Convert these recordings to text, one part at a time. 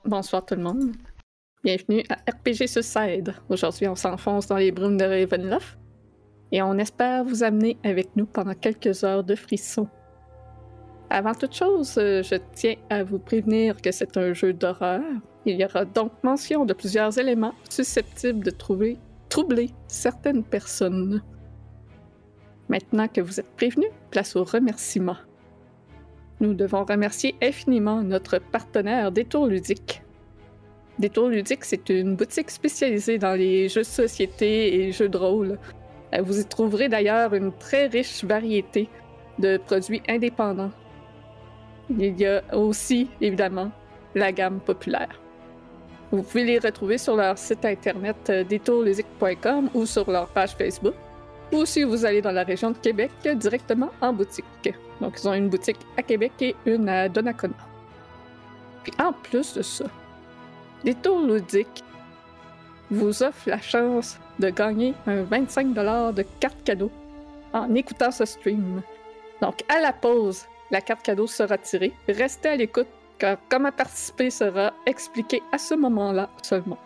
Bonsoir tout le monde. Bienvenue à RPG Suicide. Aujourd'hui, on s'enfonce dans les brumes de Ravenloft et on espère vous amener avec nous pendant quelques heures de frissons. Avant toute chose, je tiens à vous prévenir que c'est un jeu d'horreur. Il y aura donc mention de plusieurs éléments susceptibles de troubler certaines personnes. Maintenant que vous êtes prévenus, place aux remerciements. Nous devons remercier infiniment notre partenaire Détour Ludique. Détour Ludique, c'est une boutique spécialisée dans les jeux de société et jeux de rôle. Vous y trouverez d'ailleurs une très riche variété de produits indépendants. Il y a aussi, évidemment, la gamme populaire. Vous pouvez les retrouver sur leur site internet détourludique.com ou sur leur page Facebook, ou si vous allez dans la région de Québec, directement en boutique. Donc, ils ont une boutique à Québec et une à Donnacona. Puis en plus de ça, Détour Ludique vous offre la chance de gagner un 25$ de carte cadeau en écoutant ce stream. Donc, à la pause, la carte cadeau sera tirée. Restez à l'écoute, car comment participer sera expliqué à ce moment-là seulement.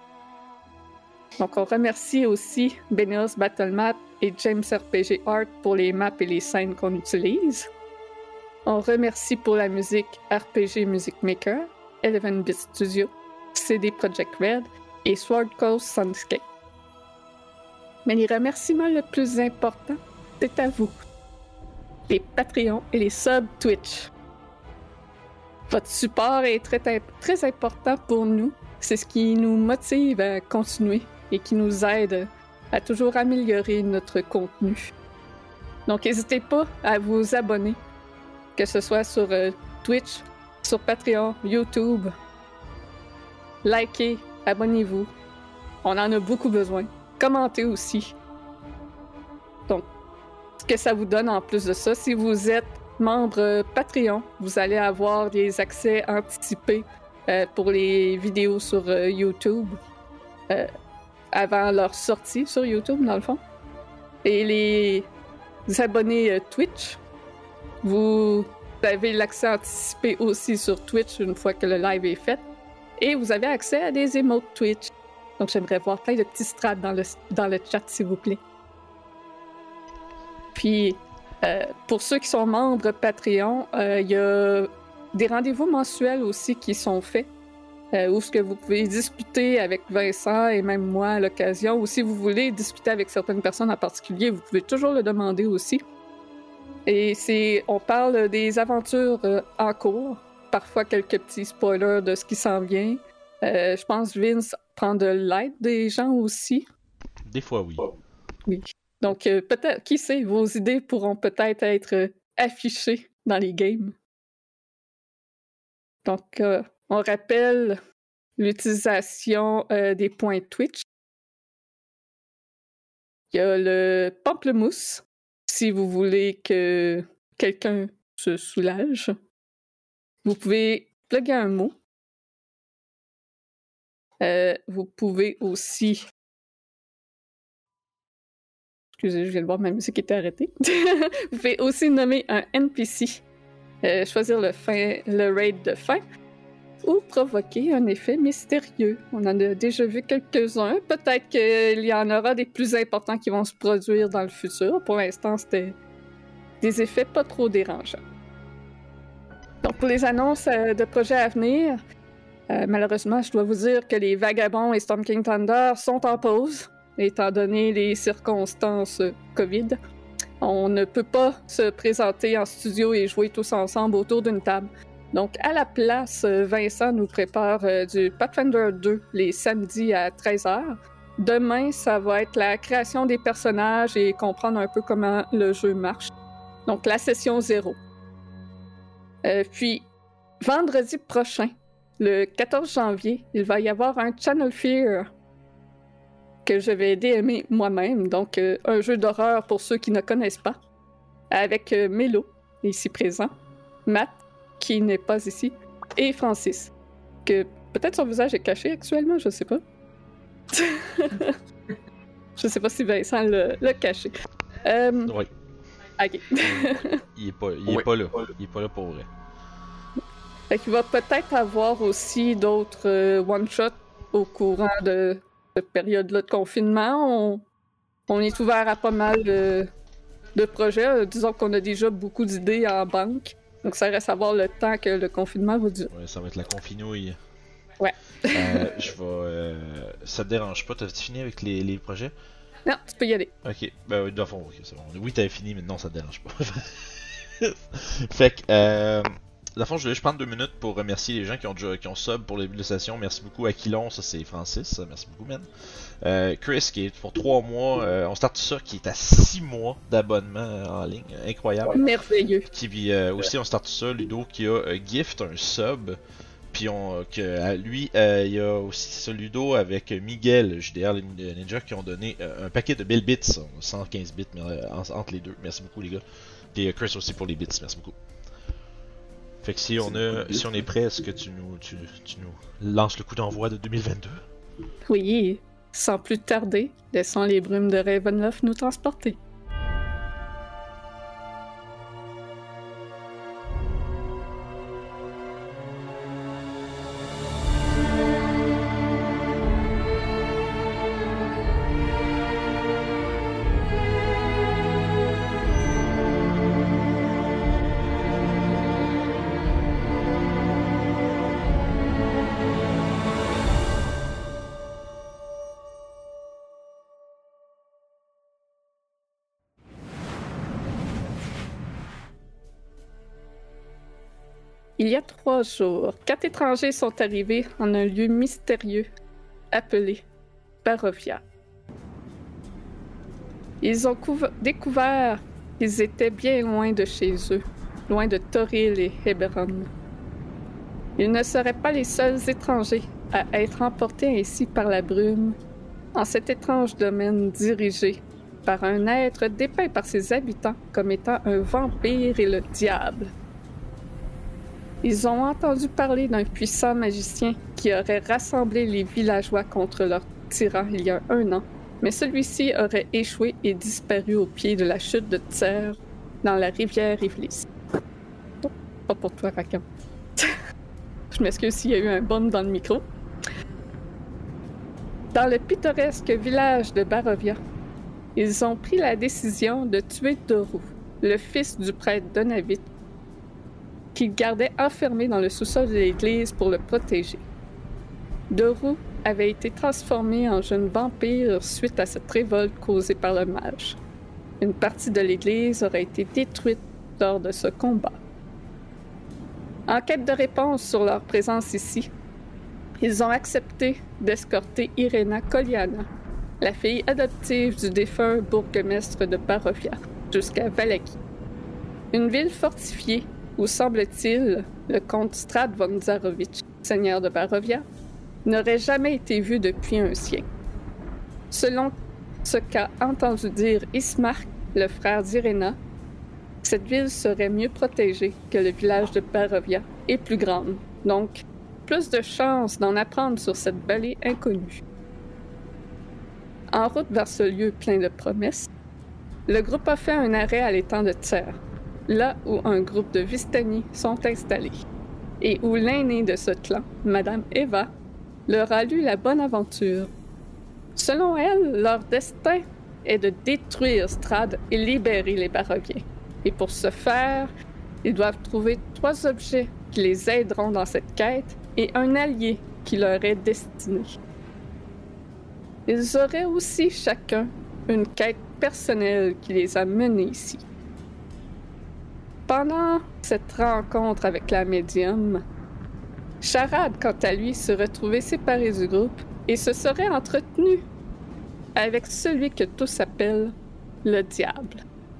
Donc, on remercie aussi Beneos Battlemap et James RPG Art pour les maps et les scènes qu'on utilise. On remercie pour la musique RPG Music Maker, 11-Bit Studio, CD Projekt Red et Sword Coast Soundscape. Mais les remerciements le plus important, c'est à vous, les Patreons et les subs Twitch. Votre support est très important pour nous. C'est ce qui nous motive à continuer et qui nous aide à toujours améliorer notre contenu. Donc, n'hésitez pas à vous abonner, que ce soit sur Twitch, sur Patreon, YouTube. Likez, abonnez-vous. On en a beaucoup besoin. Commentez aussi. Donc, ce que ça vous donne en plus de ça, si vous êtes membre Patreon, vous allez avoir des accès anticipés pour les vidéos sur YouTube avant leur sortie sur YouTube, dans le fond. Et les abonnés Twitch, vous avez l'accès anticipé aussi sur Twitch une fois que le live est fait. Et vous avez accès à des emotes Twitch. Donc, j'aimerais voir plein de petits strats dans le chat, s'il vous plaît. Puis, pour ceux qui sont membres Patreon, il y a des rendez-vous mensuels aussi qui sont faits, où ce que vous pouvez discuter avec Vincent et même moi à l'occasion, ou si vous voulez discuter avec certaines personnes en particulier, vous pouvez toujours le demander aussi. Et on parle des aventures en cours, parfois quelques petits spoilers de ce qui s'en vient. Je pense Vince prend de l'aide des gens aussi. Des fois, oui. Oui. Donc, peut-être, qui sait, vos idées pourront peut-être être affichées dans les games. Donc, on rappelle l'utilisation des points Twitch. Il y a le pamplemousse, si vous voulez que quelqu'un se soulage. Vous pouvez plugger un mot. Vous pouvez aussi... Excusez, je viens de voir, ma musique était arrêtée. Vous pouvez aussi nommer un NPC, choisir le raid de fin, ou provoquer un effet mystérieux. On en a déjà vu quelques-uns. Peut-être qu'il y en aura des plus importants qui vont se produire dans le futur. Pour l'instant, c'était des effets pas trop dérangeants. Donc, pour les annonces de projets à venir, malheureusement, je dois vous dire que les Vagabonds et Storm King Thunder sont en pause, étant donné les circonstances COVID. On ne peut pas se présenter en studio et jouer tous ensemble autour d'une table. Donc, à la place, Vincent nous prépare du Pathfinder 2 les samedis à 13h. Demain, ça va être la création des personnages et comprendre un peu comment le jeu marche. Donc, la session 0. Puis, vendredi prochain, le 14 janvier, il va y avoir un Channel Fear que je vais DMer moi-même. Donc, un jeu d'horreur pour ceux qui ne connaissent pas, avec Mélo, ici présent, Matt, qui n'est pas ici, et Francis, que peut-être son visage est caché actuellement, je sais pas. Je sais pas si Vincent l'a caché. Oui. Ok. Il est pas là. Il est pas là pour vrai. Fait qu'il va peut-être avoir aussi d'autres one-shots au courant de cette période-là de confinement. On est ouvert à pas mal de projets. Disons qu'on a déjà beaucoup d'idées en banque. Donc ça reste à voir le temps que le confinement va durer. Ouais, ça va être la confinouille. Ouais. Je vais. Ça te dérange pas, t'as fini avec les projets? Non, tu peux y aller. Ok, ben dans le fond, ok, c'est bon. Oui, t'avais fini, mais non, ça te dérange pas. Fait que, dans le fond, je voulais juste prendre 2 minutes pour remercier les gens qui ont sub pour le début de la session. Merci beaucoup à Quilon, ça c'est Francis, merci beaucoup, man. Chris qui est pour 3 mois, on start ça, qui est à 6 mois d'abonnement en ligne, incroyable. Merveilleux. Puis aussi on start ça, Ludo qui a gift un sub. Puis lui, il y a aussi ça, Ludo avec Miguel, JDR Ninja, qui ont donné un paquet de belles bits, 115 bits entre les deux. Merci beaucoup les gars. Puis Chris aussi pour les bits, merci beaucoup. Fait que si on est prêt, est-ce que tu nous lances le coup d'envoi de 2022? Oui, sans plus tarder, laissons les brumes de Ravenloft nous transporter. Il y a 3 jours, 4 étrangers sont arrivés en un lieu mystérieux appelé Barovia. Ils ont découvert qu'ils étaient bien loin de chez eux, loin de Toril et Eberron. Ils ne seraient pas les seuls étrangers à être emportés ainsi par la brume, en cet étrange domaine dirigé par un être dépeint par ses habitants comme étant un vampire et le diable. Ils ont entendu parler d'un puissant magicien qui aurait rassemblé les villageois contre leur tyran il y a 1 an, mais celui-ci aurait échoué et disparu au pied de la chute de Tser dans la rivière Ivlis. Oh, pas pour toi, Rakan. Je m'excuse s'il y a eu un bum dans le micro. Dans le pittoresque village de Barovia, ils ont pris la décision de tuer Doru, le fils du prêtre Donavit, qu'ils gardaient enfermé dans le sous-sol de l'église pour le protéger. Doru avait été transformé en jeune vampire suite à cette révolte causée par le mage. Une partie de l'église aurait été détruite lors de ce combat. En quête de réponse sur leur présence ici, ils ont accepté d'escorter Irena Koliana, la fille adoptive du défunt bourgmestre de Barovia, jusqu'à Vallaki, une ville fortifiée où, semble-t-il, le comte Strad von Zarovich, seigneur de Barovia, n'aurait jamais été vu depuis un siècle. Selon ce qu'a entendu dire Ismark, le frère d'Irena, cette ville serait mieux protégée que le village de Barovia et plus grande, donc plus de chances d'en apprendre sur cette vallée inconnue. En route vers ce lieu plein de promesses, le groupe a fait un arrêt à l'étang de Tser, là où un groupe de Vistani sont installés, et où l'aînée de ce clan, Madame Eva, leur a lu la bonne aventure. Selon elle, leur destin est de détruire Strad et libérer les Baroviens. Et pour ce faire, ils doivent trouver 3 objets qui les aideront dans cette quête et un allié qui leur est destiné. Ils auraient aussi chacun une quête personnelle qui les a menés ici. Pendant cette rencontre avec la médium, Charade, quant à lui, se retrouvait séparé du groupe et se serait entretenu avec celui que tous appellent le diable.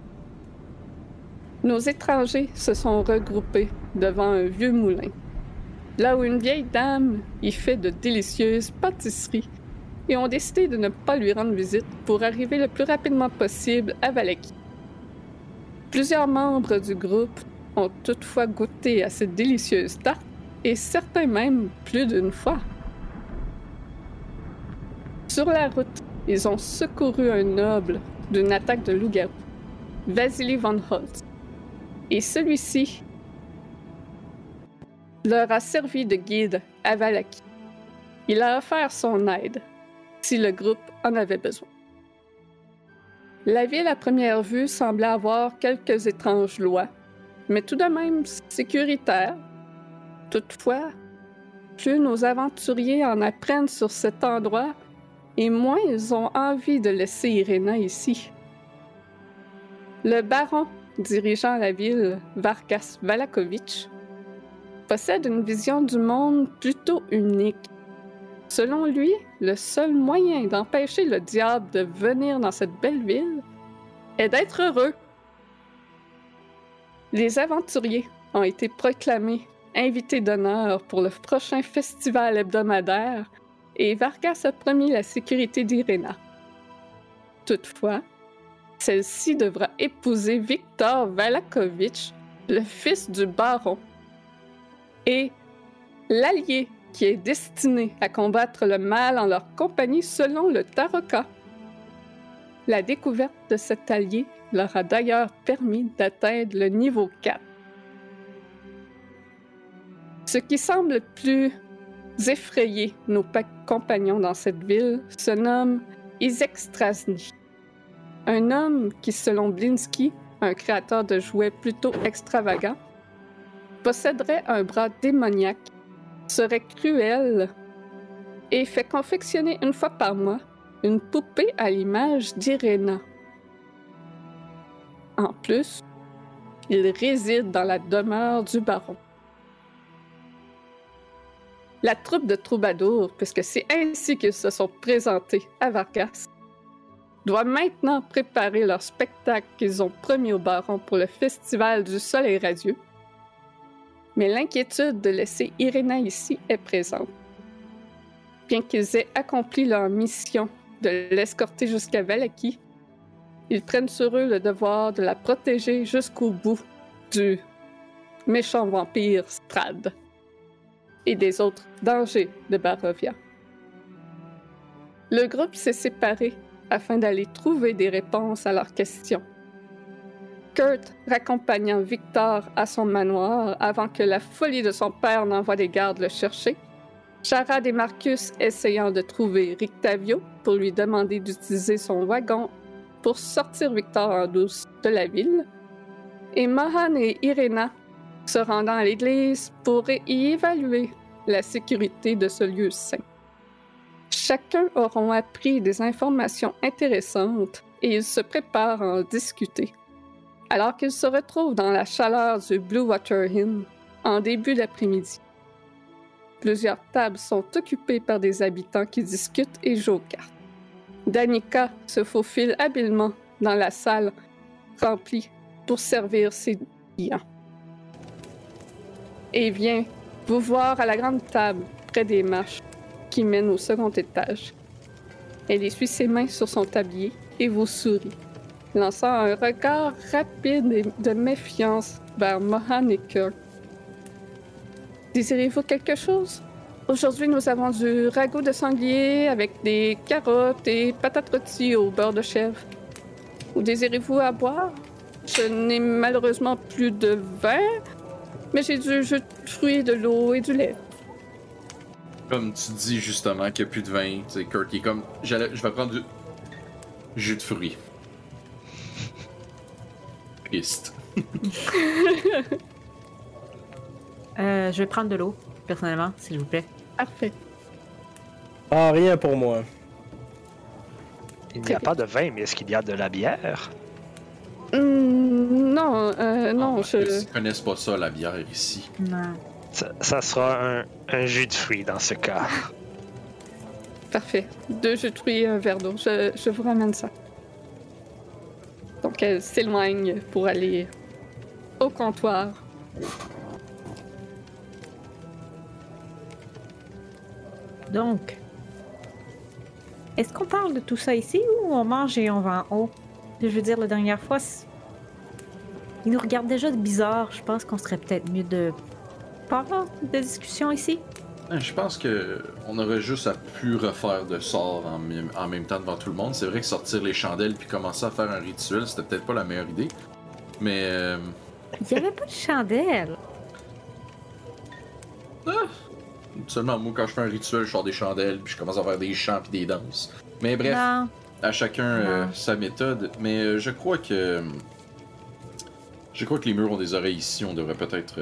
Nos étrangers se sont regroupés devant un vieux moulin, là où une vieille dame y fait de délicieuses pâtisseries, et ont décidé de ne pas lui rendre visite pour arriver le plus rapidement possible à Vallaki. Plusieurs membres du groupe ont toutefois goûté à cette délicieuse tarte, et certains même plus d'une fois. Sur la route, ils ont secouru un noble d'une attaque de loup-garou, Vasily von Holtz, et celui-ci leur a servi de guide à Vallaki. Il a offert son aide, si le groupe en avait besoin. La ville, à première vue, semblait avoir quelques étranges lois, mais tout de même sécuritaire. Toutefois, plus nos aventuriers en apprennent sur cet endroit, et moins ils ont envie de laisser Irena ici. Le baron dirigeant la ville, Vargas Valakovitch, possède une vision du monde plutôt unique. Selon lui, le seul moyen d'empêcher le diable de venir dans cette belle ville est d'être heureux. Les aventuriers ont été proclamés invités d'honneur pour le prochain festival hebdomadaire et Vargas a promis la sécurité d'Irena. Toutefois, celle-ci devra épouser Victor Valakovitch, le fils du baron, et l'allié qui est destiné à combattre le mal en leur compagnie selon le Taroka. La découverte de cet allié leur a d'ailleurs permis d'atteindre le niveau 4. Ce qui semble plus effrayer nos compagnons dans cette ville se nomme Izek Strasny. Un homme qui, selon Blinsky, un créateur de jouets plutôt extravagant, posséderait un bras démoniaque, serait cruel et fait confectionner une fois par mois une poupée à l'image d'Irena. En plus, il réside dans la demeure du baron. La troupe de troubadours, puisque c'est ainsi qu'ils se sont présentés à Vargas, doit maintenant préparer leur spectacle qu'ils ont promis au baron pour le festival du Soleil radieux. Mais l'inquiétude de laisser Irena ici est présente. Bien qu'ils aient accompli leur mission de l'escorter jusqu'à Vallaki, ils prennent sur eux le devoir de la protéger jusqu'au bout du méchant vampire Strad et des autres dangers de Barovia. Le groupe s'est séparé afin d'aller trouver des réponses à leurs questions. Kurt raccompagnant Victor à son manoir avant que la folie de son père n'envoie des gardes le chercher, Charade et Marcus essayant de trouver Rictavio pour lui demander d'utiliser son wagon pour sortir Victor en douce de la ville, et Mohan et Irena se rendant à l'église pour y évaluer la sécurité de ce lieu saint. Chacun auront appris des informations intéressantes et ils se préparent à en discuter, alors qu'ils se retrouvent dans la chaleur du Blue Water Inn en début d'après-midi. Plusieurs tables sont occupées par des habitants qui discutent et jouent aux cartes. Danica se faufile habilement dans la salle remplie pour servir ses clients. Et vient vous voir à la grande table près des marches qui mènent au second étage. Elle essuie ses mains sur son tablier et vous sourit, lançant un regard rapide et de méfiance vers Mohan et Kurt. Désirez-vous quelque chose? Aujourd'hui, nous avons du ragoût de sanglier avec des carottes et patates rôties au beurre de chèvre. Ou désirez-vous à boire? Je n'ai malheureusement plus de vin, mais j'ai du jus de fruits, de l'eau et du lait. Comme tu dis justement qu'il n'y a plus de vin, tu sais, Kurt, il est comme, je vais prendre du jus de fruits. Triste. Je vais prendre de l'eau, personnellement, s'il vous plaît. Parfait. Ah, rien pour moi. Il n'y a pas de vin, mais est-ce qu'il y a de la bière? Non, non, Ils ne connaissent pas ça, la bière ici. Non. Ça sera un jus de fruits dans ce cas. Parfait. 2 jus de fruits et un verre d'eau. Je vous ramène ça. Donc, elle s'éloigne pour aller au comptoir. Donc, est-ce qu'on parle de tout ça ici ou on mange et on va en haut? Je veux dire, la dernière fois, ils nous regardent déjà de bizarre. Je pense qu'on serait peut-être mieux de pas avoir de discussion ici. Je pense que on aurait juste à plus refaire de sorts en même temps devant tout le monde. C'est vrai que sortir les chandelles puis commencer à faire un rituel, c'était peut-être pas la meilleure idée. Mais Il n'y avait pas de chandelle. Seulement, moi, quand je fais un rituel, je sors des chandelles, puis je commence à faire des chants puis des danses. Mais bref, Non. à chacun sa méthode. Mais je crois que... Je crois que les murs ont des oreilles ici. On devrait peut-être...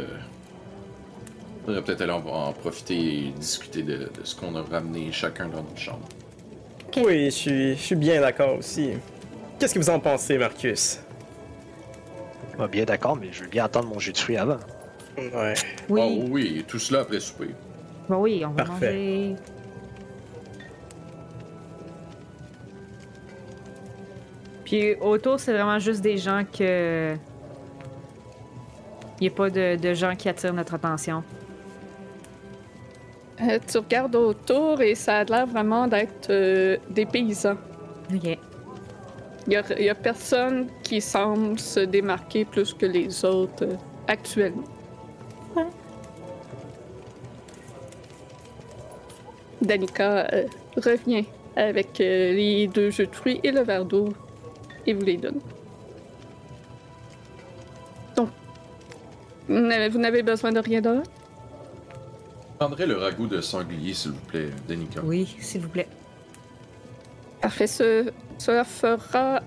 aller en profiter et discuter de ce qu'on a ramené chacun dans notre chambre. Oui, je suis bien d'accord aussi. Qu'est-ce que vous en pensez, Marcus? Bien d'accord, mais je veux bien attendre mon jus de fruits avant. Ouais. Oui. Oh oui, tout cela après souper. Bon, oui, on va Parfait. manger. Puis autour, c'est vraiment juste des gens que. Il n'y a pas de gens qui attirent notre attention. Tu regardes autour et ça a l'air vraiment d'être des paysans. Ok. Il y a personne qui semble se démarquer plus que les autres actuellement. Ouais. Danica revient avec les 2 jus de fruits et le verre d'eau et vous les donne. Donc, vous n'avez besoin de rien d'autre? Je prendrais le ragoût de sanglier, s'il vous plaît, Danica. Oui, s'il vous plaît. Parfait, cela fera...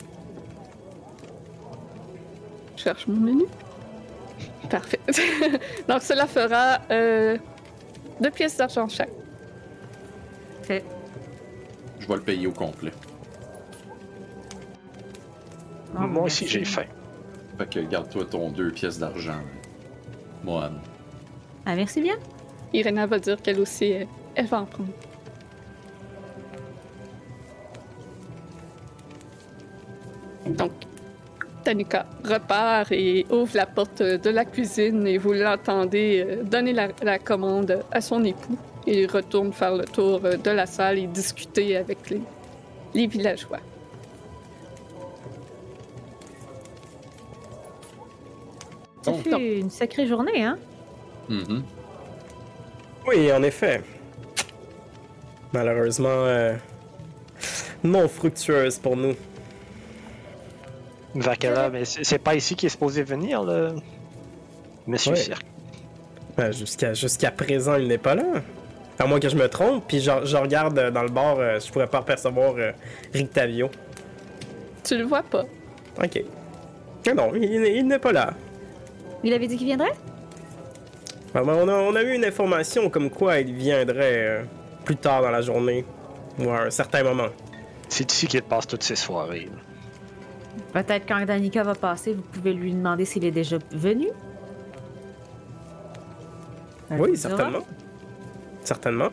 Je cherche mon menu. Parfait. Donc, cela fera 2 pièces d'argent chaque. Fait. Je vais le payer au complet. Oh, Moi merci. aussi, j'ai faim. Fait que garde-toi ton 2 pièces d'argent, Mohan. Ah, merci bien. Irena va dire qu'elle aussi, elle va en prendre. Donc, Danica repart et ouvre la porte de la cuisine et vous l'entendez donner la commande à son époux et retourne faire le tour de la salle et discuter avec les villageois. Ça Donc. fut une sacrée journée, hein? Mhm. Oui, en effet. Malheureusement, non fructueuse pour nous. Vakala, mais c'est pas ici qu'il est supposé venir, le Monsieur Ouais. Cirque. Jusqu'à présent, il n'est pas là. À moins que je me trompe, puis je regarde dans le bar, je pourrais pas apercevoir Rictavio. Tu le vois pas. Ok. Ah non, il n'est pas là. Il avait dit qu'il viendrait? Ah, ben, on a eu une information comme quoi il viendrait plus tard dans la journée, ou à un certain moment. C'est ici qu'il passe toutes ses soirées. Peut-être quand Danica va passer, vous pouvez lui demander s'il est déjà venu. Elle vous Oui, dira. certainement. Certainement.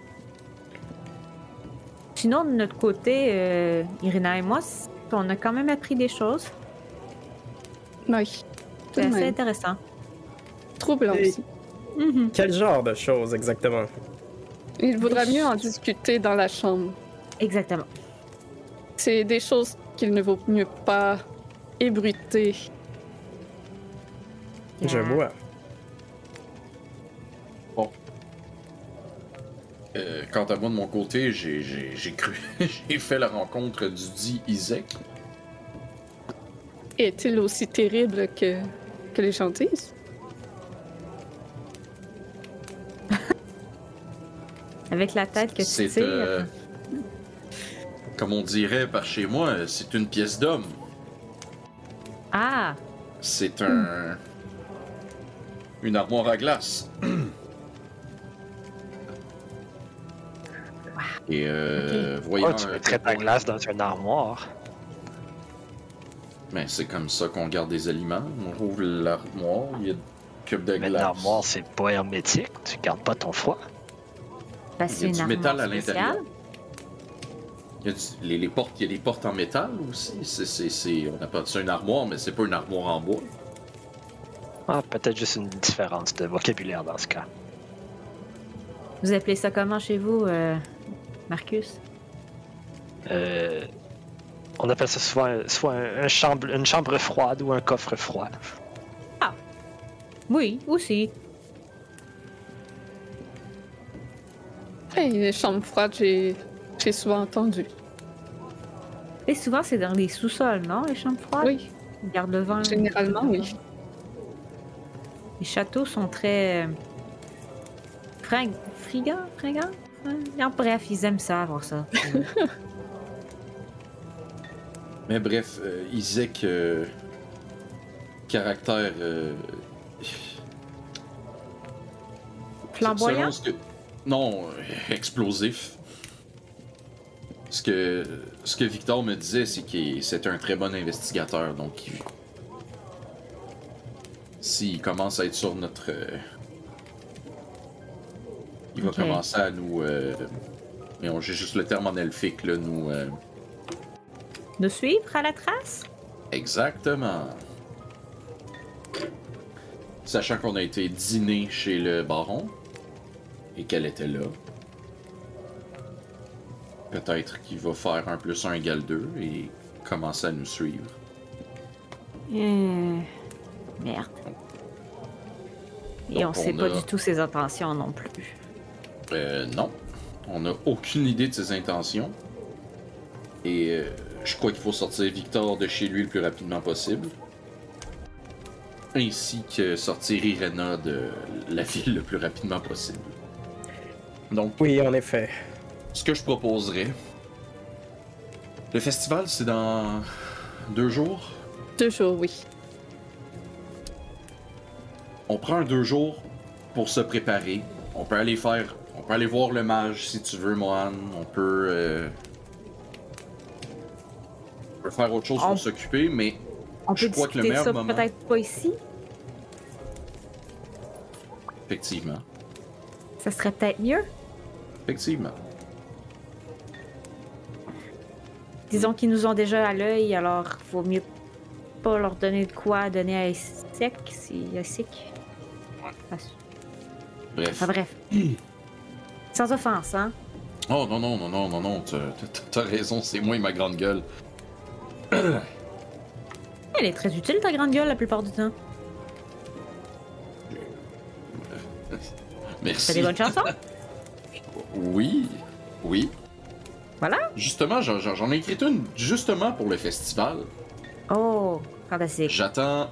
Sinon, de notre côté, Irina et moi, on a quand même appris des choses. Oui. C'est Tout de assez même. intéressant. Troublant Et- aussi. Mhm. Quel genre de choses exactement? Il vaudra mieux en discuter dans la chambre. Exactement. C'est des choses qu'il ne vaut mieux pas ébruiter. Je vois. Quant à moi, de mon côté, j'ai cru... j'ai fait la rencontre du dit Isaac. Est-il aussi terrible que les gens disent? Avec la tête que tu C'est, tires. comme on dirait par chez moi, c'est une pièce d'homme. Ah! C'est une armoire à glace. Et voyant... Oh, tu mettrais ta glace dans une armoire. Mais c'est comme ça qu'on garde des aliments. On ouvre l'armoire, il y a une cube de Mais glace. l'armoire, c'est pas hermétique. Tu gardes pas ton froid. Ben, Il y c'est a une du armoire métal à spéciale. l'intérieur. Il y a les portes, il y a des portes en métal aussi. On appelle ça une armoire, mais c'est pas une armoire en bois. Ah, peut-être juste une différence de vocabulaire dans ce cas. Vous appelez ça comment chez vous, Marcus? On appelle ça soit une chambre froide ou un coffre froid. Oui, aussi. Hey, les chambres froides, j'ai souvent entendu. Et souvent, c'est dans les sous-sols, non, les chambres froides? Oui, Ils gardent le vent. généralement, oui. Les châteaux sont très Fringant? Non, bref, ils aiment ça, avoir ça. Mais bref, Isaac, caractère... Flamboyant? Non, explosif. Ce que Victor me disait, c'est que c'est un très bon investigateur, donc s'il commence à être sur notre... il va commencer à nous... mais j'ai juste le terme en elfique, là, nous... Nous suivre à la trace? Exactement. Sachant qu'on a été dîner chez le baron, et qu'elle était là, peut-être qu'il va faire 1 + 1 = 2 et commencer à nous suivre. Merde. Et donc, on sait pas du tout ses intentions non plus. Non. On n'a aucune idée de ses intentions. Et je crois qu'il faut sortir Victor de chez lui le plus rapidement possible. Ainsi que sortir Irena de la ville le plus rapidement possible. Donc, Oui, en effet. ce que je proposerais... Le festival, c'est dans 2 jours. 2 jours, oui. On prend 2 jours pour se préparer. On peut aller voir le mage si tu veux, Mohan. On peut faire autre chose pour s'occuper, mais On je peut crois que le discuter meilleur ça moment... peut-être pas ici. Effectivement. Ça serait peut-être mieux. Effectivement. Disons qu'ils nous ont déjà à l'œil, alors vaut mieux pas leur donner de quoi donner à Isaac, si Isaac. Bref. Enfin bref. Sans offense, hein? Oh non, t'as raison, c'est moi et ma grande gueule. Elle est très utile, ta grande gueule, la plupart du temps. Merci. T'as des bonnes chansons? Oui. Voilà. Justement, j'en ai écrit une justement pour le festival. Oh, fantastique. J'attends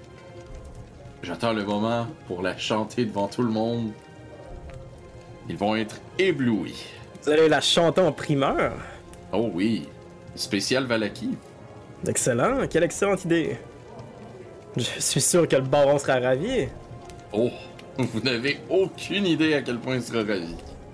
le moment pour la chanter devant tout le monde. Ils vont être éblouis. Vous allez la chanter en primeur? Oh oui, spécial Valaki. Excellent, quelle excellente idée. Je suis sûr que le baron sera ravi. Oh, vous n'avez aucune idée à quel point il sera ravi.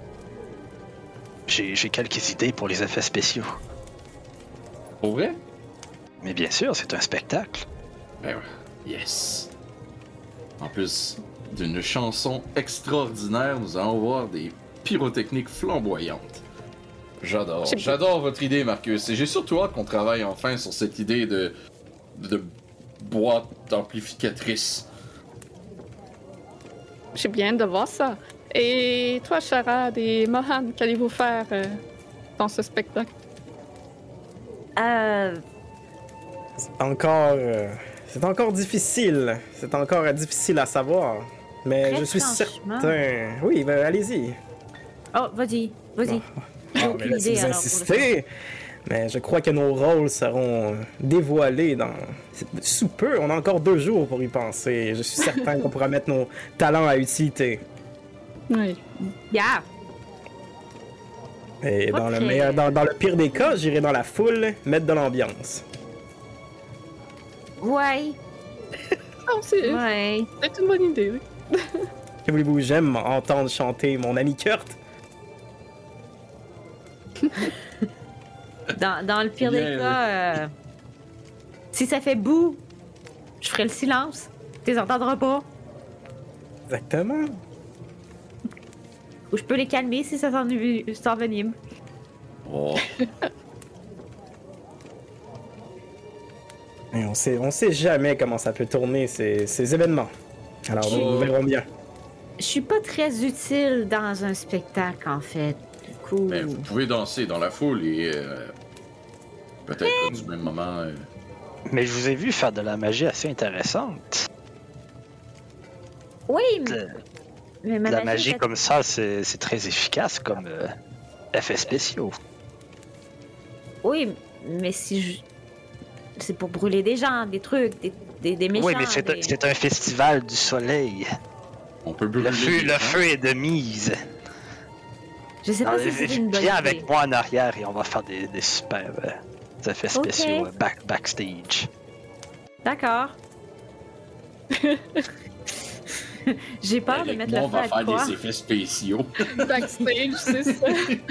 J'ai quelques idées pour les effets spéciaux. Pour vrai? Mais bien sûr, c'est un spectacle. Ben yes. En plus d'une chanson extraordinaire, nous allons voir des pyrotechniques flamboyantes. J'adore votre idée, Marcus. Et j'ai surtout hâte qu'on travaille enfin sur cette idée de boîte amplificatrice. J'ai bien hâte de voir ça. Et toi, Charade et Mohan, qu'allez-vous faire dans ce spectacle? C'est encore difficile. C'est encore difficile à savoir. Mais Très je suis franchement. certain. Oui, ben allez-y. Oh, vas-y. J'ai Ah, aucune mais là, si idée, vous alors, insistez. Mais je crois que nos rôles seront dévoilés sous peu. On a encore 2 jours pour y penser. Je suis certain qu'on pourra mettre nos talents à utilité. Oui. Yeah. Et dans le Ok. dans le pire des cas, j'irai dans la foule mettre de l'ambiance. Ouais. Non, c'est une bonne idée, oui. Que voulez-vous, j'aime entendre chanter mon ami Kurt. Dans le pire des cas, si ça fait bout, je ferai le silence. Tu les entendras pas. Exactement. Ou je peux les calmer si ça s'envenime. Oh. Et on sait jamais comment ça peut tourner ces événements. Alors nous verrons bien. Je suis pas très utile dans un spectacle, en fait. Du coup... Ben, vous pouvez danser dans la foule et peut-être du même moment. Mais je vous ai vu faire de la magie assez intéressante. Oui, mais La magie peut-être- comme ça, c'est très efficace comme effets spéciaux. Oui, mais si je... C'est pour brûler des gens, des trucs, des méchants. Oui, mais des- c'est un festival du soleil. On peut brûler Le les feu est de mise. Je sais pas si c'est une bonne Viens idée. avec moi en arrière et on va faire des super effets spéciaux backstage. D'accord. J'ai peur de Avec mettre moi, le on feu va à faire quoi? des effets spéciaux. Backstage, c'est ça.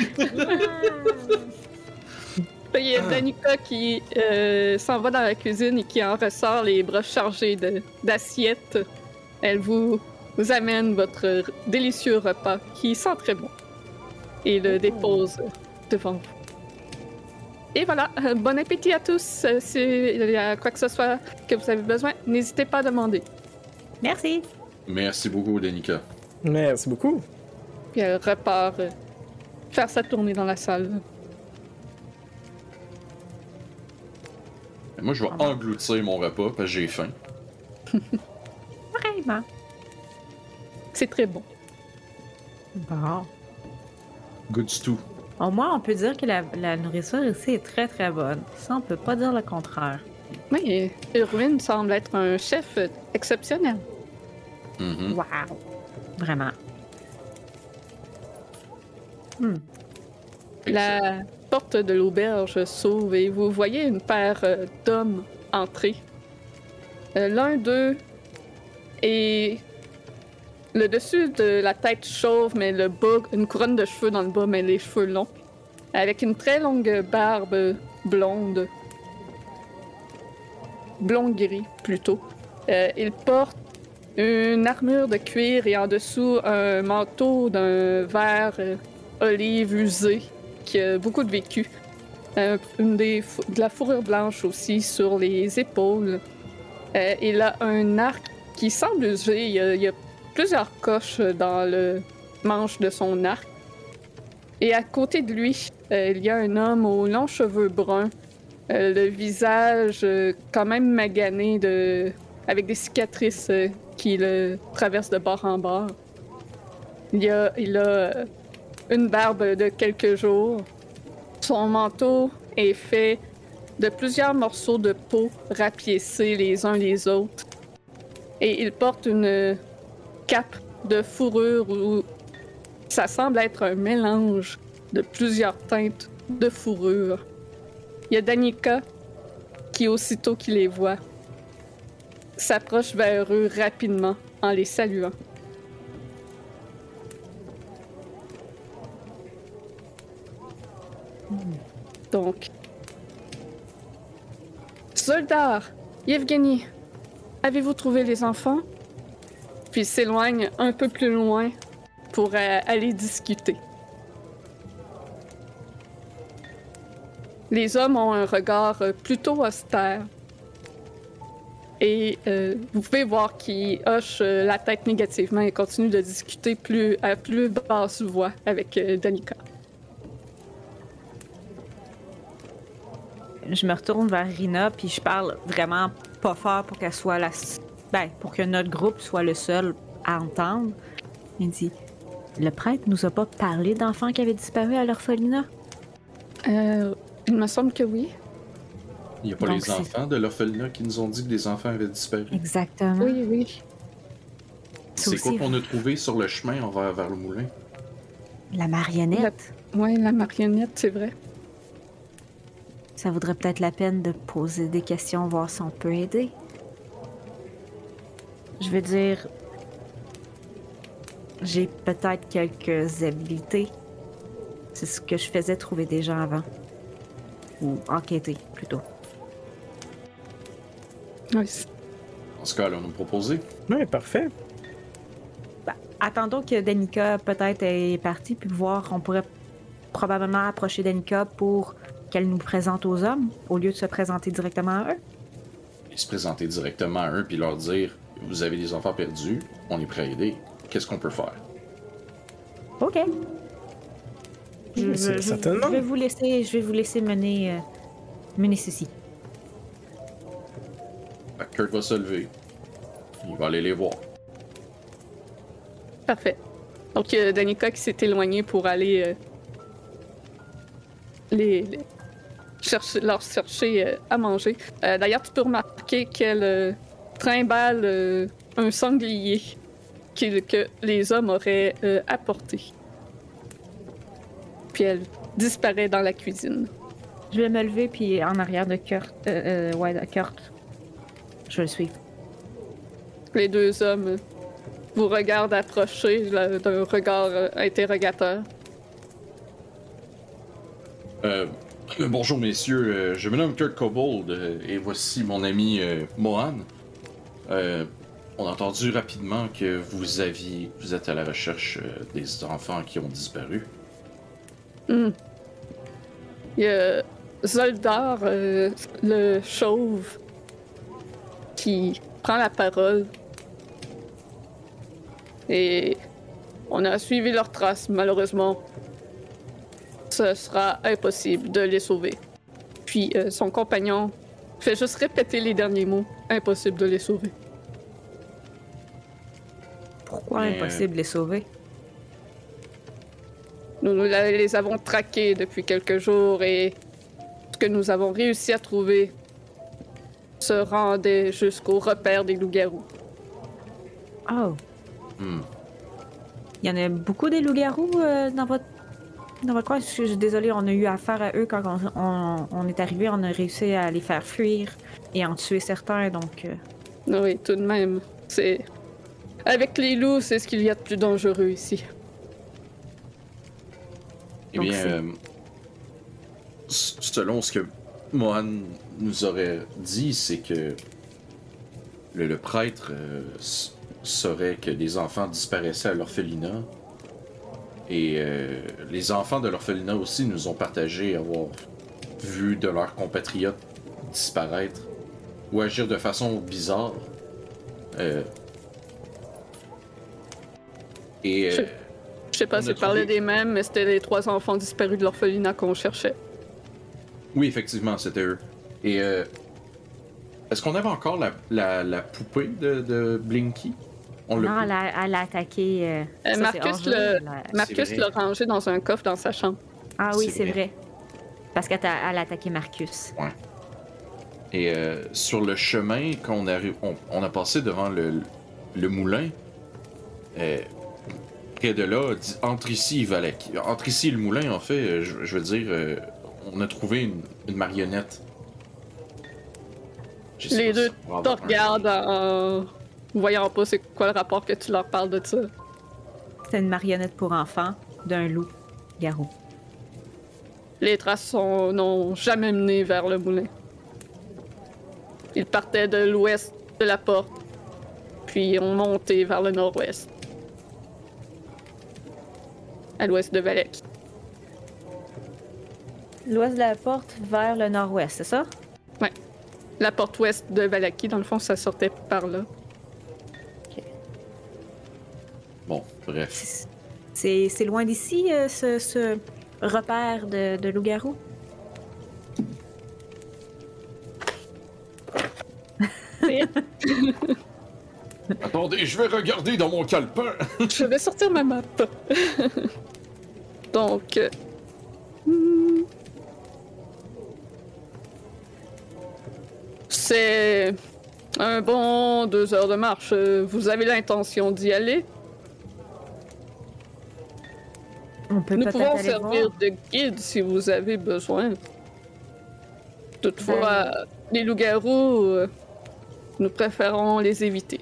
Il y a Danica qui s'en va dans la cuisine et qui en ressort les bras chargés d'assiettes. Elle vous amène votre délicieux repas qui sent très bon et le dépose devant vous. Et voilà, bon appétit à tous. S'il y a quoi que ce soit que vous avez besoin, n'hésitez pas à demander. Merci. Merci beaucoup, Danica. Merci beaucoup. Puis elle repart faire sa tournée dans la salle. Moi, je vais engloutir mon repas parce que j'ai faim. Vraiment. C'est très bon. Bon. Good stew. Au moins, on peut dire que la nourriture ici est très très bonne. Ça, on peut pas dire le contraire. Oui, Irwin semble être un chef exceptionnel. Mhm. Wow. Vraiment. La porte de l'auberge s'ouvre et vous voyez une paire d'hommes entrer. L'un d'eux est le dessus de la tête chauve, mais le bas, une couronne de cheveux dans le bas, mais les cheveux longs, avec une très longue barbe blonde. Blond-gris, plutôt. Il porte une armure de cuir et en dessous un manteau d'un vert olive usé qui a beaucoup de vécu. De la fourrure blanche aussi sur les épaules. Il a un arc qui semble usé. Il y a plusieurs coches dans le manche de son arc. Et à côté de lui, il y a un homme aux longs cheveux bruns, le visage quand même magané avec des cicatrices qui le traversent de bord en bord. Il a une barbe de quelques jours. Son manteau est fait de plusieurs morceaux de peau rapiécés les uns les autres. Et il porte une cape de fourrure où ça semble être un mélange de plusieurs teintes de fourrure. Il y a Danica qui, aussitôt qu'il les voit, s'approche vers eux rapidement en les saluant. Donc, Soldar, Yevgeny, avez-vous trouvé les enfants? Puis il s'éloigne un peu plus loin pour aller discuter. Les hommes ont un regard plutôt austère. Et vous pouvez voir qu'ils hochent la tête négativement et continuent de discuter à plus basse voix avec Danica. Je me retourne vers Rina, puis je parle vraiment pas fort pour qu'elle soit pour que notre groupe soit le seul à entendre. Il dit, le prêtre nous a pas parlé d'enfants qui avaient disparu à l'orphelinat? Il me semble que oui. Il n'y a pas Donc, les enfants de l'orphelinat qui nous ont dit que les enfants avaient disparu. Exactement. Oui, oui. C'est quoi qu'on a trouvé sur le chemin vers le moulin? La marionnette. Oui, la marionnette, c'est vrai. Ça vaudrait peut-être la peine de poser des questions, voir si on peut aider. Je veux dire, j'ai peut-être quelques habiletés. C'est ce que je faisais, trouver des gens avant. Ou enquêter, plutôt. Oui. En ce cas, allons nous proposer. Oui, parfait. Attendons que Danica peut-être est partie, puis voir, on pourrait probablement approcher Danica pour qu'elle nous présente aux hommes, au lieu de se présenter directement à eux. Et se présenter directement à eux puis leur dire vous avez des enfants perdus, on est prêt à aider. Qu'est-ce qu'on peut faire? OK. Certainement. Je vais vous laisser mener ceci. Fait que Kurt va se lever. Il va aller les voir. Parfait. Donc, il y a Danica qui s'est éloignée pour aller leur chercher à manger. D'ailleurs, tu peux remarquer qu'elle trimballe un sanglier que les hommes auraient apportées. Puis elle disparaît dans la cuisine. Je vais me lever, puis en arrière de Kurt. De Kurt. Je vais le suivre. Les deux hommes vous regardent approcher d'un regard interrogateur. Bonjour messieurs, je me nomme Kurt Kobold et voici mon ami Mohan. On a entendu rapidement que vous êtes à la recherche des enfants qui ont disparu. Il y a Zoldar, le chauve, qui prend la parole. Et on a suivi leurs traces, malheureusement. Ce sera impossible de les sauver. Puis son compagnon fait juste répéter les derniers mots. Impossible de les sauver. Pourquoi impossible de les sauver? Nous les avons traqués depuis quelques jours et ce que nous avons réussi à trouver se rendait jusqu'au repère des loups-garous. Oh. Il y en a beaucoup des loups-garous dans votre coin? Je suis désolée, on a eu affaire à eux quand on est arrivé. On a réussi à les faire fuir et en tuer certains, donc... Oui, tout de même. Avec les loups, c'est ce qu'il y a de plus dangereux ici. Eh bien, selon ce que Mohan nous aurait dit, c'est que le prêtre saurait que des enfants disparaissaient à l'orphelinat. Et les enfants de l'orphelinat aussi nous ont partagé avoir vu de leurs compatriotes disparaître ou agir de façon bizarre. Je sais pas si tu parlais des mêmes, mais c'était les 3 enfants disparus de l'orphelinat qu'on cherchait. Oui, effectivement, c'était eux. Et est-ce qu'on avait encore la poupée de Blinky? Non, elle a attaqué... Marcus l'a rangé dans un coffre dans sa chambre. Ah oui, c'est vrai. Parce qu'elle a attaqué Marcus. Ouais. Et sur le chemin, quand on a passé devant le moulin, près de là, entre ici et le moulin, en fait, je veux dire, on a trouvé une marionnette. Les deux te regardent en voyant pas c'est quoi le rapport que tu leur parles de ça. C'est une marionnette pour enfants d'un loup-garou. Les traces n'ont jamais mené vers le moulin. Ils partaient de l'ouest de la porte, puis ont monté vers le nord-ouest. À l'ouest de Valak. L'ouest de la porte vers le nord-ouest, c'est ça? Ouais. La porte ouest de Valaki, dans le fond, ça sortait par là. Ok. Bon, bref. C'est loin d'ici, ce repère de loup-garou? Attendez, je vais regarder dans mon calepin. Je vais sortir ma map. Donc... C'est un bon 2 heures de marche. Vous avez l'intention d'y aller? On peut Nous peut-être pouvons aller servir voir. de guide si vous avez besoin. Toutefois, les loups-garous, nous préférons les éviter.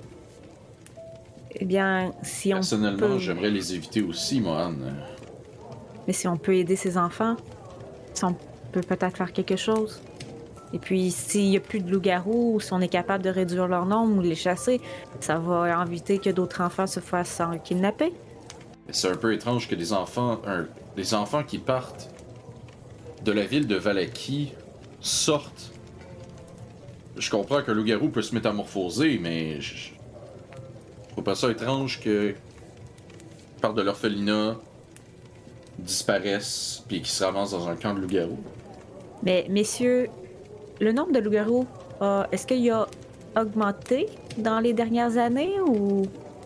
Eh bien, si on Personnellement, peut... j'aimerais les éviter aussi, Mohan. Mais si on peut aider ces enfants, si on peut peut-être faire quelque chose. Et puis, s'il n'y a plus de loups-garous, ou si on est capable de réduire leur nombre ou les chasser, ça va éviter que d'autres enfants se fassent kidnapper. C'est un peu étrange que des enfants qui partent de la ville de Valaki sortent. Je comprends qu'un loup-garou peut se métamorphoser, mais je trouve pas ça étrange que partent de l'orphelinat, disparaissent, puis qu'ils se ramassent dans un camp de loup-garou. Mais, messieurs, le nombre de loups-garous, est-ce qu'il a augmenté dans les dernières années ou...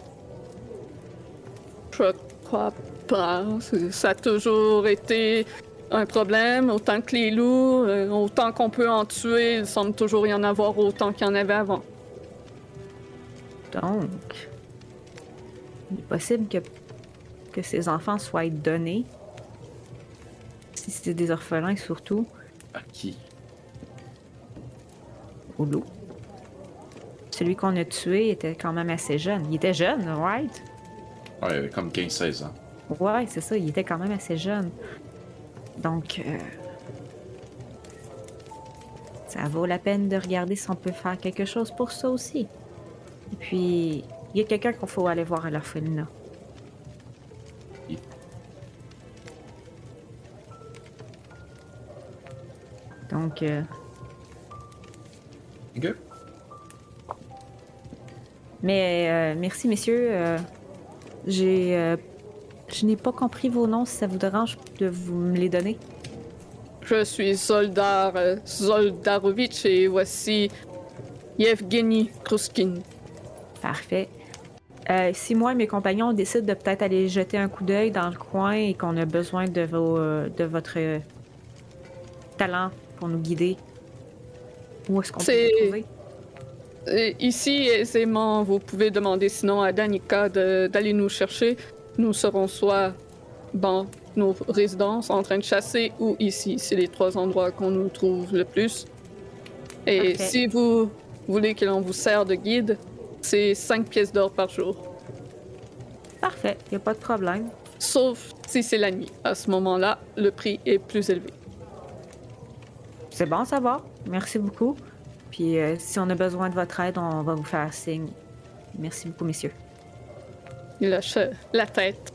Je crois pas. Ça a toujours été un problème. Autant que les loups, autant qu'on peut en tuer, il semble toujours y en avoir autant qu'il y en avait avant. Donc... Il est possible que ces enfants soient donnés. Si c'était des orphelins, surtout. À qui? Au loup. Celui qu'on a tué était quand même assez jeune. Il était jeune, right? Ouais, il avait comme 15-16 ans. Ouais, c'est ça, il était quand même assez jeune. Donc, ça vaut la peine de regarder si on peut faire quelque chose pour ça aussi. Et puis, il y a quelqu'un qu'il faut aller voir à l'orphelinat. Oui. Donc, Ok. mais merci, messieurs. Je n'ai pas compris vos noms, si ça vous dérange de vous me les donner. Je suis Zoldar Zoldarovitch et voici Yevgeny Kruskin. Parfait. Si moi et mes compagnons décident de peut-être aller jeter un coup d'œil dans le coin et qu'on a besoin de votre talent pour nous guider, où est-ce qu'on peut vous trouver? Ici, aisément, vous pouvez demander sinon à Danica d'aller nous chercher. Nous serons soit dans nos résidences en train de chasser ou ici. C'est les 3 endroits qu'on nous trouve le plus. Et Parfait. si vous voulez que l'on vous sert de guide, c'est 5 pièces d'or par jour. Parfait, il n'y a pas de problème. Sauf si c'est la nuit. À ce moment-là, le prix est plus élevé. C'est bon, ça va. Merci beaucoup. Puis si on a besoin de votre aide, on va vous faire signe. Merci beaucoup, messieurs. Il lâche la tête.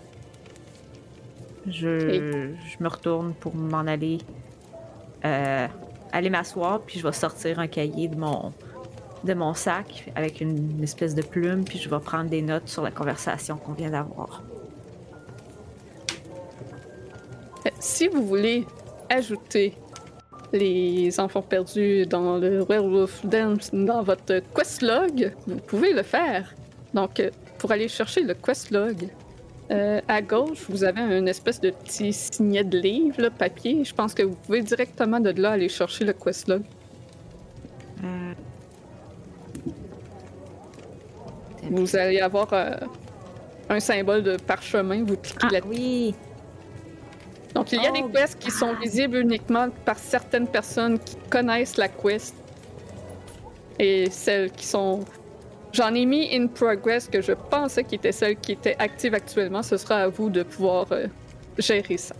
Je me retourne pour m'en aller. Aller m'asseoir, puis je vais sortir un cahier de mon sac avec une espèce de plume, puis je vais prendre des notes sur la conversation qu'on vient d'avoir. Si vous voulez ajouter les enfants perdus dans le Werewolf Dance dans votre quest log, vous pouvez le faire. Donc, pour aller chercher le quest log, à gauche, vous avez une espèce de petit signet de livre, là, papier. Je pense que vous pouvez directement de là aller chercher le quest log. Vous allez avoir un symbole de parchemin, vous cliquez là-dessus. Oui! Donc, il y a des Oh, quests qui sont visibles uniquement par certaines personnes qui connaissent la quest. Et celles qui sont... J'en ai mis in progress que je pensais qui était celle qui était active actuellement. Ce sera à vous de pouvoir gérer ça.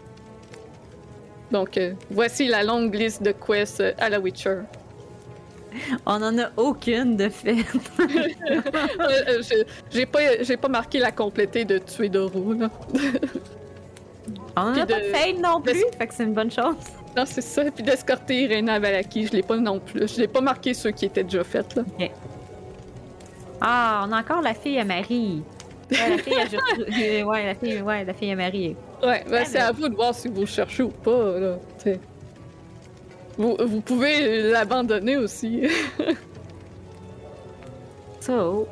Donc, voici la longue liste de quests à la Witcher. On en a aucune de fait. J'ai pas marqué la compléter de tuer Doro, là. On en Puis a pas de fade non plus, fait que c'est une bonne chose. Non, c'est ça. Puis d'escorter Irena Valaki, je l'ai pas non plus. Je l'ai pas marqué ceux qui étaient déjà faits, là. Ok. Ah, on a encore la fille à Marie. Ouais, la fille à Gertrude. Ouais, la fille à Marie. Ouais, ben c'est à vous de voir si vous cherchez ou pas, là. T'sais. Vous pouvez l'abandonner aussi. So.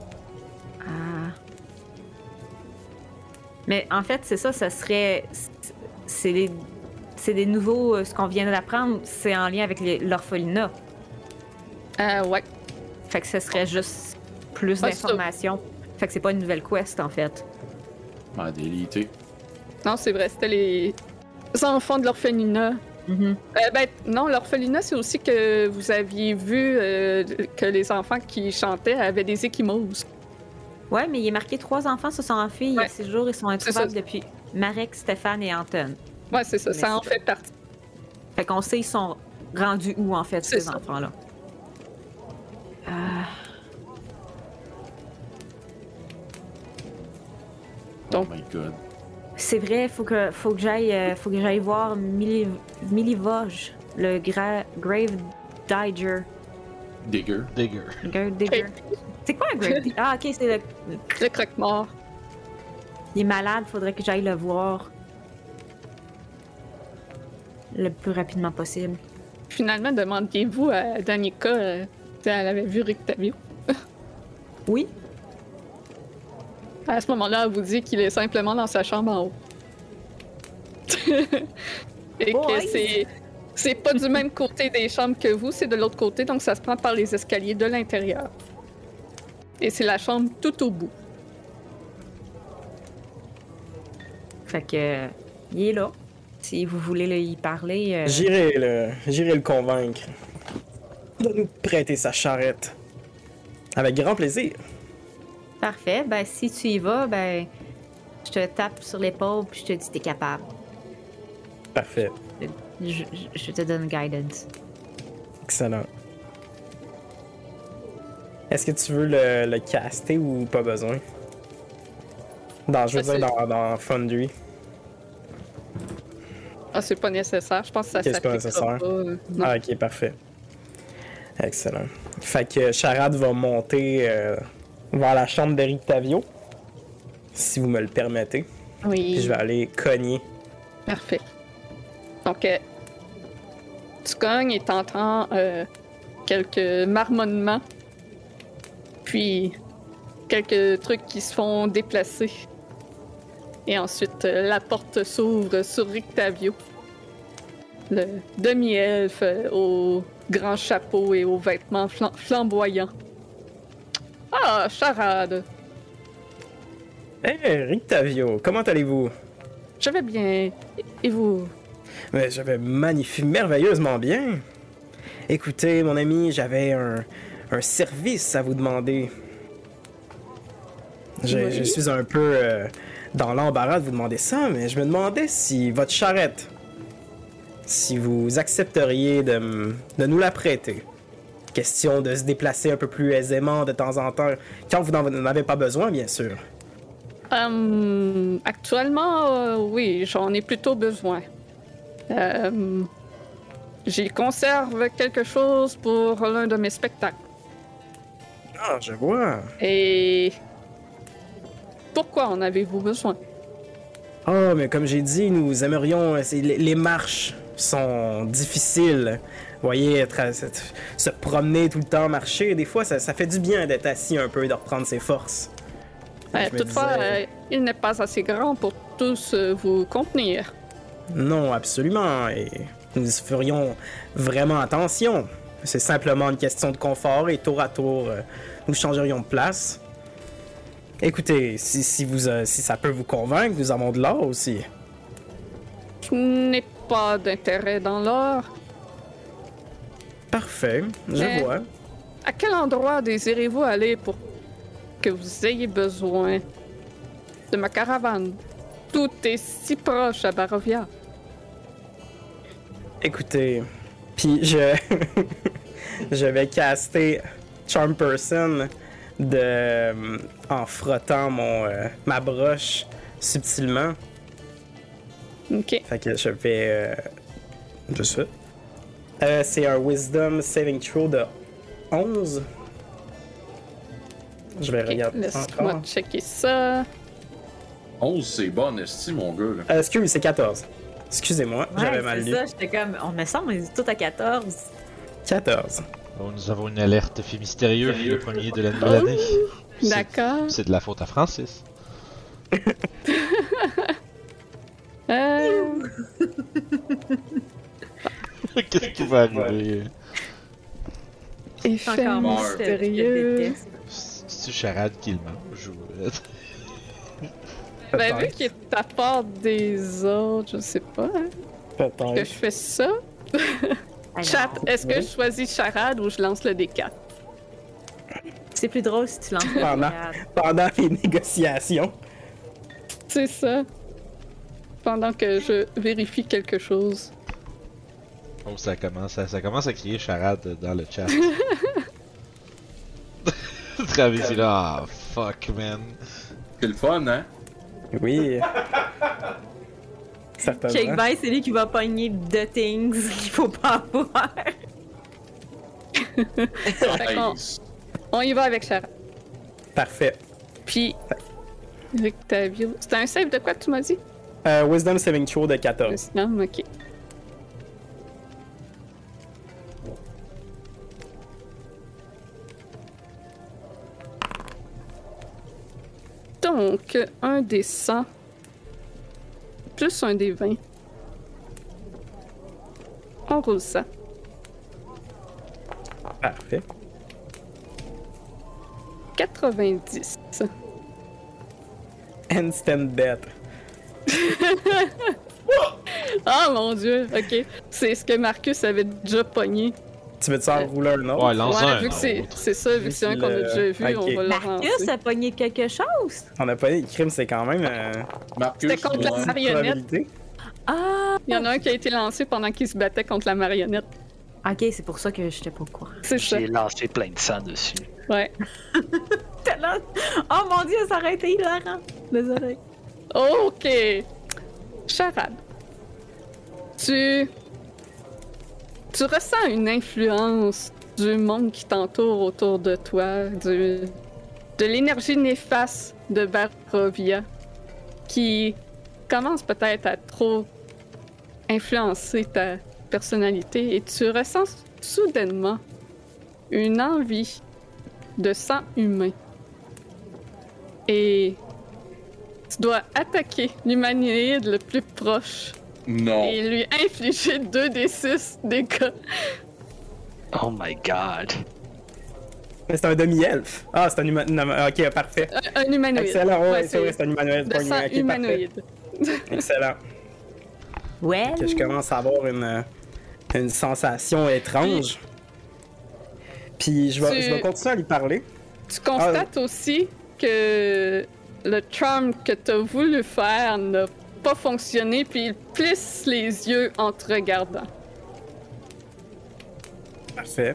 Mais en fait, c'est ça, ça serait. C'est des nouveaux. Ce qu'on vient d'apprendre, c'est en lien avec l'orphelinat. Ouais. Fait que ce serait juste plus Ah, d'informations. Fait que c'est pas une nouvelle quest, en fait. Ah, délité. Non, c'est vrai, c'était les enfants de l'orphelinat. Mhm. Ben, non, l'orphelinat, c'est aussi que vous aviez vu que les enfants qui chantaient avaient des échymoses. Ouais, mais il est marqué 3 enfants se sont enfuis il y a Ouais. 6 jours. Ils sont introuvables ça. depuis Marek, Stéphane et Anton. Ouais, c'est ça, Mais ça en c'est- fait partie. Fait qu'on sait ils sont rendus où, en fait, C'est ces ça. enfants-là. Donc- Oh my god. C'est vrai, faut que j'aille voir Milivoj, le Grave Digger. Digger. Digger. Grave Digger. C'est quoi un Grave Digger? Ah, ok, c'est Le croque-mort. il est malade, faudrait que j'aille le voir le plus rapidement possible. Finalement, demandiez-vous à Danica si elle avait vu Rictavio. Oui? À ce moment-là, elle vous dit qu'il est simplement dans sa chambre en haut. Et Boys. que c'est pas du même côté des chambres que vous, c'est de l'autre côté, donc ça se prend par les escaliers de l'intérieur. Et c'est la chambre tout au bout. Fait que il est là. Si vous voulez y parler. J'irai le convaincre de nous prêter sa charrette. Avec grand plaisir. Parfait. Ben, si tu y vas, ben, je te tape sur l'épaule puis je te dis t'es capable. Parfait. Je te donne guidance. Excellent. Est-ce que tu veux le caster ou pas besoin? Je veux dire dans Foundry. Ah, c'est pas nécessaire. Je pense que ça C'est pas s'appliquera nécessaire. pas. Non. Ah, ok, parfait. Excellent. Fait que Charade va monter vers la chambre d'Eric Tavio, si vous me le permettez. Oui. Puis je vais aller cogner. Parfait. Donc, tu cognes et t'entends quelques marmonnements, puis quelques trucs qui se font déplacer. Et ensuite, la porte s'ouvre sur Rictavio, le demi-elfe au grand chapeau et aux vêtements flamboyants. Ah, Charade! Hey, Eric Tavio, comment allez-vous? Je vais bien. Et vous? Mais je vais merveilleusement bien. Écoutez, mon ami, j'avais un service à vous demander. Je suis un peu dans l'embarras de vous demander ça, mais je me demandais si votre charrette, si vous accepteriez de nous la prêter. Question de se déplacer un peu plus aisément de temps en temps, quand vous n'en avez pas besoin, bien sûr. Actuellement, oui, j'en ai plutôt besoin. J'y conserve quelque chose pour l'un de mes spectacles. Ah, je vois. Et pourquoi en avez-vous besoin? Oh, mais comme j'ai dit, nous aimerions... Les marches sont difficiles. Vous voyez, se promener tout le temps, marcher, des fois, ça fait du bien d'être assis un peu et de reprendre ses forces. Toutefois, il n'est pas assez grand pour tous vous contenir. Non, absolument. Et nous y ferions vraiment attention. C'est simplement une question de confort et tour à tour, nous changerions de place. Écoutez, si ça peut vous convaincre, nous avons de l'or aussi. Je n'ai pas d'intérêt dans l'or. Parfait, je vois. À quel endroit désirez-vous aller pour que vous ayez besoin de ma caravane? Tout est si proche à Barovia. Écoutez, puis je vais caster Charm Person en frottant ma broche subtilement. Ok. Fait que je vais... de suite. C'est un Wisdom Saving Throw de 11. Je vais regarder Laisse-moi encore. checker ça. 11, c'est bon, esti, mon gars. Là. Excuse, c'est 14. Excusez-moi, j'avais mal lu. C'est ça, j'étais comme, on me semble, on est tout à 14. 14. Bon, nous avons une alerte fait mystérieux le premier de la nouvelle année. D'accord. C'est de la faute à Francis. Qu'est-ce qui va arriver? Effet Encore moi, je te mystérieux. déteste. C'est-tu Charade qui le mange ou... Ben, vu qu'il est à part des autres, je sais pas. Hein, que Peut-être. je fais ça. Alors, Chat, est-ce que je choisis charade ou je lance le D4? c'est plus drôle si tu lances le Pendant- D4. Pendant les négociations. C'est ça. Pendant que je vérifie quelque chose. Oh, ça commence à crier Charade dans le chat. Travis est là, ah, fuck man. C'est le fun, hein? Oui. Certainement. Shake By, c'est lui qui va pogner the things qu'il faut pas avoir. Fait qu'on- on y va avec charade. Parfait. Puis, Rictavio. C'était un save de quoi tu m'as dit? Wisdom Saving Throw de 14. Non, ok. Donc, un des 100 plus un des 20. On roule ça. Parfait. 90. Instant death. Oh mon dieu, ok. C'est ce que Marcus avait déjà pogné. Tu veux-tu en rouler un autre? Ouais, lance un. Vu que c'est ça, vu que c'est un qu'on a déjà vu, Ok. on va le Marcus lancer. a pogné quelque chose? On a pas dit, crime, c'est quand même Marcus, C'était contre la ouais. marionnette. probabilité. Ah! Il y en a un qui a été lancé pendant qu'il se battait contre la marionnette. Ok, c'est pour ça que j'étais pas au courant. C'est ça. J'ai lancé plein de sang dessus. Ouais. Oh mon dieu, ça aurait été hilarant! Désolé. Ok. Charade. Tu ressens une influence du monde qui t'entoure autour de toi, de l'énergie néfaste de Barovia, qui commence peut-être à trop influencer ta personnalité, et tu ressens soudainement une envie de sang humain. Et tu dois attaquer l'humanoïde le plus proche Non. et lui infliger 2d6 dégâts. Oh my god. Mais c'est un demi-elfe. Ah, c'est un humanoïde. Ok, parfait. Un humanoïde. Excellent, ouais, Ouais, c'est vrai, c'est un humanoïde. de pas un sang ok, humanoïde. parfait. Excellent. Ouais. Que je commence à avoir une sensation étrange. Puis je vais continuer à lui parler. Tu constates aussi que le charm que tu as voulu faire n'a pas fonctionné, puis il plisse les yeux en te regardant. Parfait.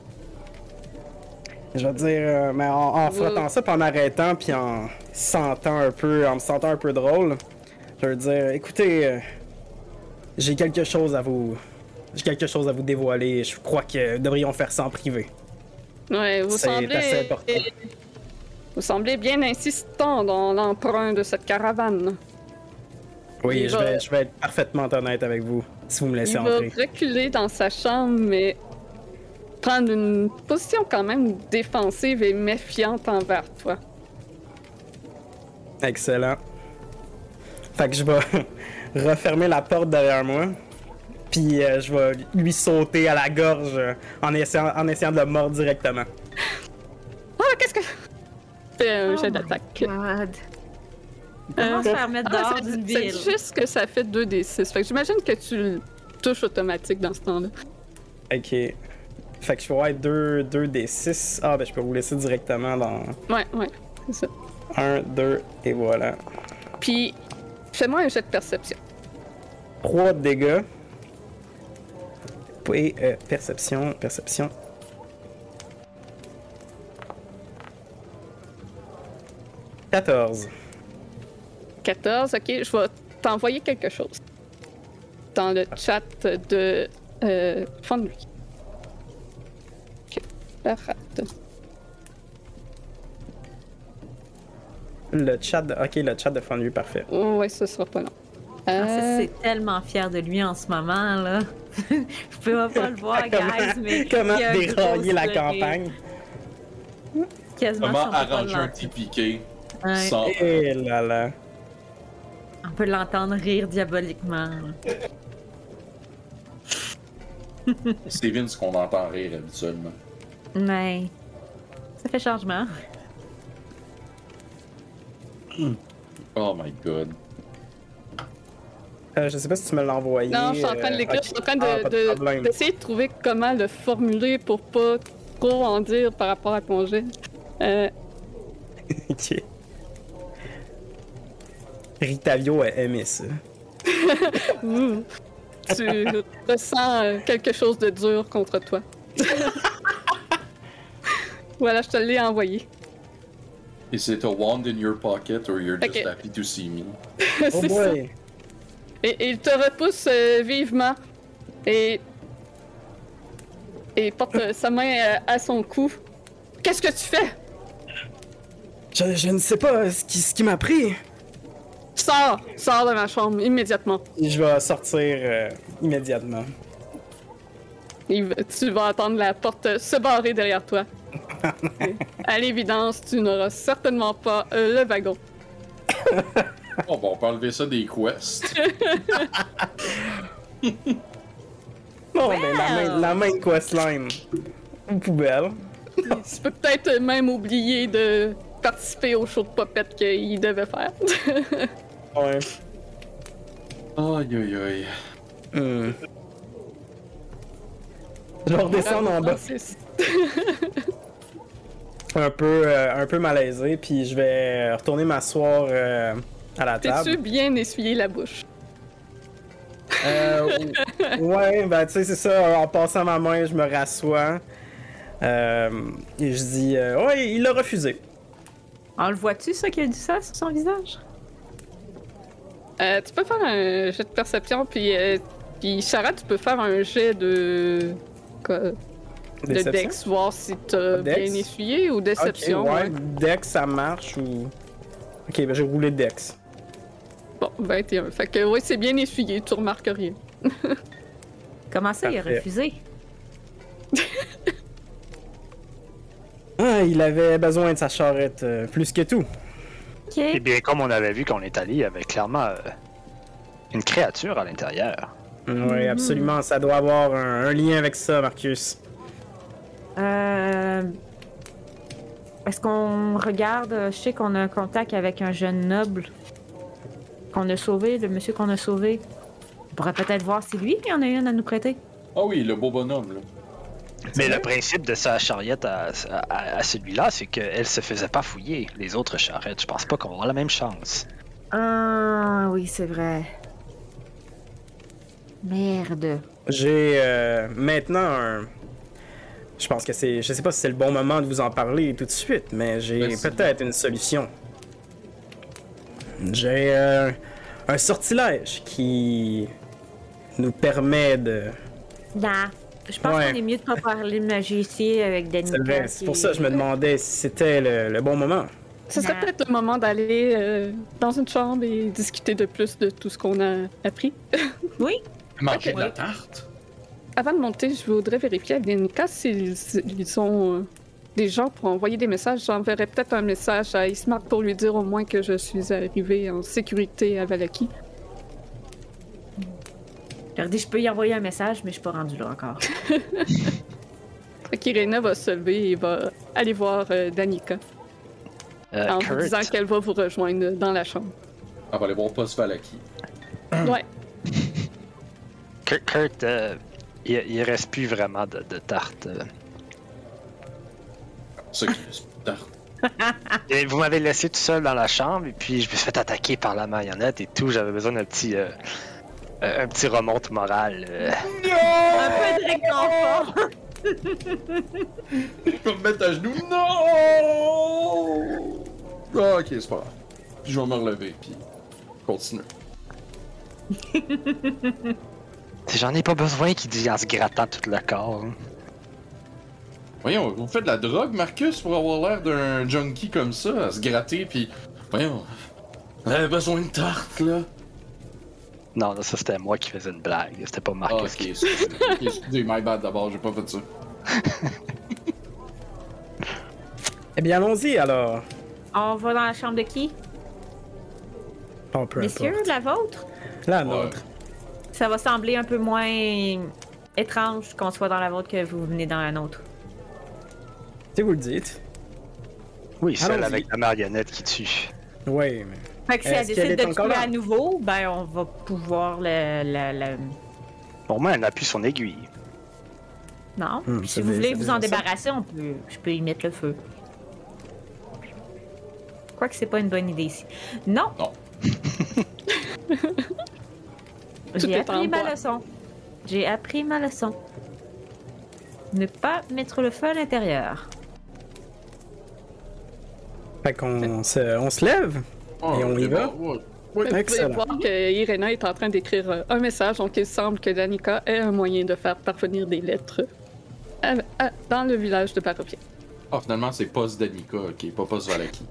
Je vais dire, mais en frottant ça, puis en arrêtant, puis en me sentant un peu drôle, je vais dire, écoutez, j'ai quelque chose à vous dévoiler. Je crois que nous devrions faire ça en privé. Ouais, C'est assez important. vous semblez bien insistant dans l'emprunt de cette caravane. Oui, Il je va- vais être parfaitement honnête avec vous, si vous me laissez Il va entrer. reculer dans sa chambre, mais prendre une position quand même défensive et méfiante envers toi. Excellent. Fait que je vais refermer la porte derrière moi, puis je vais lui sauter à la gorge en essayant de le mordre directement. Ah, qu'est-ce que... Fais un jet my d'attaque. God. Comment se faire mettre dehors c'est d'une c'est ville? juste que ça fait 2d6. Fait que j'imagine que tu le touches automatique dans ce temps-là. Ok. Fait que je vais avoir 2d6. Ah, ben je peux vous laisser directement dans Ouais, c'est ça. 1, 2, et voilà. Puis, fais-moi un jet de perception. 3 de dégâts. Et perception. 14. 14, ok, je vais t'envoyer quelque chose. Dans le chat de Fonderie. Ok, la rate. Le chat de Fondu, parfait. Oh, ouais, ce sera pas long. C'est tellement fier de lui en ce moment, là. Je peux pas le voir, guys, mais... Comment il y a un gros dérailler la sourire. campagne? Quasiment Comment si on peut pas arranger un l'entendre. petit piqué Ouais. sans. Eh là là. On peut l'entendre rire diaboliquement. C'est Vince qu'on entend rire habituellement. Mais... Ça fait changement. Oh my god. Je sais pas si tu me l'as envoyé. Non, je suis en train de l'écrire. ok. Je suis en train Ah, pas de problème. d'essayer de trouver comment le formuler pour pas trop en dire par rapport à ton jet. Ok. Rictavio a aimé ça. Tu ressens quelque chose de dur contre toi. Voilà, je te l'ai envoyé. Is it a wand in your pocket or you're just Ok. happy to see me? Oh C'est ça. boy! Et il te repousse vivement et porte sa main à son cou. Qu'est-ce que tu fais? Je ne sais pas ce qui m'a pris. Sors de ma chambre immédiatement. Je vais sortir immédiatement. Tu vas entendre la porte se barrer derrière toi. Et à l'évidence, tu n'auras certainement pas le wagon. Oh, bon, on peut enlever ça des quests. Bon, ben, la main questline. Une poubelle. Tu peux peut-être même oublier de participer au show de popette qu'il devait faire. Ouais. Aïe aïe aïe. Je vais redescendre en bas, un peu malaisé, puis je vais retourner m'asseoir à la table. T'es-tu bien essuyé la bouche? Ouais, ben tu sais, c'est ça, en passant ma main, je me rassois. Et je dis, ouais, il l'a refusé. On le voit-tu, ça, qu'il y a du sang sur son visage? Tu peux faire un jet de perception, puis Chara, tu peux faire un jet de... de Déception? Dex, voir si t'as Dex? bien essuyé ou déception. Ok, ouais, Dex, ça marche ou... Ok, ben j'ai roulé Dex. Bon, 21. Fait que oui, c'est bien essuyé, tu remarques rien. Comment ça, il a Parfait. refusé? Ah, il avait besoin de sa charrette, plus que tout. Ok. Et bien, comme on avait vu qu'on est allé, il y avait clairement une créature à l'intérieur. Oui, absolument, ça doit avoir un lien avec ça, Marcus. Est-ce qu'on regarde? Je sais qu'on a un contact avec un jeune noble qu'on a sauvé, le monsieur qu'on a sauvé. On pourrait peut-être voir si lui, il y en a une à nous prêter. Ah oui, le beau bonhomme, là. Mais le principe de sa charrette à celui-là, c'est qu'elle se faisait pas fouiller. Les autres charrettes, je pense pas qu'on va avoir la même chance. Ah, oui, c'est vrai. Merde. J'ai maintenant un... Je pense que c'est... Je sais pas si c'est le bon moment de vous en parler tout de suite, mais j'ai Vas-y. peut-être une solution. J'ai un sortilège qui nous permet de... Non. Je pense Ouais. qu'on est mieux de pas parler de magie ici avec Danica. C'est vrai, c'est pour ça que je me demandais si c'était le bon moment. Ce serait Non. peut-être le moment d'aller dans une chambre et discuter de plus de tout ce qu'on a appris. Oui. Manger Ok. de la tarte? Avant de monter, je voudrais vérifier avec Danica s'ils ont des gens pour envoyer des messages. J'enverrai peut-être un message à Ismark pour lui dire au moins que je suis arrivée en sécurité à Valaki. Je leur dis, je peux y envoyer un message, mais je suis pas rendue là encore. Fait qu'Irena va se lever et va aller voir Danica en vous Kurt, disant qu'elle va vous rejoindre dans la chambre. On va aller voir Post Valaki. Ouais. Kurt, il reste plus vraiment de tarte. Ça qui reste tarte. Et vous m'avez laissé tout seul dans la chambre et puis je me suis fait attaquer par la marionnette et tout. J'avais besoin d'un petit remonte moral. Un peu de réconfort. Je peux me mettre à genoux. Non! Ah, ok, c'est pas grave. Puis je vais me relever, puis continuer. J'en ai pas besoin qu'il dit en se grattant tout le corps. Hein. Voyons, vous faites de la drogue, Marcus, pour avoir l'air d'un junkie comme ça, à se gratter, puis... Voyons, on avait besoin de tarte, là. Non, ça c'était moi qui faisais une blague. C'était pas Ah, Marcus ok, qui... excusez, my bad d'abord, j'ai pas fait ça. Eh bien, allons-y alors. On va dans la chambre de qui? Oh, peu Messieurs, importe. la vôtre? La nôtre. Ça va sembler un peu moins étrange qu'on soit dans la vôtre que vous venez dans la nôtre. Si vous le dites. Oui, celle Allons-y. avec la marionnette qui tue. Oui, mais... Fait que si elle Est-ce qu'elle décide est de encore tuer là? à nouveau, ben on va pouvoir le... Pour moi, elle appuie son aiguille. Non. Puis ça si vous veut- voulez ça vous veut en dire ça. débarrasser, je peux y mettre le feu. Je crois que c'est pas une bonne idée ici. Non! Non. Tout J'ai est en appris ma bois. leçon. J'ai appris ma leçon. Ne pas mettre le feu à l'intérieur. Fait qu'on se lève. Et on y va? Ouais. Vous pouvez Excellent. voir que Irena est en train d'écrire un message, donc il semble que Danica ait un moyen de faire parvenir des lettres dans le village de Barovia. Ah, finalement, c'est Post Danica, ok, pas Post Valaki.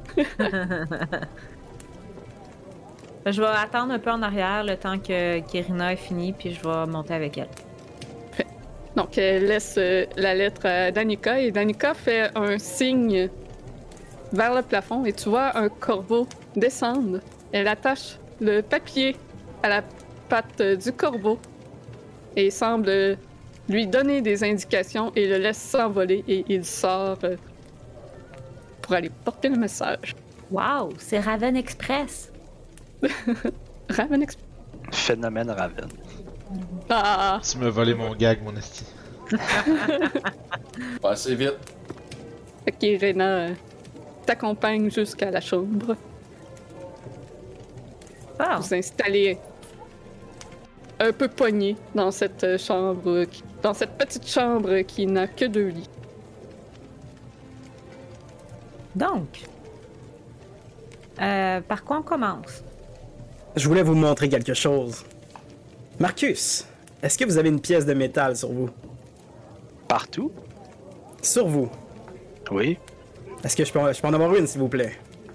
Je vais attendre un peu en arrière le temps que Kirina ait fini, puis je vais monter avec elle. Donc elle laisse la lettre à Danica et Danica fait un signe vers le plafond et tu vois un corbeau descendre. Elle attache le papier à la patte du corbeau et semble lui donner des indications et le laisse s'envoler et il sort pour aller porter le message. Wow, c'est Raven Express. Raven Phénomène Raven. Ah! Tu m'as volé mon gag, mon esti. Pas assez vite. Ok, Rena t'accompagne jusqu'à la chambre. Ah, Vous installez un peu pogné dans cette chambre, dans cette petite chambre qui n'a que 2 lits. donc. Par quoi on commence? Je voulais vous montrer quelque chose. Marcus, est-ce que vous avez une pièce de métal sur vous? Partout? Sur vous. Oui. Est-ce que je peux en avoir une, s'il vous plaît?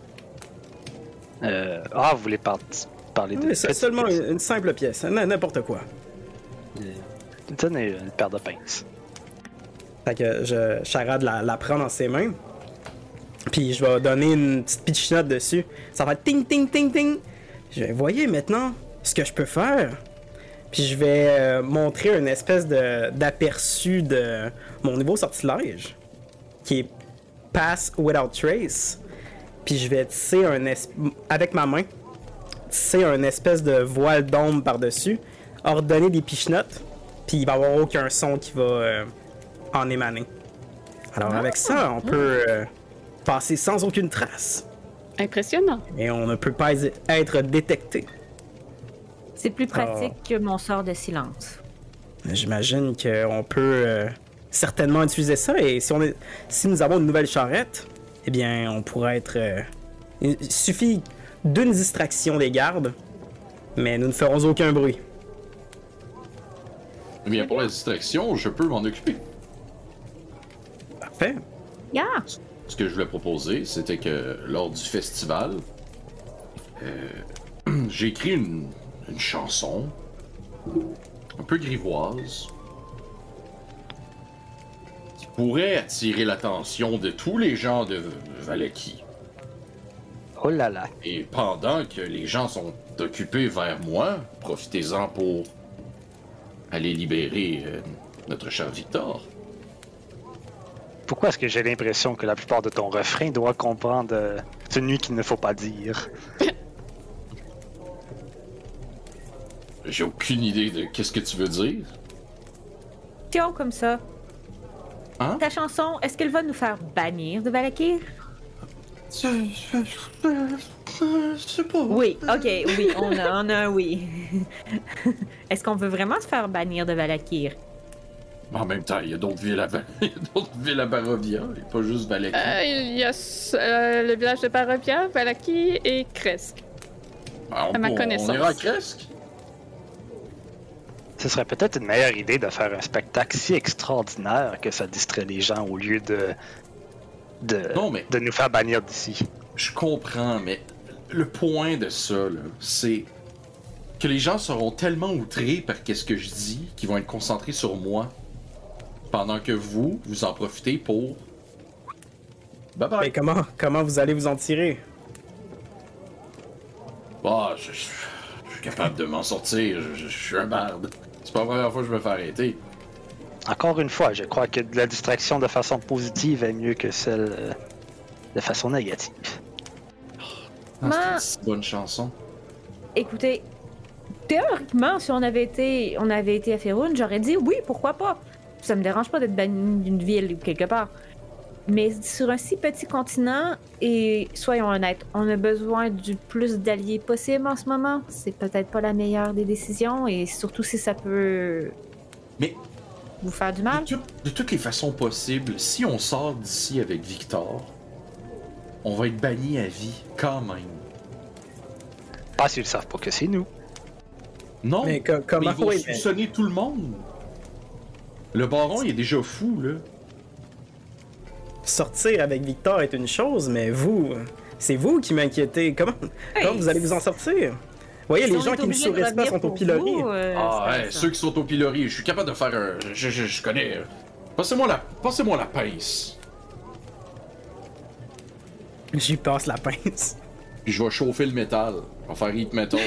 Vous voulez parler de... Oui, c'est seulement une simple pièce, n'importe quoi. Tenez une paire de pinces. Fait que Charade la prend dans ses mains. Puis je vais donner une petite pitch note dessus. Ça va être ting ting ting ting. Je vais, voyez maintenant ce que je peux faire. Puis je vais montrer une espèce d'aperçu de mon nouveau sortilège. Qui est Pass Without Trace. Puis je vais tisser avec ma main. Tisser un espèce de voile d'ombre par-dessus. Ordonner des pichenottes. Puis il va y avoir aucun son qui va en émaner. Alors avec ça, on peut passer sans aucune trace. Impressionnant. Et on ne peut pas être détecté. C'est plus pratique que mon sort de silence. J'imagine qu'on peut certainement utiliser ça. Et si nous avons une nouvelle charrette, eh bien, on pourrait être... il suffit d'une distraction des gardes, mais nous ne ferons aucun bruit. Eh bien, pour la distraction, je peux m'en occuper. Parfait. Yeah! Ce que je voulais proposer, c'était que lors du festival, j'ai écrit une chanson un peu grivoise qui pourrait attirer l'attention de tous les gens de Valaki. Oh là là. Et pendant que les gens sont occupés vers moi, profitez-en pour aller libérer notre cher Victor. Pourquoi est-ce que j'ai l'impression que la plupart de ton refrain doit comprendre celui qu'il ne faut pas dire? J'ai aucune idée de qu'est-ce que tu veux dire. Tiens, comme ça. Hein? Ta chanson, est-ce qu'elle va nous faire bannir de Valakir? Je sais pas. Oui, ok, oui, on a un oui. Est-ce qu'on veut vraiment se faire bannir de Valakir? En même temps, il y a d'autres villes à Barovia, et pas juste Valaki. Il y a le village de Barovia, Valaki et Kresk. À ma connaissance. On ira à Kresk? Ce serait peut-être une meilleure idée de faire un spectacle si extraordinaire que ça distrait les gens au lieu de nous faire bannir d'ici. Je comprends, mais le point de ça, là, c'est que les gens seront tellement outrés par ce que je dis qu'ils vont être concentrés sur moi. Pendant que vous en profitez pour... Bye bye! Mais comment vous allez vous en tirer? Bah, je suis capable de m'en sortir, je suis un barde. C'est pas la première fois que je me fais arrêter. Encore une fois, je crois que la distraction de façon positive est mieux que celle de façon négative. C'est une si bonne chanson. Écoutez, théoriquement, si on avait été à Faerûn, j'aurais dit oui, pourquoi pas. Ça me dérange pas d'être banni d'une ville ou quelque part. Mais sur un si petit continent, et soyons honnêtes, on a besoin du plus d'alliés possible en ce moment. C'est peut-être pas la meilleure des décisions, et surtout si ça peut Mais vous faire du mal. de toutes les façons possibles, si on sort d'ici avec Victor, on va être banni à vie, quand même. Pas s'ils savent pas que c'est nous. Non, Mais comment... ils vont oui, soupçonner tout le monde. Le baron, il est déjà fou, là. Sortir avec Victor est une chose, mais vous... C'est vous qui m'inquiétez. Comment vous allez vous en sortir? Vous voyez, les gens qui ne sourient pas sont au pilori. Ceux qui sont au pilori, je suis capable de faire un... Je connais... Passez-moi la pince. J'y passe la pince. Puis je vais chauffer le métal. Je vais faire heat metal.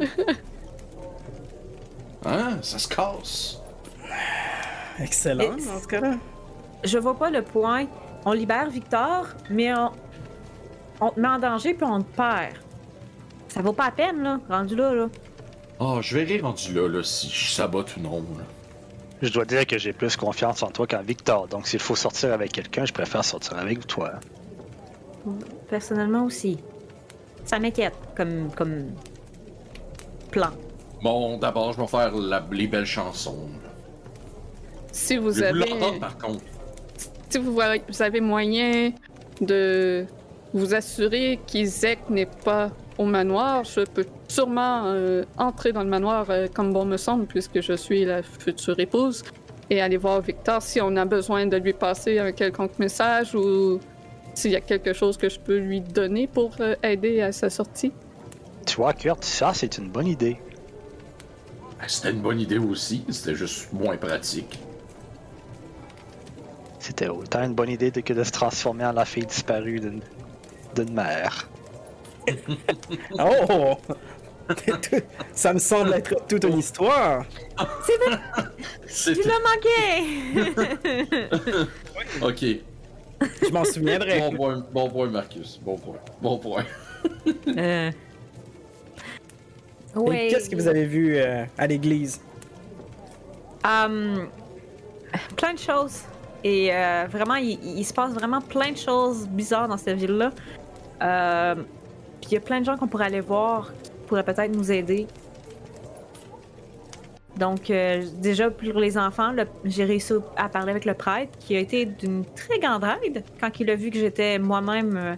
Hein? Ça se casse. Excellent, dans ce cas-là. Je vois pas le point. On libère Victor, mais on te met en danger puis on te perd. Ça vaut pas la peine, là, rendu là. Oh, je verrai rendu là, si je sabote ou non. Là. Je dois dire que j'ai plus confiance en toi qu'en Victor, donc s'il faut sortir avec quelqu'un, je préfère sortir avec toi. Personnellement aussi. Ça m'inquiète comme plan. Bon, d'abord, je vais faire les belles chansons. Si vous Le avez... boulot, par contre. Si vous avez moyen de vous assurer qu'Isaac n'est pas au manoir, je peux sûrement entrer dans le manoir comme bon me semble, puisque je suis la future épouse, et aller voir Victor si on a besoin de lui passer un quelconque message ou s'il y a quelque chose que je peux lui donner pour aider à sa sortie. Tu vois, Kurt, ça, c'est une bonne idée. C'était une bonne idée aussi, c'était juste moins pratique. C'était autant une bonne idée que de se transformer en la fille disparue d'une mère. Oh! Ça me semble être toute une histoire. Tu l'as manqué! Ok. Je m'en souviendrai. Bon point, Marcus. Bon point. Oui. Et qu'est-ce que vous avez vu à l'église? Plein de choses. Et vraiment, il se passe vraiment plein de choses bizarres dans cette ville-là. Puis il y a plein de gens qu'on pourrait aller voir, qui pourraient peut-être nous aider. Donc, déjà, pour les enfants, j'ai réussi à parler avec le prêtre, qui a été d'une très grande aide quand il a vu que j'étais moi-même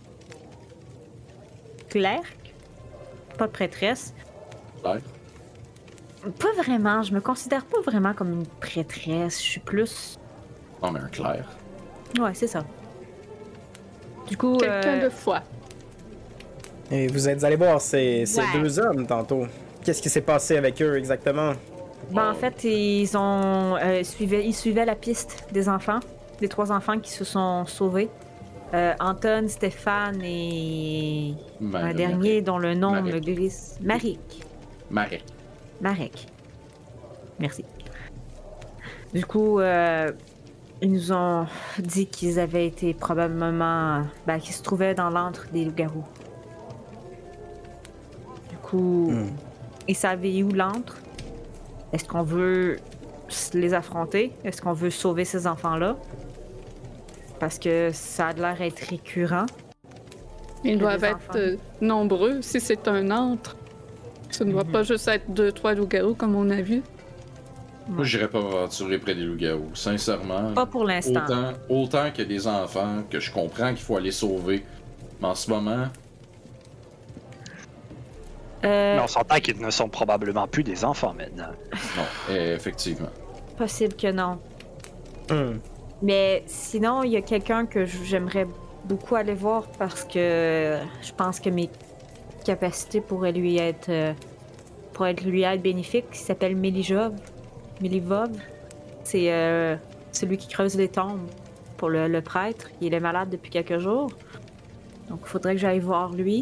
clerc, pas prêtresse. Ouais. Pas vraiment, je me considère pas vraiment comme une prêtresse, je suis plus... Non, mais un clair. Ouais, c'est ça. Du coup... Quelqu'un de foi. Et vous êtes allé voir ces Ouais. deux hommes tantôt. Qu'est-ce qui s'est passé avec eux exactement? Ben, en fait, ils suivaient la piste des enfants, des 3 enfants qui se sont sauvés. Anton, Stéphane et un dernier dont le nom me glisse. Marek. Merci. Du coup, ils nous ont dit qu'ils avaient été probablement... qu'ils se trouvaient dans l'antre des loups-garous. Du coup, ils savaient où l'antre. Est-ce qu'on veut les affronter? Est-ce qu'on veut sauver ces enfants-là? Parce que ça a l'air d'être récurrent. Ils doivent être nombreux si c'est un antre. Ça ne doit pas juste être 2-3 loups-garous comme on a vu. Moi, j'irais pas m'aventurer près des loups-garous. Sincèrement. Pas pour l'instant. Autant qu'il y a des enfants que je comprends qu'il faut aller sauver. Mais en ce moment, Mais on s'entend qu'ils ne sont probablement plus des enfants maintenant. non, effectivement. Possible que non. Mais sinon, il y a quelqu'un que j'aimerais beaucoup aller voir parce que je pense que mes capacités pourraient lui être bénéfiques. Il s'appelle Melivov. C'est celui qui creuse les tombes pour le prêtre. Il est malade depuis quelques jours. Donc, il faudrait que j'aille voir lui.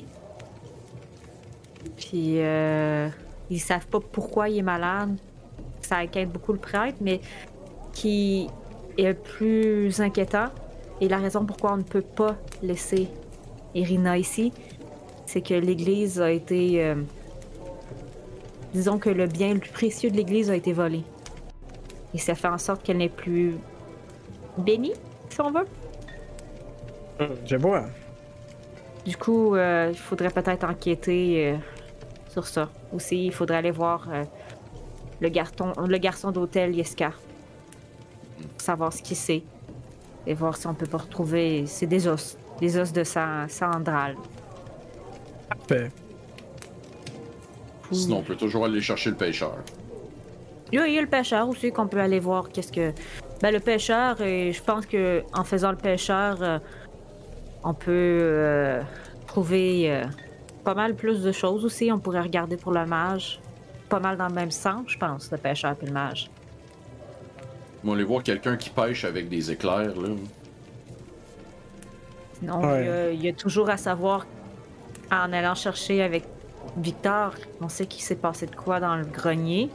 Puis, ils savent pas pourquoi il est malade. Ça inquiète beaucoup le prêtre, mais qui est plus inquiétant. Et la raison pourquoi on ne peut pas laisser Irina ici, c'est que l'Église a été... disons que le bien le plus précieux de l'Église a été volé. Et ça fait en sorte qu'elle n'est plus bénie, si on veut. Je vois. Du coup, il faudrait peut-être enquêter sur ça. Aussi, il faudrait aller voir le garçon d'hôtel Yeska. Savoir ce qu'il sait. Et voir si on peut pas retrouver... C'est des os. Des os de Sandral. Parfait. Sinon, on peut toujours aller chercher le pêcheur. Il y a le pêcheur aussi qu'on peut aller voir qu'est-ce que... le pêcheur, je pense que en faisant le pêcheur, on peut trouver pas mal plus de choses aussi. On pourrait regarder pour le mage. Pas mal dans le même sens, je pense, le pêcheur et le mage. On va aller voir quelqu'un qui pêche avec des éclairs, là. Sinon, Ouais. il y a toujours à savoir, en allant chercher avec Victor, on sait qu'il s'est passé de quoi dans le grenier.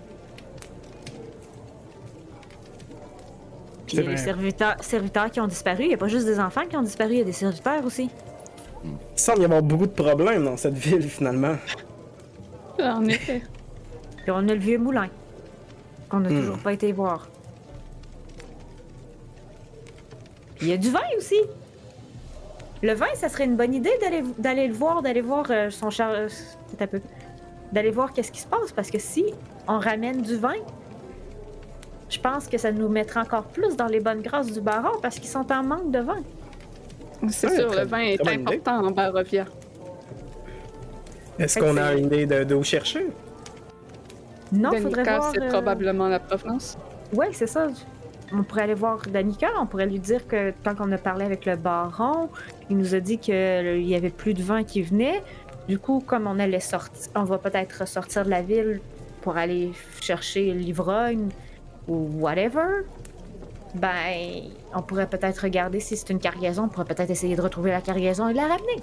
Puis C'est les vrai. serviteurs qui ont disparu, il n'y a pas juste des enfants qui ont disparu, il y a des serviteurs aussi. Il semble y avoir beaucoup de problèmes dans cette ville, finalement. En effet. Puis on a le vieux moulin, qu'on n'a toujours pas été voir. Il y a du vin aussi. Le vin, ça serait une bonne idée d'aller le voir, d'aller voir son char... un peu. D'aller voir qu'est-ce qui se passe, parce que si on ramène du vin, je pense que ça nous mettra encore plus dans les bonnes grâces du baron, parce qu'ils sont en manque de vin. C'est Ouais, sûr, très- le vin est très bonne idée. important en Barovia. Est-ce Fait que qu'on a c'est- une idée d'où chercher? Non, Danica, faudrait voir... c'est probablement la provenance. Ouais, c'est ça. On pourrait aller voir Danica, on pourrait lui dire que tant qu'on a parlé avec le baron, il nous a dit qu'il y avait plus de vin qui venait. Du coup, comme on allait sortir, on va peut-être sortir de la ville pour aller chercher l'ivrogne ou whatever. Ben, on pourrait peut-être regarder si c'est une cargaison, on pourrait peut-être essayer de retrouver la cargaison et la ramener.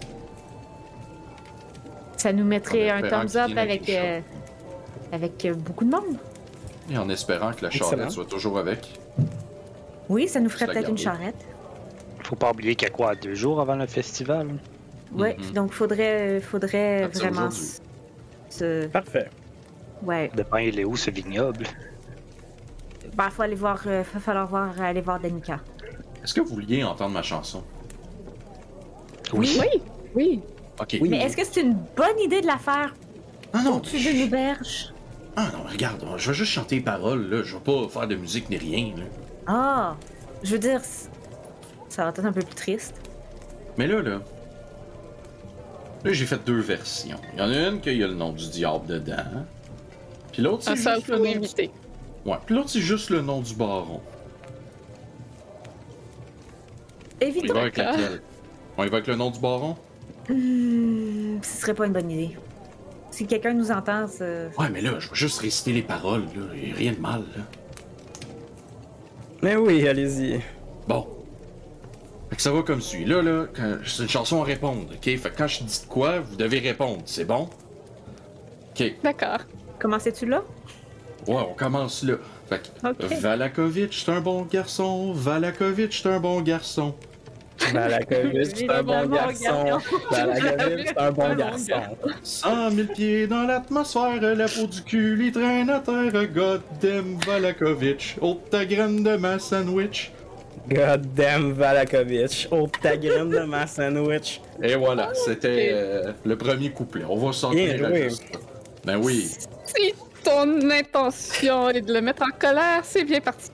Ça nous mettrait En un espérant thumbs qu'il up vienne avec une avec beaucoup de monde. Et en espérant que la Excellent. charrette soit toujours avec. Oui, ça nous ferait la peut-être une garder. charrette. Faut pas oublier qu'il y a quoi, 2 jours avant le festival? Ouais, Mhm. donc faudrait Partir vraiment aujourd'hui. se... Parfait. Ouais. Ça dépend, il est où ce vignoble? Ben, faut aller voir, aller voir Danica. Est-ce que vous vouliez entendre ma chanson? Oui, oui. Ok. Oui. Mais est-ce que c'est une bonne idée de la faire Ah non, au-dessus de l'auberge? Ah non, regarde, je vais juste chanter les paroles, là. Je vais pas faire de musique ni rien, là. Ah! Je veux dire, ça va être un peu plus triste. Mais là, j'ai fait 2 versions. Il y en a une qu'il y a le nom du diable dedans. Puis l'autre, c'est Ah, ça, juste faut le nom du... l'éviter. Ouais, puis l'autre, c'est juste le nom du baron. On y Évitons. va avec laquelle? On y va avec le nom du baron? Ce serait pas une bonne idée. Si quelqu'un nous entend, Ouais, mais là, je vais juste réciter les paroles, là. Y a rien de mal, là. Mais oui, allez-y. Bon. Fait que ça va comme suit. Là, c'est une chanson à répondre, ok? Fait que quand je dis de quoi, vous devez répondre, c'est bon? Ok. D'accord. commençais-tu là? Ouais, on commence là. Fait que, Ok. Valakovic, c'est un bon garçon. Valakovic, c'est un bon garçon. Valakovic, c'est un bon garçon. Valakovic, c'est un bon garçon. 100 000 pieds dans l'atmosphère, la peau du cul, il traîne à terre. Goddamn Valakovic, ôte ta graine de ma sandwich. God damn Valakovic. Oh, ta graine de ma sandwich. Et voilà, c'était le premier couplet. On va sortir Bien joué. Ben oui. Si ton intention est de le mettre en colère, c'est bien parti.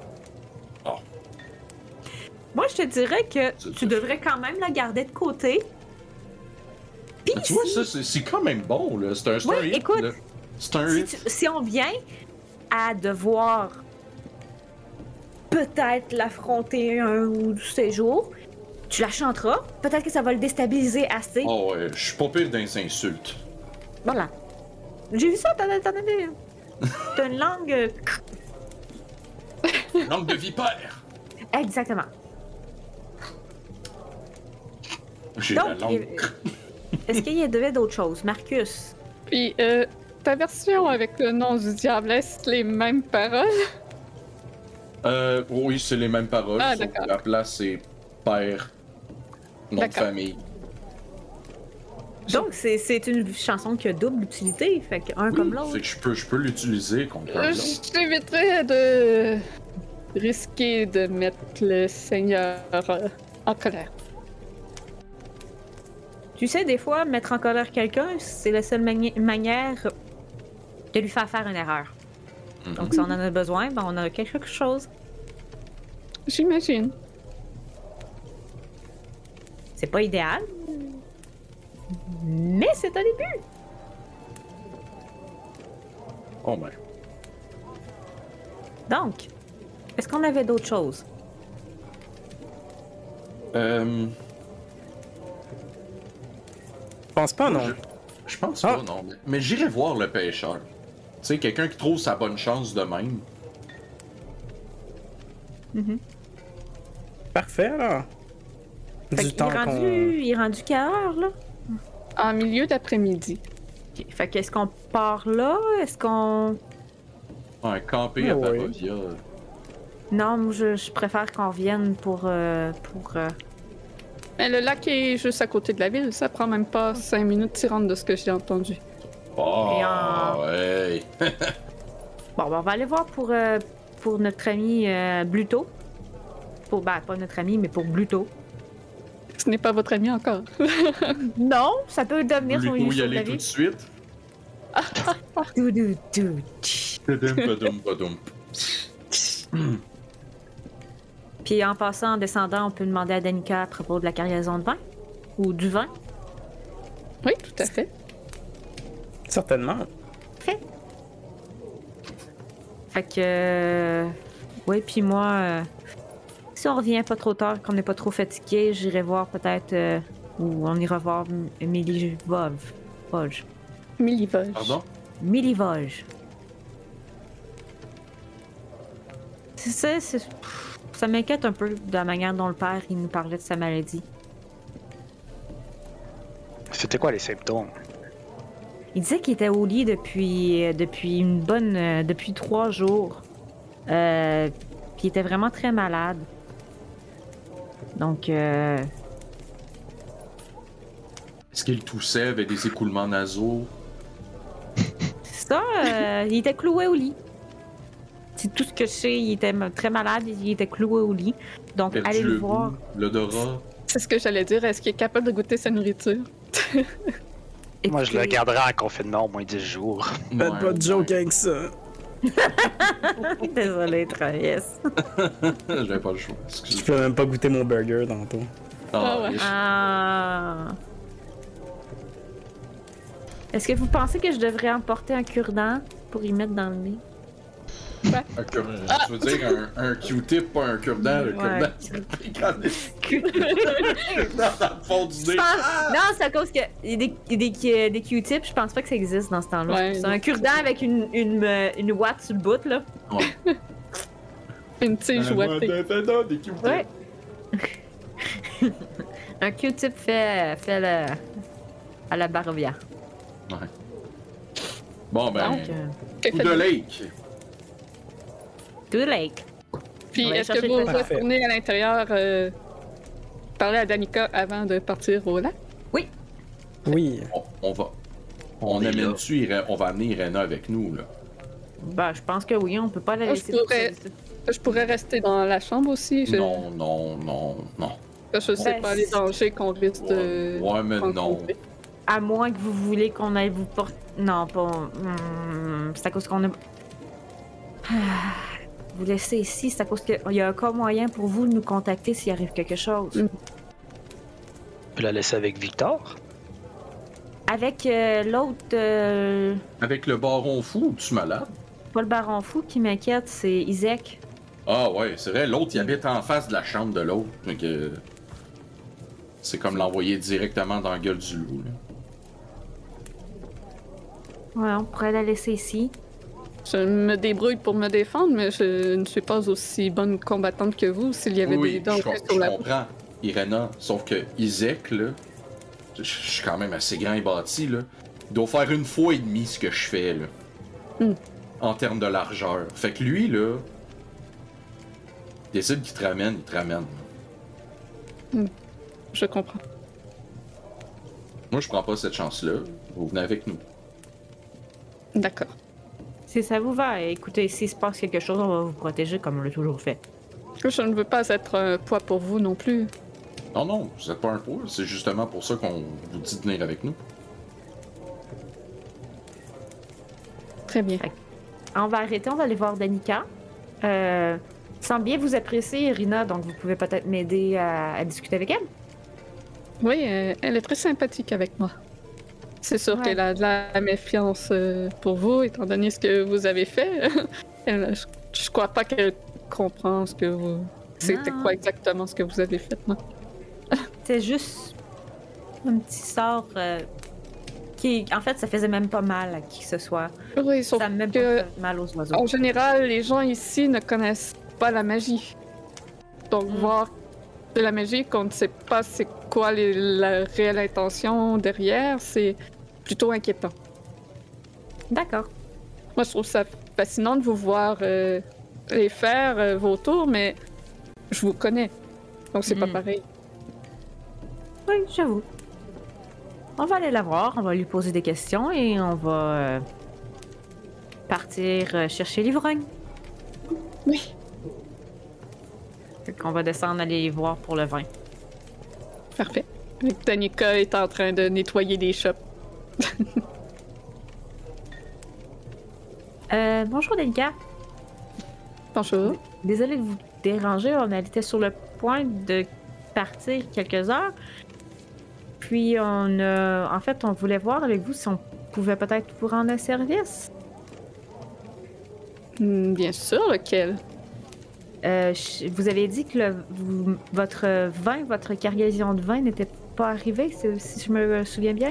Moi, je te dirais que C'est- tu devrais quand même la garder de côté. Puis Mais tu vois, si- ça, c'est quand même bon, là. C'est un Ouais, hit, écoute, là. C'est un si, hit. si on vient à devoir peut-être l'affronter un ou de ces jours, tu la chanteras. Peut-être que ça va le déstabiliser assez. Oh ouais, je suis pas pire dans les insultes. Voilà. J'ai vu ça, t'en avais. T'as une langue. Langue de vipère. Exactement. J'ai la Donc, langue. est-ce qu'il y avait d'autres choses? Marcus? Puis, ta version avec le nom du diable, est-ce les mêmes paroles? Oui, c'est les mêmes paroles, Ah, sauf d'accord. que la place, c'est père, nom de D'accord. famille. Donc, c'est une chanson qui a double utilité, fait qu'un comme l'autre. Fait que je peux l'utiliser contre un autre. J'éviterais de risquer de mettre le Seigneur en colère. Tu sais, des fois, mettre en colère quelqu'un, c'est la seule manière de lui faire faire une erreur. Mhm. Donc, si on en a besoin, ben, on a quelque chose. J'imagine. C'est pas idéal, mais c'est un début. Oh ben. Donc, est-ce qu'on avait d'autres choses? Je pense pas, non. Je pense Ah. pas, non. Mais j'irai voir le pêcheur. Tu sais, quelqu'un qui trouve sa bonne chance de même. Parfait, alors. Fait Du qu'il temps il est rendu quelle heure, là? En milieu d'après-midi. Ok. Fait qu'est-ce qu'on part là? Est-ce qu'on... Ouais, camper Ah à oui. Barovia. Non, moi, je préfère qu'on revienne pour Mais le lac est juste à côté de la ville, ça prend même pas 5 minutes tirant de ce que j'ai entendu. Oh, Et en- ouais. Bon, ben, on va aller voir pour notre ami Bluto. Ben, pas notre ami, mais pour Bluto. Ce n'est pas votre ami encore. Non, ça peut devenir son Voulez-vous y Yushu de aller la tout de vie. suite? Dou, dou, dou. Padum, padum, padum. Puis en passant, en descendant, on peut demander à Danica à propos de la cargaison de vin. Ou du vin. Oui, tout à fait. Certainement. Fait que... Oui, puis moi, si on revient pas trop tard, qu'on n'est pas trop fatigué, j'irai voir peut-être... ou on ira voir Milivoj. Milivoj. Pardon? Milivoj. Ça m'inquiète un peu de la manière dont le père il nous parlait de sa maladie. C'était quoi les symptômes? Il disait qu'il était au lit depuis depuis 3 jours. Puis il était vraiment très malade. Donc, Est-ce qu'il toussait, avait des écoulements nasaux? ça, il était cloué au lit. C'est tout ce que je sais. Il était très malade, il était cloué au lit. Donc, Perdu allez le le voir. goût, l'odorat? C'est ce que j'allais dire. Est-ce qu'il est capable de goûter sa nourriture? Moi, je le Écoutez, garderai en confinement au moins 10 jours. Faites pas de joke avec ça. Désolé, Travis. J'avais pas le choix. Je Excusez-moi. peux même pas goûter mon burger tantôt. Ah ouais. Ah. Est-ce que vous pensez que je devrais emporter un cure-dent pour y mettre dans le nez? Tu veux dire un Q-tip, pas un cure-dent? Le Ouais. cure-dent, c'est piquant dans le fond du nez. Non, c'est à cause que des Q-tips, je pense pas que ça existe dans ce temps-là. Ouais, C'est non. un cure-dent avec une ouate sur le bout, là. Ouais. Une tige ouatée. Des Q-tips. Ouais. Un Q-tip fait à la Barovia. Ouais. Bon, ben, Donc, Que coup faites-vous? de lake. to the lake. Puis On va est-ce chercher que vous le Parfait. retournez à l'intérieur parler à Danica avant de partir au lac? Oui. On va. On est là. on va amener Irena avec nous, là. Ben, je pense que oui, on peut pas la Ah, je laisser pourrais- toute seule. Je pourrais rester dans la chambre aussi. Non. Je sais Ouais, pas les c'est- dangers qu'on risque de Ouais, mais non. rencontrer. À moins que vous voulez qu'on aille vous porter... Non, pas... c'est à cause qu'on a... Vous laissez ici, c'est à cause qu'il y a encore moyen pour vous de nous contacter s'il arrive quelque chose. Mm. On peut la laisser avec Victor? Avec l'autre... Avec le baron fou, tu malade? pas le baron fou qui m'inquiète, c'est Isaac. Ah ouais, c'est vrai, l'autre il habite en face de la chambre de l'autre. Donc c'est comme l'envoyer directement dans la gueule du loup. Là. Ouais, on pourrait la laisser ici. Je me débrouille pour me défendre, mais je ne suis pas aussi bonne combattante que vous s'il y avait Oui, des dangers je sur la route. comprends, Irena. Sauf que Isaac, là, je suis quand même assez grand et bâti, là. Il doit faire 1 fois et demie ce que je fais, là. Mm. En termes de largeur. Fait que lui, là, il décide qu'il te ramène, il te ramène. Je comprends. Moi, je prends pas cette chance-là. Vous venez avec nous. D'accord. Si ça vous va, écoutez, s'il se passe quelque chose, on va vous protéger comme on l'a toujours fait. Je ne veux pas être un poids pour vous non plus. Non, non, vous êtes pas un poids. C'est justement pour ça qu'on vous dit de venir avec nous. Très bien. On va arrêter, on va aller voir Danica. Semble bien vous apprécier, Irina, donc vous pouvez peut-être m'aider à discuter avec elle. Oui, elle est très sympathique avec moi. C'est sûr Ouais. qu'elle a de la méfiance pour vous, étant donné ce que vous avez fait. Je crois pas qu'elle comprend ce que vous... C'était Non. quoi exactement ce que vous avez fait, non? C'est juste un petit sort qui, en fait, ça faisait même pas mal à qui que ce soit. Oui, sauf Ça a même que... pas fait mal aux oiseaux. En général, les gens ici ne connaissent pas la magie. Donc, voir de la magie qu'on ne sait pas c'est quoi la réelle intention derrière, c'est plutôt inquiétant. D'accord. Moi, je trouve ça fascinant de vous voir les faire vos tours, mais je vous connais. Donc, c'est pas pareil. Oui, j'avoue. on va aller la voir, on va lui poser des questions et on va partir chercher l'ivrogne. Oui. Fait qu'on va descendre aller voir pour le vin. Parfait. Danica est en train de nettoyer des shops. Bonjour Danica. Bonjour. Désolée de vous déranger, on était sur le point de partir quelques heures. Puis en fait, on voulait voir avec vous si on pouvait peut-être vous rendre un service. Bien sûr, lequel? Vous avez dit que votre cargaison de vin n'était pas arrivée, si je me souviens bien?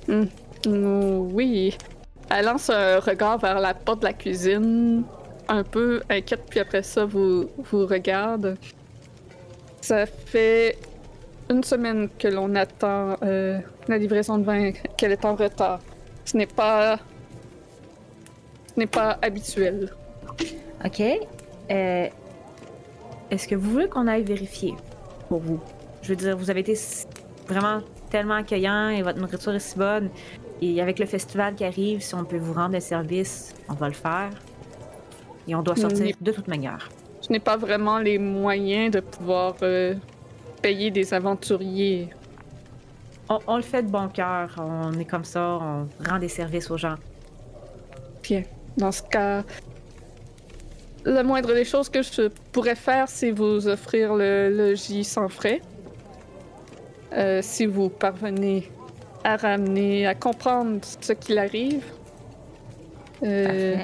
Oui. Elle lance un regard vers la porte de la cuisine, un peu inquiète, puis après ça, vous regarde. Ça fait une semaine que l'on attend la livraison de vin, qu'elle est en retard. Ce n'est pas habituel. OK. Est-ce que vous voulez qu'on aille vérifier pour vous? Je veux dire, vous avez été vraiment tellement accueillant et votre nourriture est si bonne. Et avec le festival qui arrive, si on peut vous rendre un service, on va le faire. Et on doit sortir de toute manière. Je n'ai pas vraiment les moyens de pouvoir payer des aventuriers. On le fait de bon cœur. On est comme ça, on rend des services aux gens. Bien. Dans ce cas, la moindre des choses que je pourrais faire, c'est vous offrir le logis sans frais. Si vous parvenez à comprendre ce qu'il arrive. Parfait.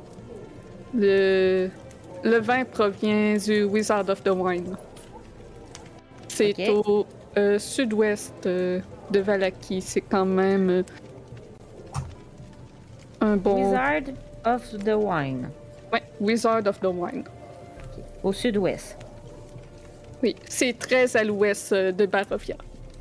Le vin provient du Wizard of the Wine. C'est au sud-ouest de Vallaki. C'est quand même un bon... Wizard of the Wine. Oui, Wizard of the Wine. Au sud-ouest. Oui, c'est très à l'ouest de Barovia.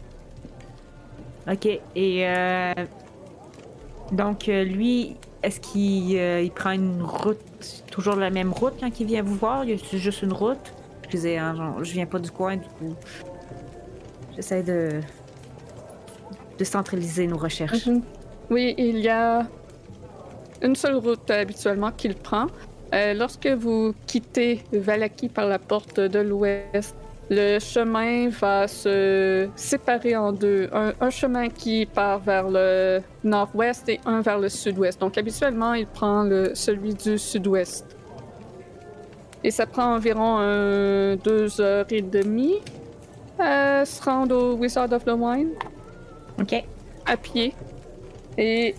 OK. Et donc, lui, est-ce qu'il il prend une route, toujours la même route quand il vient vous voir? Y a juste une route? Excusez, hein, je viens pas du coin, du coup. J'essaie de centraliser nos recherches. Oui, il y a une seule route habituellement qu'il prend. Lorsque vous quittez Vallaki par la porte de l'ouest, le chemin va se séparer en deux. Un chemin qui part vers le nord-ouest et un vers le sud-ouest. Donc habituellement, il prend celui du sud-ouest. Et ça prend environ 2h30 à se rendre au Wizard of the Wine. OK. À pied. Et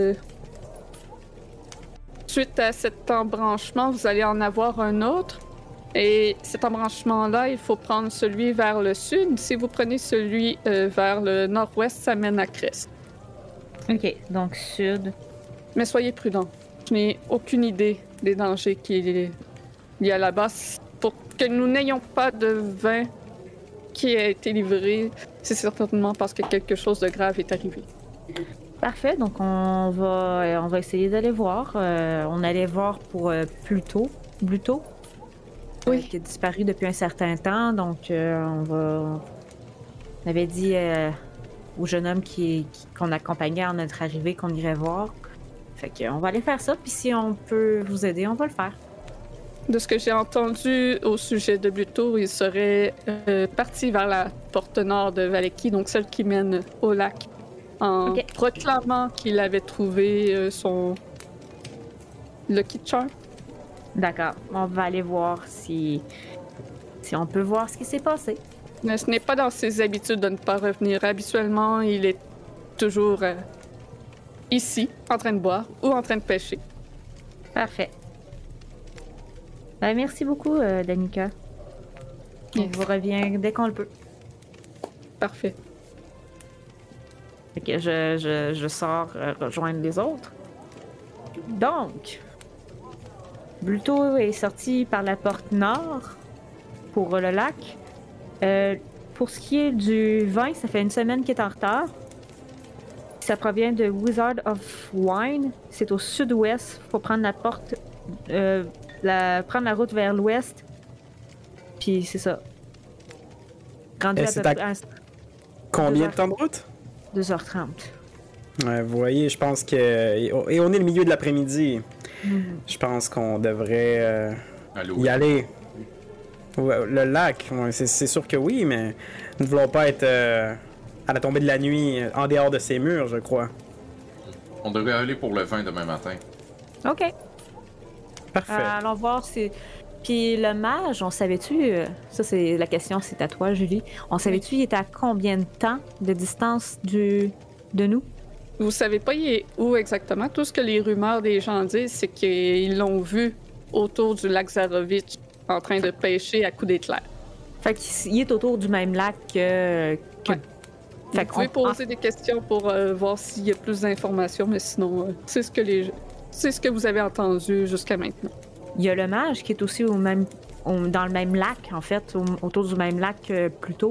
suite à cet embranchement, vous allez en avoir un autre. Et cet embranchement-là, il faut prendre celui vers le sud. Si vous prenez celui vers le nord-ouest, ça mène à Crest. OK, donc sud. Mais soyez prudents. Je n'ai aucune idée des dangers qu'il y a là-bas. Pour que nous n'ayons pas de vin qui a été livré, c'est certainement parce que quelque chose de grave est arrivé. Parfait, donc on va essayer d'aller voir. On allait voir pour Bluto. Oui. Qui a disparu depuis un certain temps, donc on avait dit au jeune homme qu'on accompagnait à notre arrivée qu'on irait voir. Fait qu'on va aller faire ça, puis si on peut vous aider, on va le faire. De ce que j'ai entendu au sujet de Bluto, il serait parti vers la porte nord de Vallaki, donc celle qui mène au lac, en proclamant qu'il avait trouvé le Lucky Charm. D'accord. On va aller voir si on peut voir ce qui s'est passé. Mais ce n'est pas dans ses habitudes de ne pas revenir. Habituellement, il est toujours ici, en train de boire ou en train de pêcher. Parfait. Ben, merci beaucoup, Danica. On vous revient dès qu'on le peut. Parfait. Fait que je sors rejoindre les autres. Donc, Bluto est sorti par la porte nord pour le lac. Pour ce qui est du vin, ça fait une semaine qu'il est en retard. Ça provient de Wizard of Wine. C'est au sud-ouest. Faut prendre la porte, prendre la route vers l'ouest. Puis c'est ça. Rendu à peu près Combien de temps de route? 2h30. Ouais, vous voyez, je pense que... Et on est le milieu de l'après-midi. Je pense qu'on devrait y aller. Ouais, le lac, ouais, c'est sûr que oui, mais nous ne voulons pas être à la tombée de la nuit en dehors de ces murs, je crois. On devrait aller pour le vin demain matin. OK. Parfait. Allons voir si... Puis le mage, on savait-tu... ça, c'est la question, c'est à toi, Julie. On savait-tu, il était à combien de temps de distance de nous? Vous savez pas il est où exactement. Tout ce que les rumeurs des gens disent, c'est qu'ils l'ont vu autour du lac Zarovitch en train de pêcher à coups d'éclair. Fait qu'il est autour du même lac que... Ouais. Fait Vous pouvez poser des questions pour voir s'il y a plus d'informations, mais sinon, c'est ce que vous avez entendu jusqu'à maintenant. Il y a le mage qui est aussi dans le même lac, en fait, autour du même lac plus tôt.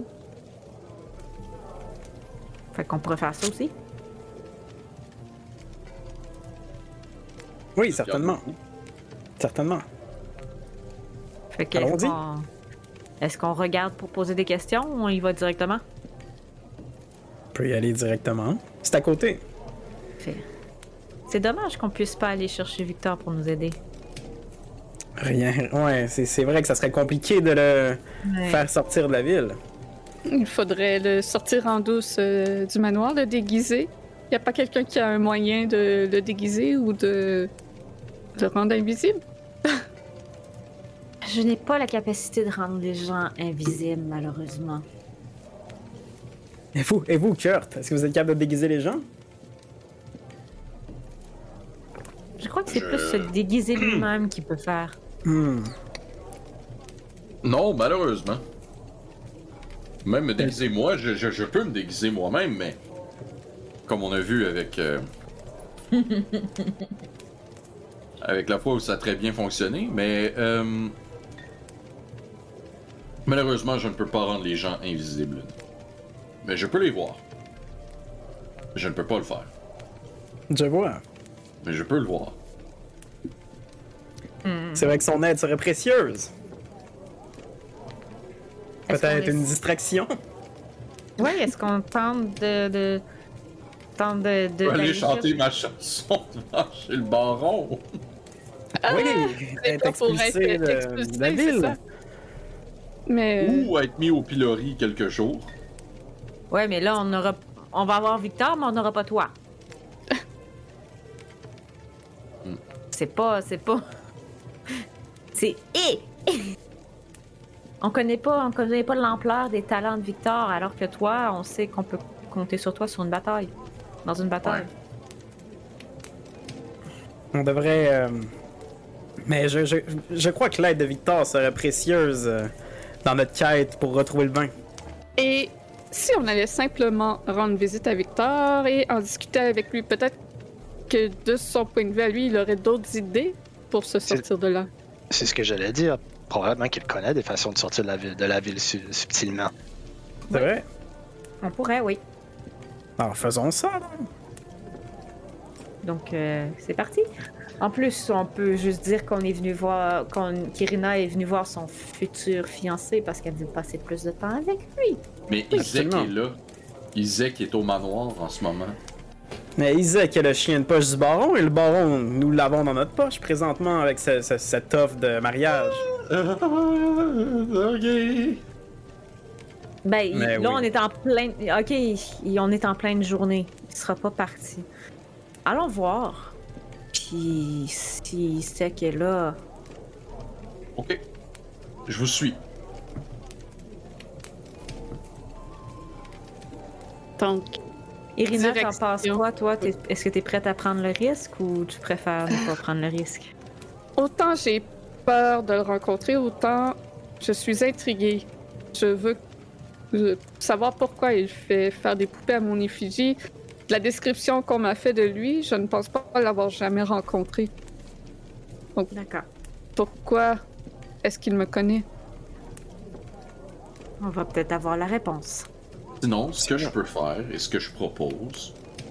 Fait qu'on pourrait faire ça aussi. Oui, certainement. Certainement. Fait que Allons-y. est-ce qu'on regarde pour poser des questions ou on y va directement? On peut y aller directement. C'est à côté. C'est dommage qu'on puisse pas aller chercher Victor pour nous aider. Rien. Ouais, c'est vrai que ça serait compliqué de le faire sortir de la ville. Il faudrait le sortir en douce du manoir, le déguiser. Il n'y a pas quelqu'un qui a un moyen de le déguiser ou de le rendre invisible? Je n'ai pas la capacité de rendre les gens invisibles, malheureusement. Et vous, Kurt, est-ce que vous êtes capable de déguiser les gens? Je crois que c'est plus se déguiser lui-même qu'il peut faire. Non, malheureusement. Même me déguiser moi, je peux me déguiser moi-même, mais... Comme on a vu avec... avec la fois où ça a très bien fonctionné, mais... Malheureusement, je ne peux pas rendre les gens invisibles. Mais je peux les voir. Je ne peux pas le faire. Je vois. Mais je peux le voir. C'est vrai que son aide serait précieuse. Peut-être une distraction. Oui, est-ce qu'on tente de Je peux aller chanter ma chanson devant chez le baron. Oui, être expulsé de la ville. Ça. Mais Ou être mis au pilori quelques jours. Ouais, mais là, on va avoir Victor, mais on n'aura pas toi. C'est pas... C'est... On connaît pas l'ampleur des talents de Victor, alors que toi, on sait qu'on peut compter sur toi sur une bataille. Dans une bataille. Ouais. On devrait... Mais je crois que l'aide de Victor serait précieuse dans notre quête pour retrouver le vin. et si on allait simplement rendre visite à Victor et en discuter avec lui, peut-être que de son point de vue à lui, il aurait d'autres idées pour se sortir de là. C'est ce que j'allais dire. Probablement qu'il connaît des façons de sortir de la ville subtilement. C'est vrai? On pourrait, oui. Alors faisons ça, là. Donc, c'est parti. En plus, on peut juste dire qu'on est venu voir... qu'Irina est venue voir son futur fiancé parce qu'elle veut passer plus de temps avec lui. Mais Isaac est là. Isaac est au manoir en ce moment. Mais Isaac est le chien de poche du baron et le baron, nous l'avons dans notre poche présentement avec cette offre de mariage. Ok. Ben, Mais là, oui. on est en pleine... OK, on est en pleine journée. Il sera pas parti. Allons voir. Puis, si Isaac est là... Ok. Je vous suis. Donc, Irina, t'en Direction. passes quoi, toi? Est-ce que t'es prête à prendre le risque ou tu préfères ne pas prendre le risque? autant j'ai peur de le rencontrer, autant je suis intriguée. Je veux savoir pourquoi il fait faire des poupées à mon effigie. La description qu'on m'a fait de lui, je ne pense pas l'avoir jamais rencontré. D'accord. Pourquoi est-ce qu'il me connaît? On va peut-être avoir la réponse. Sinon, ce que je peux faire et ce que je propose.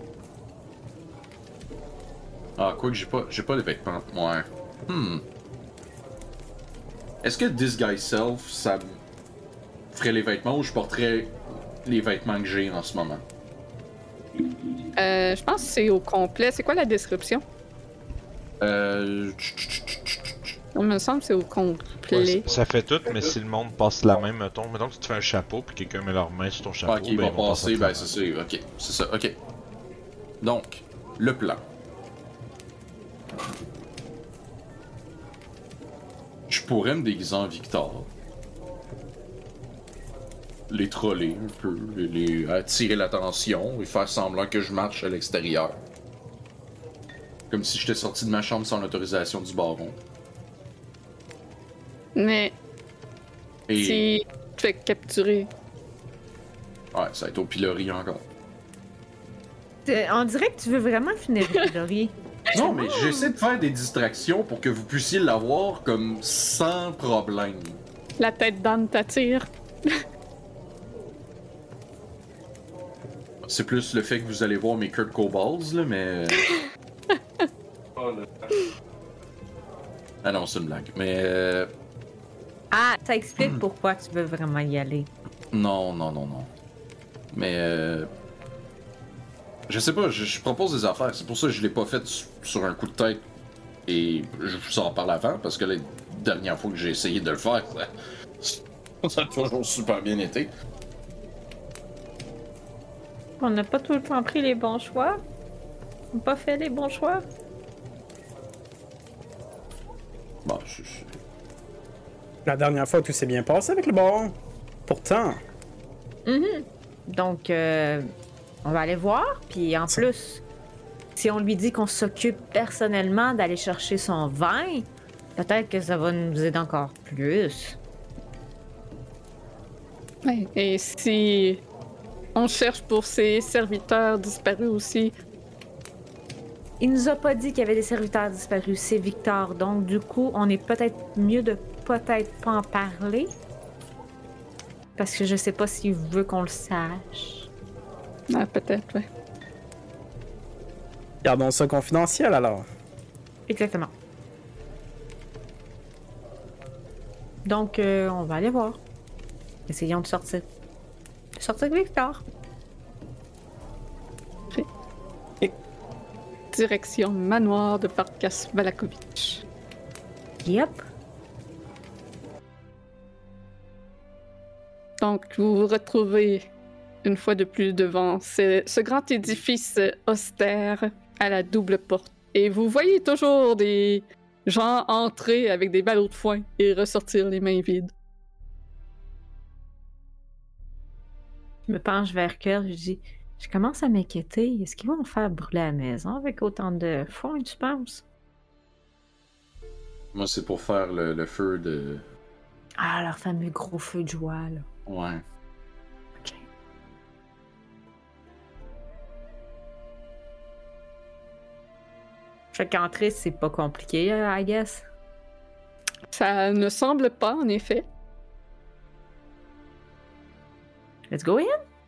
Ah, quoi que j'ai pas les vêtements. Ouais. Est-ce que Disguise Self, ça ferait les vêtements ou je porterais les vêtements que j'ai en ce moment? Je pense que c'est au complet. C'est quoi la description? Il me semble que c'est au complet. Ouais, ça fait tout, mais si le monde passe la même, mettons que tu te fais un chapeau puis quelqu'un met leur main sur ton chapeau, Ok, il va ils vont passer, passer. c'est ça, ok, c'est ça, ok. Donc, le plan. Je pourrais me déguiser en Victor. Les troller un peu, les attirer l'attention et faire semblant que je marche à l'extérieur. Comme si j'étais sorti de ma chambre sans l'autorisation du baron. Mais Et si tu te fais capturer, ouais, ça va être au pilori encore. On dirait que tu veux vraiment finir le pilori. Non, mais j'essaie de faire des distractions pour que vous puissiez l'avoir comme sans problème. la tête d'âne t'attire. C'est plus le fait que vous allez voir mes Kurt Coballs, là, mais... Ah non, c'est une blague. Mais... Ah, ça explique pourquoi tu veux vraiment y aller. Non. Mais... Je sais pas, je propose des affaires. C'est pour ça que je l'ai pas fait sur un coup de tête. Et je vous en parle avant, parce que la dernière fois que j'ai essayé de le faire, ça a toujours super bien été. On n'a pas tout le temps pris les bons choix. On n'a pas fait les bons choix. Bon, La dernière fois, tout s'est bien passé avec le baron. Pourtant. Donc, on va aller voir. Puis en plus, si on lui dit qu'on s'occupe personnellement d'aller chercher son vin, peut-être que ça va nous aider encore plus. Ouais, et si on cherche pour ses serviteurs disparus aussi, Il nous a pas dit qu'il y avait des serviteurs disparus, c'est Victor. Donc, du coup, on est peut-être mieux de peut-être pas en parler. Parce que je sais pas s'il veut qu'on le sache. peut-être, ouais. Gardons ça confidentiel alors. Exactement. Donc, on va aller voir. Essayons de sortir. Sortir avec Victor. Direction manoir de Farkas Valakovitch. Yep. Donc, vous vous retrouvez une fois de plus devant ce grand édifice austère à la double porte. Et vous voyez toujours des gens entrer avec des ballots de foin et ressortir les mains vides. Je me penche vers Curl, je dis, je commence à m'inquiéter. Est-ce qu'ils vont me faire brûler la maison avec autant de foin, tu penses? Moi, c'est pour faire le feu de... Ah, leur fameux gros feu de joie, là. Ouais. Ok. Fait qu'entrer, c'est pas compliqué, I guess. Ça ne semble pas, en effet. Let's go in!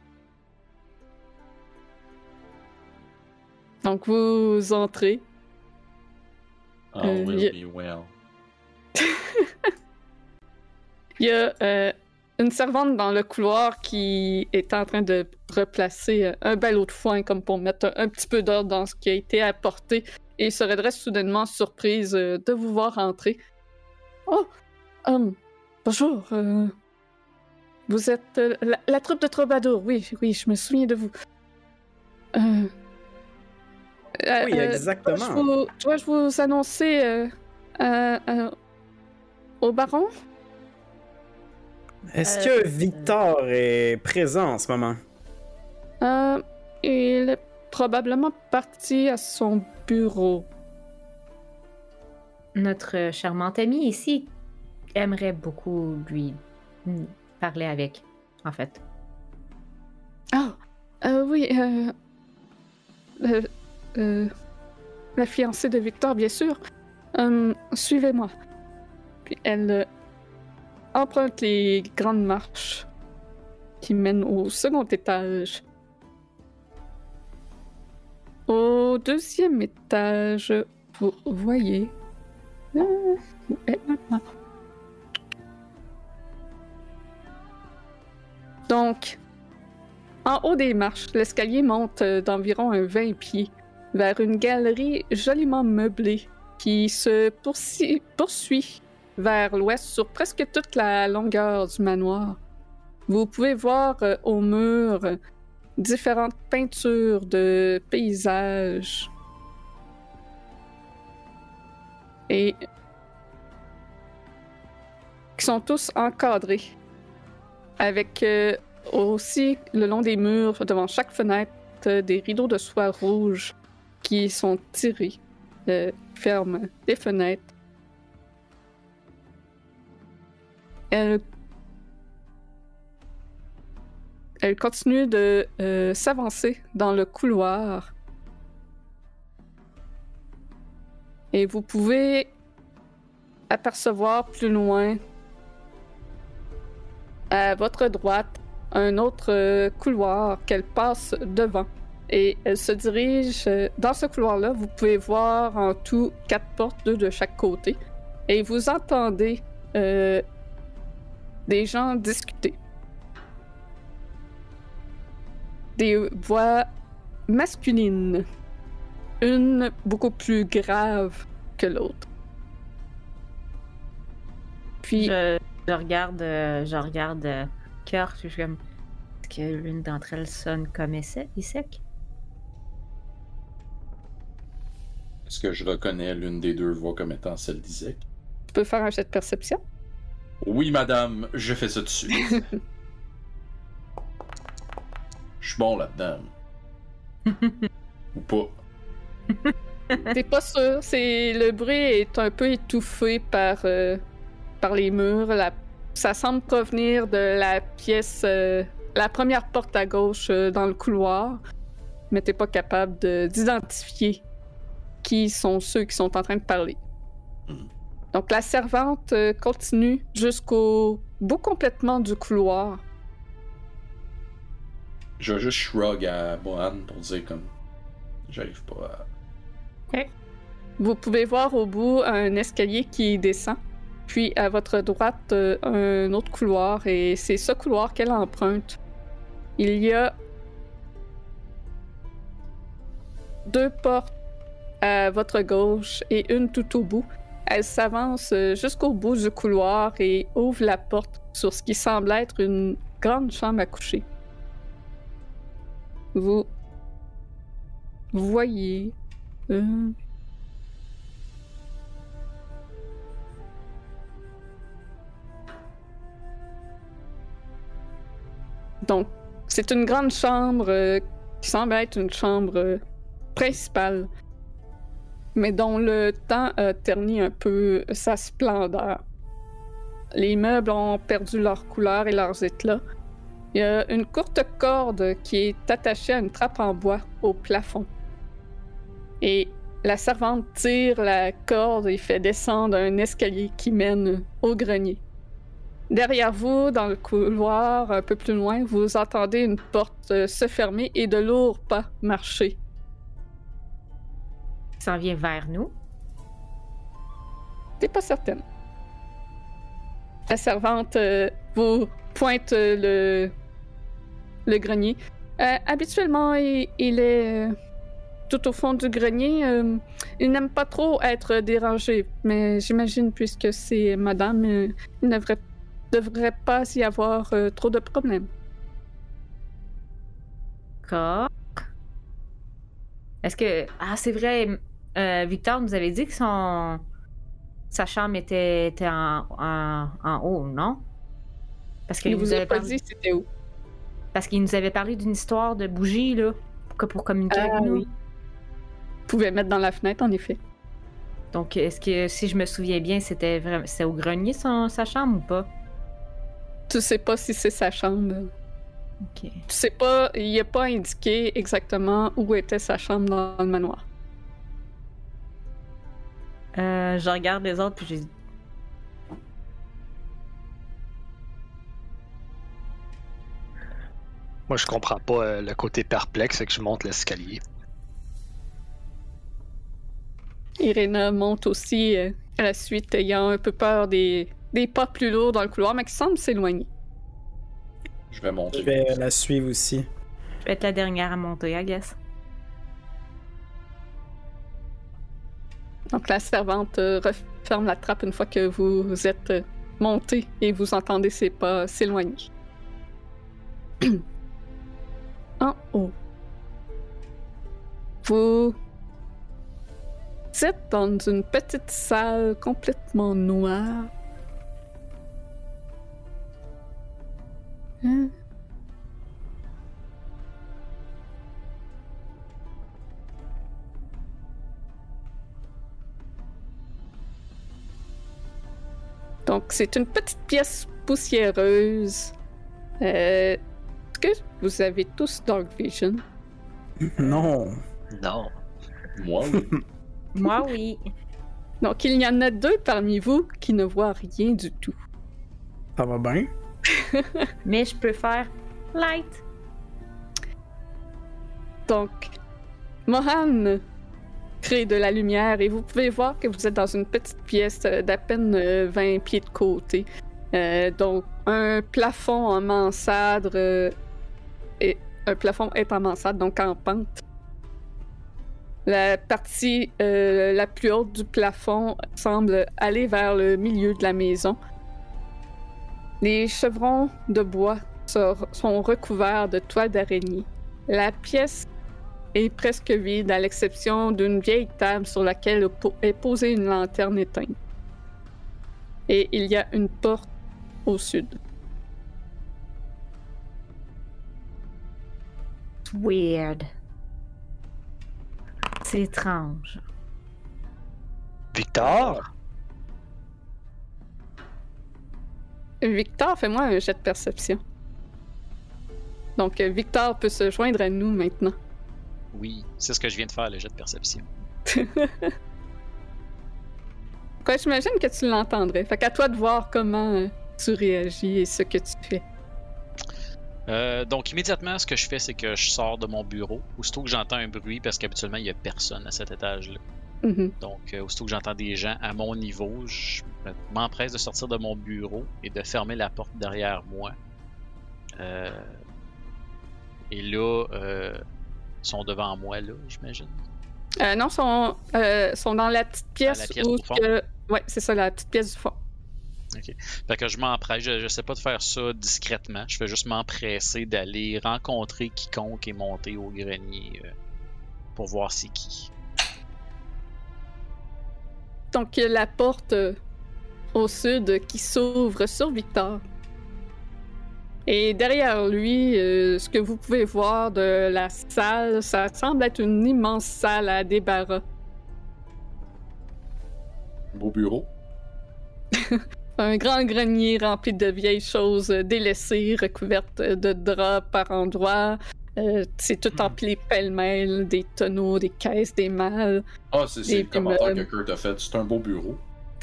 Donc, vous entrez. All will yeah. be well. Il y a une servante dans le couloir qui est en train de replacer un ballot de foin comme pour mettre un petit peu d'ordre dans ce qui a été apporté et se redresse soudainement surprise de vous voir entrer. Oh, bonjour. Vous êtes la troupe de troubadours. Oui, je me souviens de vous. Oui, exactement. Dois-je vous annoncer au baron? Est-ce que Victor est présent en ce moment? Il est probablement parti à son bureau. Notre charmante amie ici aimerait beaucoup lui parler avec, en fait. Oui, la fiancée de Victor, bien sûr. Suivez-moi. Puis elle emprunte les grandes marches qui mènent au second étage. Au deuxième étage, vous voyez... Donc, En haut des marches, l'escalier monte d'environ un 20 pieds vers une galerie joliment meublée qui se poursuit vers l'ouest sur presque toute la longueur du manoir. Vous pouvez voir au mur différentes peintures de paysages et qui sont tous encadrés avec aussi le long des murs, devant chaque fenêtre, des rideaux de soie rouge qui sont tirés, ferment les fenêtres. Elle continue de s'avancer dans le couloir. Et vous pouvez apercevoir plus loin, à votre droite, un autre couloir qu'elle passe devant. Et elle se dirige dans ce couloir-là. Vous pouvez voir en tout 4 portes, 2 de chaque côté. Et vous entendez des gens discuter. Des voix masculines. Une beaucoup plus grave que l'autre. Puis... Je regarde Cœur, je suis comme... Est-ce que l'une d'entre elles sonne comme Isaac? Est-ce que je reconnais l'une des deux voix comme étant celle d'Isaac? Tu peux faire un jet de perception? Oui, madame, je fais ça tout de suite. Je suis bon là-dedans. Ou pas. T'es pas sûr. Le bruit est un peu étouffé par les murs. Ça semble provenir de la pièce, la première porte à gauche dans le couloir, mais t'es pas capable d'identifier qui sont ceux qui sont en train de parler. Donc la servante continue jusqu'au bout complètement du couloir. Je vais juste shrug à Mohan pour dire comme... J'arrive pas à... Okay. Vous pouvez voir au bout un escalier qui descend, puis à votre droite un autre couloir, et c'est ce couloir qu'elle emprunte. Il y a 2 portes à votre gauche et une tout au bout. Elle s'avance jusqu'au bout du couloir et ouvre la porte sur ce qui semble être une grande chambre à coucher. Vous voyez... Donc, c'est une grande chambre qui semble être une chambre principale, mais dont le temps a terni un peu sa splendeur. Les meubles ont perdu leur couleur et leurs éclats. Il y a une courte corde qui est attachée à une trappe en bois au plafond. Et la servante tire la corde et fait descendre un escalier qui mène au grenier. Derrière vous, dans le couloir, un peu plus loin, vous entendez une porte se fermer et de lourds pas marcher. Ça en vient vers nous? T'es pas certaine. La servante vous pointe le grenier. Habituellement, il est tout au fond du grenier. Il n'aime pas trop être dérangé, mais j'imagine, puisque c'est madame, il ne devrait pas y avoir trop de problèmes. D'accord. Est-ce que... Ah, c'est vrai, Victor nous avait dit que sa chambre était en haut, non? Parce qu'il vous avait pas dit c'était où. Parce qu'il nous avait parlé d'une histoire de bougie, là, pour communiquer avec nous. Oui. Vous pouvez mettre dans la fenêtre, en effet. Donc, est-ce que, si je me souviens bien, c'était au grenier sa chambre ou pas? Tu sais pas si c'est sa chambre. Ok. Tu sais pas, il n'est pas indiqué exactement où était sa chambre dans le manoir. Je regarde les autres, puis j'ai... Moi, je comprends pas le côté perplexe, que je monte l'escalier. Irena monte aussi à la suite, ayant un peu peur des pas plus lourds dans le couloir, mais qui semblent s'éloigner. Je vais monter. Je vais la suivre aussi. vais être la dernière à monter, I guess. Donc la servante referme la trappe une fois que vous êtes monté et vous entendez ses pas s'éloigner. En haut. Vous êtes dans une petite salle complètement noire. Hein? Donc, c'est une petite pièce poussiéreuse. Est-ce que vous avez tous Dark Vision? Non. Non. Moi, oui. Moi, oui. Donc, il y en a 2 parmi vous qui ne voient rien du tout. Ça va bien? Mais je peux faire light. Donc, Mohan crée de la lumière et vous pouvez voir que vous êtes dans une petite pièce d'à peine 20 pieds de côté. Donc, un plafond en mansarde et un plafond est en mansarde, donc en pente. La partie la plus haute du plafond semble aller vers le milieu de la maison. Les chevrons de bois sont recouverts de toiles d'araignée. La pièce est presque vide, à l'exception d'une vieille table sur laquelle est posée une lanterne éteinte. Et il y a une porte au sud. It's weird. C'est étrange. Victor? Victor, fais-moi un jet de perception. Donc, Victor peut se joindre à nous maintenant. Oui, c'est ce que je viens de faire, le jet de perception. Quoi, j'imagine que tu l'entendrais. Fait qu'à toi de voir comment tu réagis et ce que tu fais. Donc, immédiatement, ce que je fais, c'est que je sors de mon bureau. Aussitôt que j'entends un bruit, parce qu'habituellement, il n'y a personne à cet étage-là. Mm-hmm. Donc, aussitôt que j'entends des gens à mon niveau, je m'empresse de sortir de mon bureau et de fermer la porte derrière moi. Et là, sont devant moi, là, j'imagine. Non, sont dans la petite pièce, la pièce où... du fond. Ouais, c'est ça, la petite pièce du fond. Ok. Fait que je m'empresse, je sais pas de faire ça discrètement. Je vais juste m'empresser d'aller rencontrer quiconque est monté au grenier pour voir c'est qui. Donc, il y a la porte au sud qui s'ouvre sur Victor. Et derrière lui, ce que vous pouvez voir de la salle, ça semble être une immense salle à débarras. Beau bureau. Un grand grenier rempli de vieilles choses délaissées, recouvertes de draps par endroits. C'est tout empilé pêle-mêle, des tonneaux, des caisses, des malles. Ah, c'est le commentaire que Kurt a fait. C'est un beau bureau.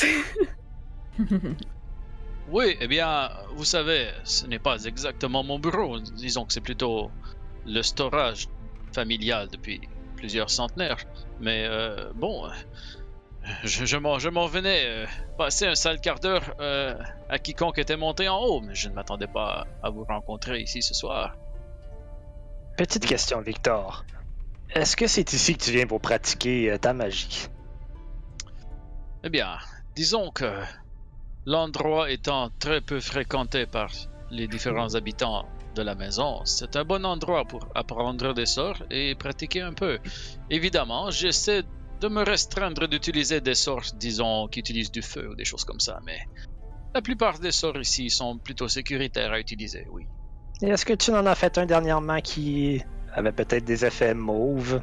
Oui, eh bien, vous savez, ce n'est pas exactement mon bureau. Disons que c'est plutôt le storage familial depuis plusieurs centenaires. Mais bon, je m'en venais passer un sale quart d'heure à quiconque était monté en haut, mais je ne m'attendais pas à vous rencontrer ici ce soir. Petite question, Victor. Est-ce que c'est ici que tu viens pour pratiquer ta magie? Eh bien, disons que l'endroit étant très peu fréquenté par les différents habitants de la maison, c'est un bon endroit pour apprendre des sorts et pratiquer un peu. Évidemment, j'essaie de me restreindre d'utiliser des sorts, disons, qui utilisent du feu ou des choses comme ça, mais la plupart des sorts ici sont plutôt sécuritaires à utiliser, oui. Et est-ce que tu en as fait un dernièrement qui avait peut-être des effets mauves?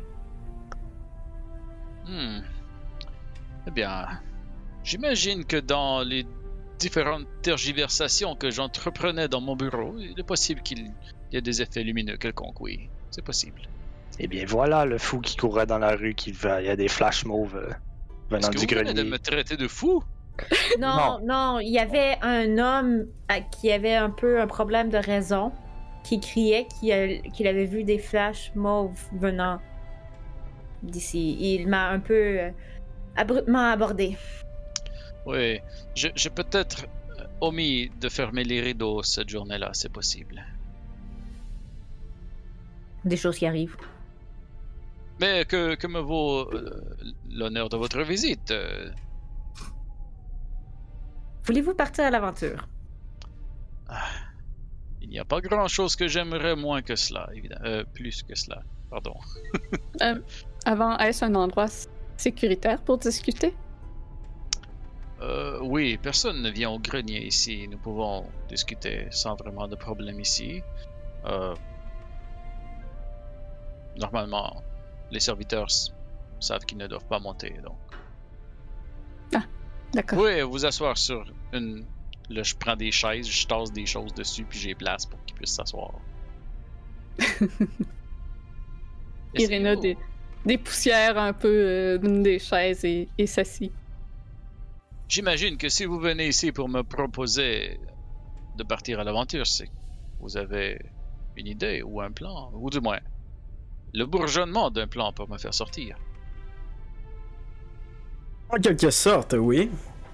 Eh bien, j'imagine que dans les différentes tergiversations que j'entreprenais dans mon bureau, il est possible qu'il y ait des effets lumineux quelconques, oui. C'est possible. Eh bien, voilà le fou qui courait dans la rue, il y a des flashs mauves venant du Est-ce que vous venez grenier. de me traiter de fou? Non, il y avait un homme qui avait un peu un problème de raison, qui criait qu'il avait vu des flashs mauves venant d'ici. Il m'a un peu abruptement abordé. Oui, j'ai peut-être omis de fermer les rideaux cette journée-là, c'est possible. Des choses qui arrivent. Mais que me vaut l'honneur de votre visite? Voulez-vous partir à l'aventure? Il n'y a pas grand-chose que j'aimerais moins que cela, évidemment. Plus que cela, pardon. Avant, est-ce un endroit sécuritaire pour discuter? Oui, personne ne vient au grenier ici. Nous pouvons discuter sans vraiment de problème ici. Normalement, les serviteurs savent qu'ils ne doivent pas monter, donc. D'accord. Vous pouvez vous asseoir sur une... Là, je prends des chaises, je tasse des choses dessus, puis j'ai place pour qu'ils puissent s'asseoir. Irina des poussières un peu d'une des chaises et s'assit. J'imagine que si vous venez ici pour me proposer de partir à l'aventure, c'est que vous avez une idée ou un plan, ou du moins le bourgeonnement d'un plan pour me faire sortir. En quelque sorte, oui.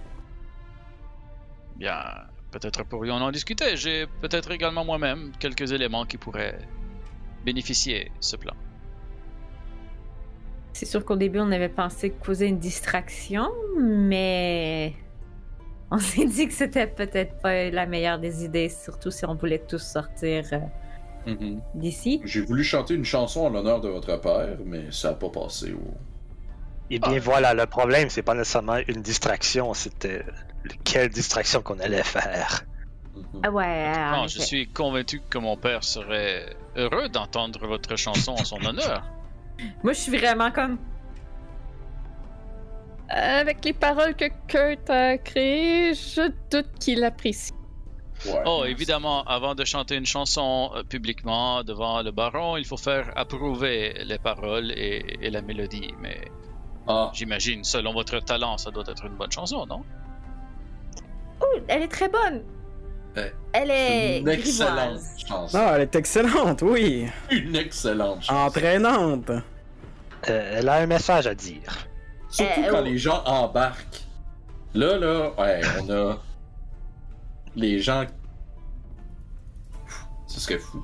Bien, peut-être pourrions-nous en discuter. J'ai peut-être également moi-même quelques éléments qui pourraient bénéficier ce plan. C'est sûr qu'au début, on avait pensé causer une distraction, mais on s'est dit que c'était peut-être pas la meilleure des idées, surtout si on voulait tous sortir d'ici. J'ai voulu chanter une chanson en l'honneur de votre père, mais ça n'a pas passé. Eh bien voilà, le problème, c'est pas nécessairement une distraction, c'était quelle distraction qu'on allait faire. Ah ouais. Non, je suis convaincu que mon père serait heureux d'entendre votre chanson en son honneur. Moi, je suis vraiment comme... Avec les paroles que Kurt a créées, je doute qu'il apprécie. Ouais. Oh, évidemment, avant de chanter une chanson publiquement devant le baron, il faut faire approuver les paroles et la mélodie. Mais j'imagine, selon votre talent, ça doit être une bonne chanson, non? Oh, elle est très bonne. Elle est une excellente grivoise. chanson. Ah, elle est excellente, oui. Une excellente chanson. Entraînante. Elle a un message à dire. Surtout quand les gens embarquent. Là, ouais, on a les gens. Ce serait fou.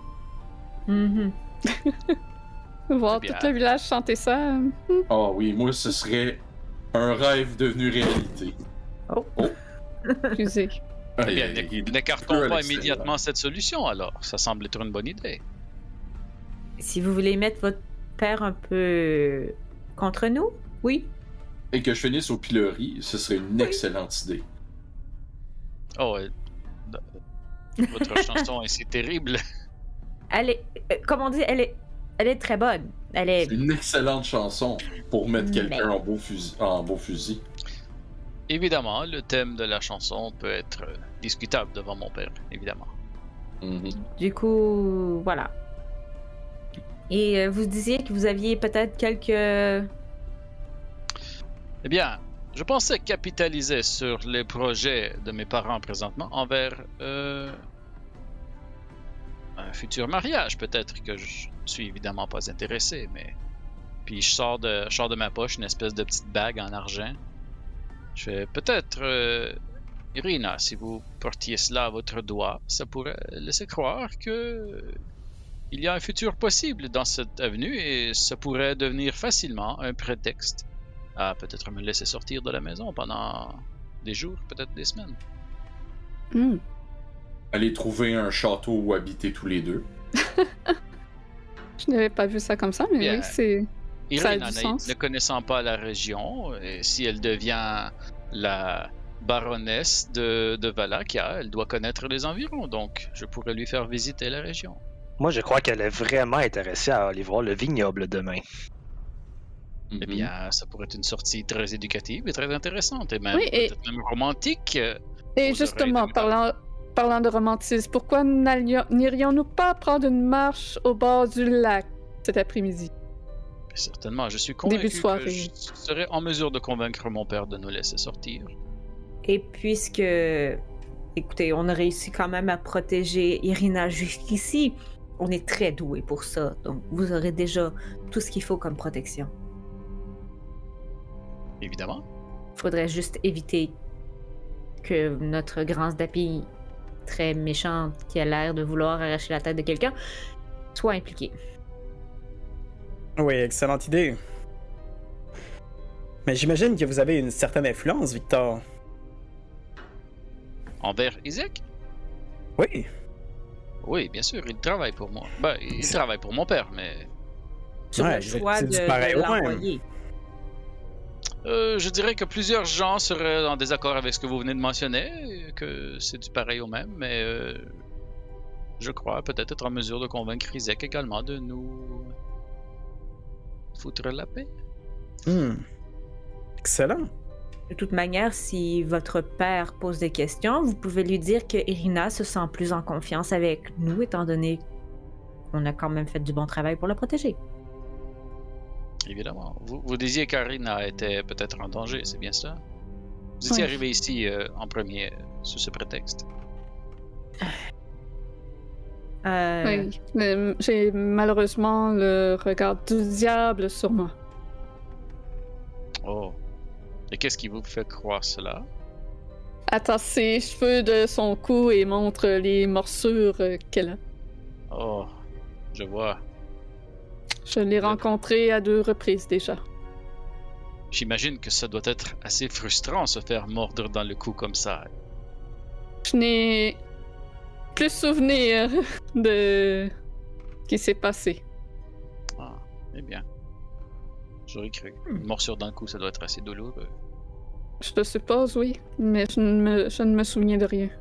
Voir C'est bien. tout le village chanter ça. Oh oui, moi ce serait un rêve devenu réalité. Excusez. Eh bien, n'écartons peu à pas l'extérieur. immédiatement cette solution, alors. Ça semble être une bonne idée. Si vous voulez mettre votre père un peu contre nous, oui. Et que je finisse au pilori, ce serait une excellente idée. Oh, votre chanson est si terrible. Elle est, comme on dit, elle est très bonne. Elle est... C'est une excellente chanson pour mettre Mais- quelqu'un en beau fusil. Évidemment, le thème de la chanson peut être discutable devant mon père, évidemment. Mhm. Du coup, voilà. Et vous disiez que vous aviez peut-être quelques... Eh bien, je pensais capitaliser sur les projets de mes parents présentement envers un futur mariage. Peut-être que je suis évidemment pas intéressé, mais... Puis je sors de ma poche une espèce de petite bague en argent. Je fais peut-être... Irina, si vous portiez cela à votre doigt, ça pourrait laisser croire que... Il y a un futur possible dans cette avenue et ça pourrait devenir facilement un prétexte à peut-être me laisser sortir de la maison pendant des jours, peut-être des semaines. Aller trouver un château où habiter tous les deux. Je n'avais pas vu ça comme ça, mais Bien. oui, c'est... Ça a Irina, du sens. ne connaissant pas la région, et si elle devient la baronesse de Valakia, elle doit connaître les environs, donc je pourrais lui faire visiter la région. Moi, je crois qu'elle est vraiment intéressée à aller voir le vignoble demain. Mhm. Eh bien, ça pourrait être une sortie très éducative et très intéressante, et même Oui, et- peut-être même romantique. Et Aux justement, oreilles de parlant de romantisme, pourquoi n'irions-nous pas prendre une marche au bord du lac cet après-midi? Certainement, je suis Début convaincu de soirée. que je serais en mesure de convaincre mon père de nous laisser sortir. Et puisque... Écoutez, on a réussi quand même à protéger Irina jusqu'ici, on est très doués pour ça. Donc, vous aurez déjà tout ce qu'il faut comme protection. Évidemment. Faudrait juste éviter que notre grand Zdapi, très méchant, qui a l'air de vouloir arracher la tête de quelqu'un, soit impliqué. Oui, excellente idée. Mais j'imagine que vous avez une certaine influence, Victor. Envers Isaac? Oui. Oui, bien sûr, il travaille pour moi. Ben, il travaille pour mon père, mais... Sur Ouais, le choix c'est de, du pareil de au même. l'envoyer. Je dirais que plusieurs gens seraient en désaccord avec ce que vous venez de mentionner, que c'est du pareil au même, mais je crois peut-être être en mesure de convaincre Isaac également de nous foutre la paix. Excellent. De toute manière, si votre père pose des questions, vous pouvez lui dire que Irina se sent plus en confiance avec nous, étant donné qu'on a quand même fait du bon travail pour la protéger. Évidemment. Vous disiez qu'Arina était peut-être en danger, c'est bien ça? Vous étiez Oui. arrivé ici en premier sous ce prétexte. Oui. J'ai malheureusement le regard du diable sur moi. Oh. Et qu'est-ce qui vous fait croire cela? Attache ses cheveux de son cou et montre les morsures qu'elle a. Oh, je vois. Je l'ai rencontré à 2 reprises déjà. J'imagine que ça doit être assez frustrant se faire mordre dans le cou comme ça. Je n'ai plus souvenir de ce qui s'est passé. Ah, eh bien. J'aurais cru. Une morsure dans le cou, ça doit être assez douloureux. Je le suppose, oui, mais je ne me souviens de rien.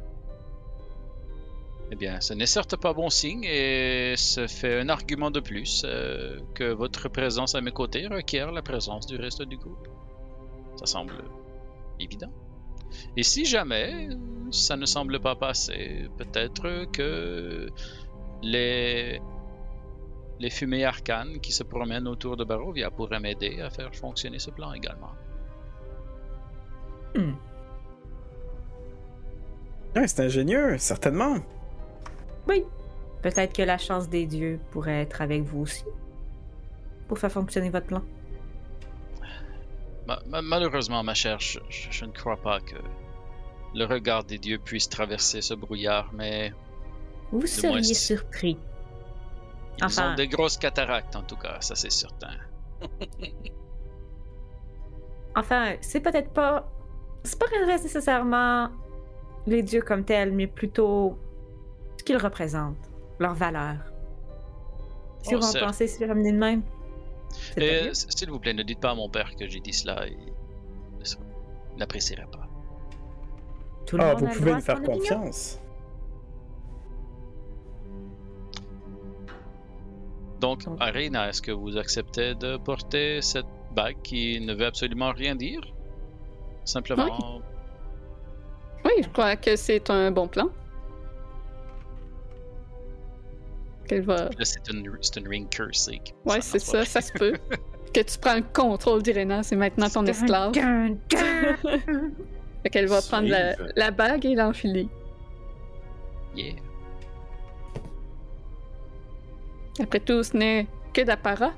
Eh bien, ce n'est certes pas bon signe et ça fait un argument de plus que votre présence à mes côtés requiert la présence du reste du groupe. Ça semble évident. Et si jamais ça ne semble pas passer, peut-être que les fumées arcanes qui se promènent autour de Barovia pourraient m'aider à faire fonctionner ce plan également. Ouais, c'est ingénieux, certainement. Oui. Peut-être que la chance des dieux pourrait être avec vous aussi. Pour faire fonctionner votre plan. Malheureusement, ma chère, je ne crois pas que le regard des dieux puisse traverser ce brouillard, mais Vous Du moins, seriez c'est- surpris. ils Enfin- ont des grosses cataractes en tout cas, ça c'est certain. Enfin, c'est peut-être pas... C'est pas nécessairement les dieux comme tels, mais plutôt ce qu'ils représentent, leur valeur. Si Oh, vous en certes. pensez si ramener de même, c'est tant Et mieux. s'il vous plaît, ne dites pas à mon père que j'ai dit cela, il n'apprécierait pas. Tout le Ah, monde vous a le pouvez droit lui à faire son opinion. confiance. Donc, Donc- Arena, est-ce que vous acceptez de porter cette bague qui ne veut absolument rien dire? Simplement... Oui, je crois que c'est un bon plan. Qu'elle va... Là, c'est une ring cursée. Ouais, c'est ça, ça se peut. Que tu prends le contrôle d'Irena, c'est maintenant ton esclave. Dun, dun, dun. Fait qu'elle va prendre Suive. la bague et l'enfiler. Yeah. Après tout, ce n'est que d'apparat.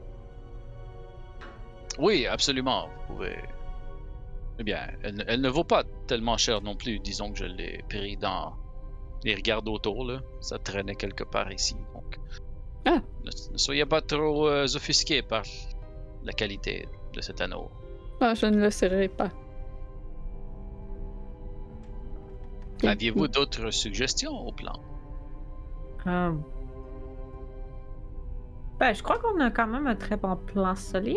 Oui, absolument. Vous pouvez... Eh bien, elle ne vaut pas tellement cher non plus. Disons que je l'ai pris dans les regards autour, là. Ça traînait quelque part ici, donc... Ah. Ne soyez pas trop offusqués par la qualité de cet anneau. Ah, je ne le serai pas. Aviez-vous d'autres suggestions au plan? Ben, je crois qu'on a quand même un très bon plan solide.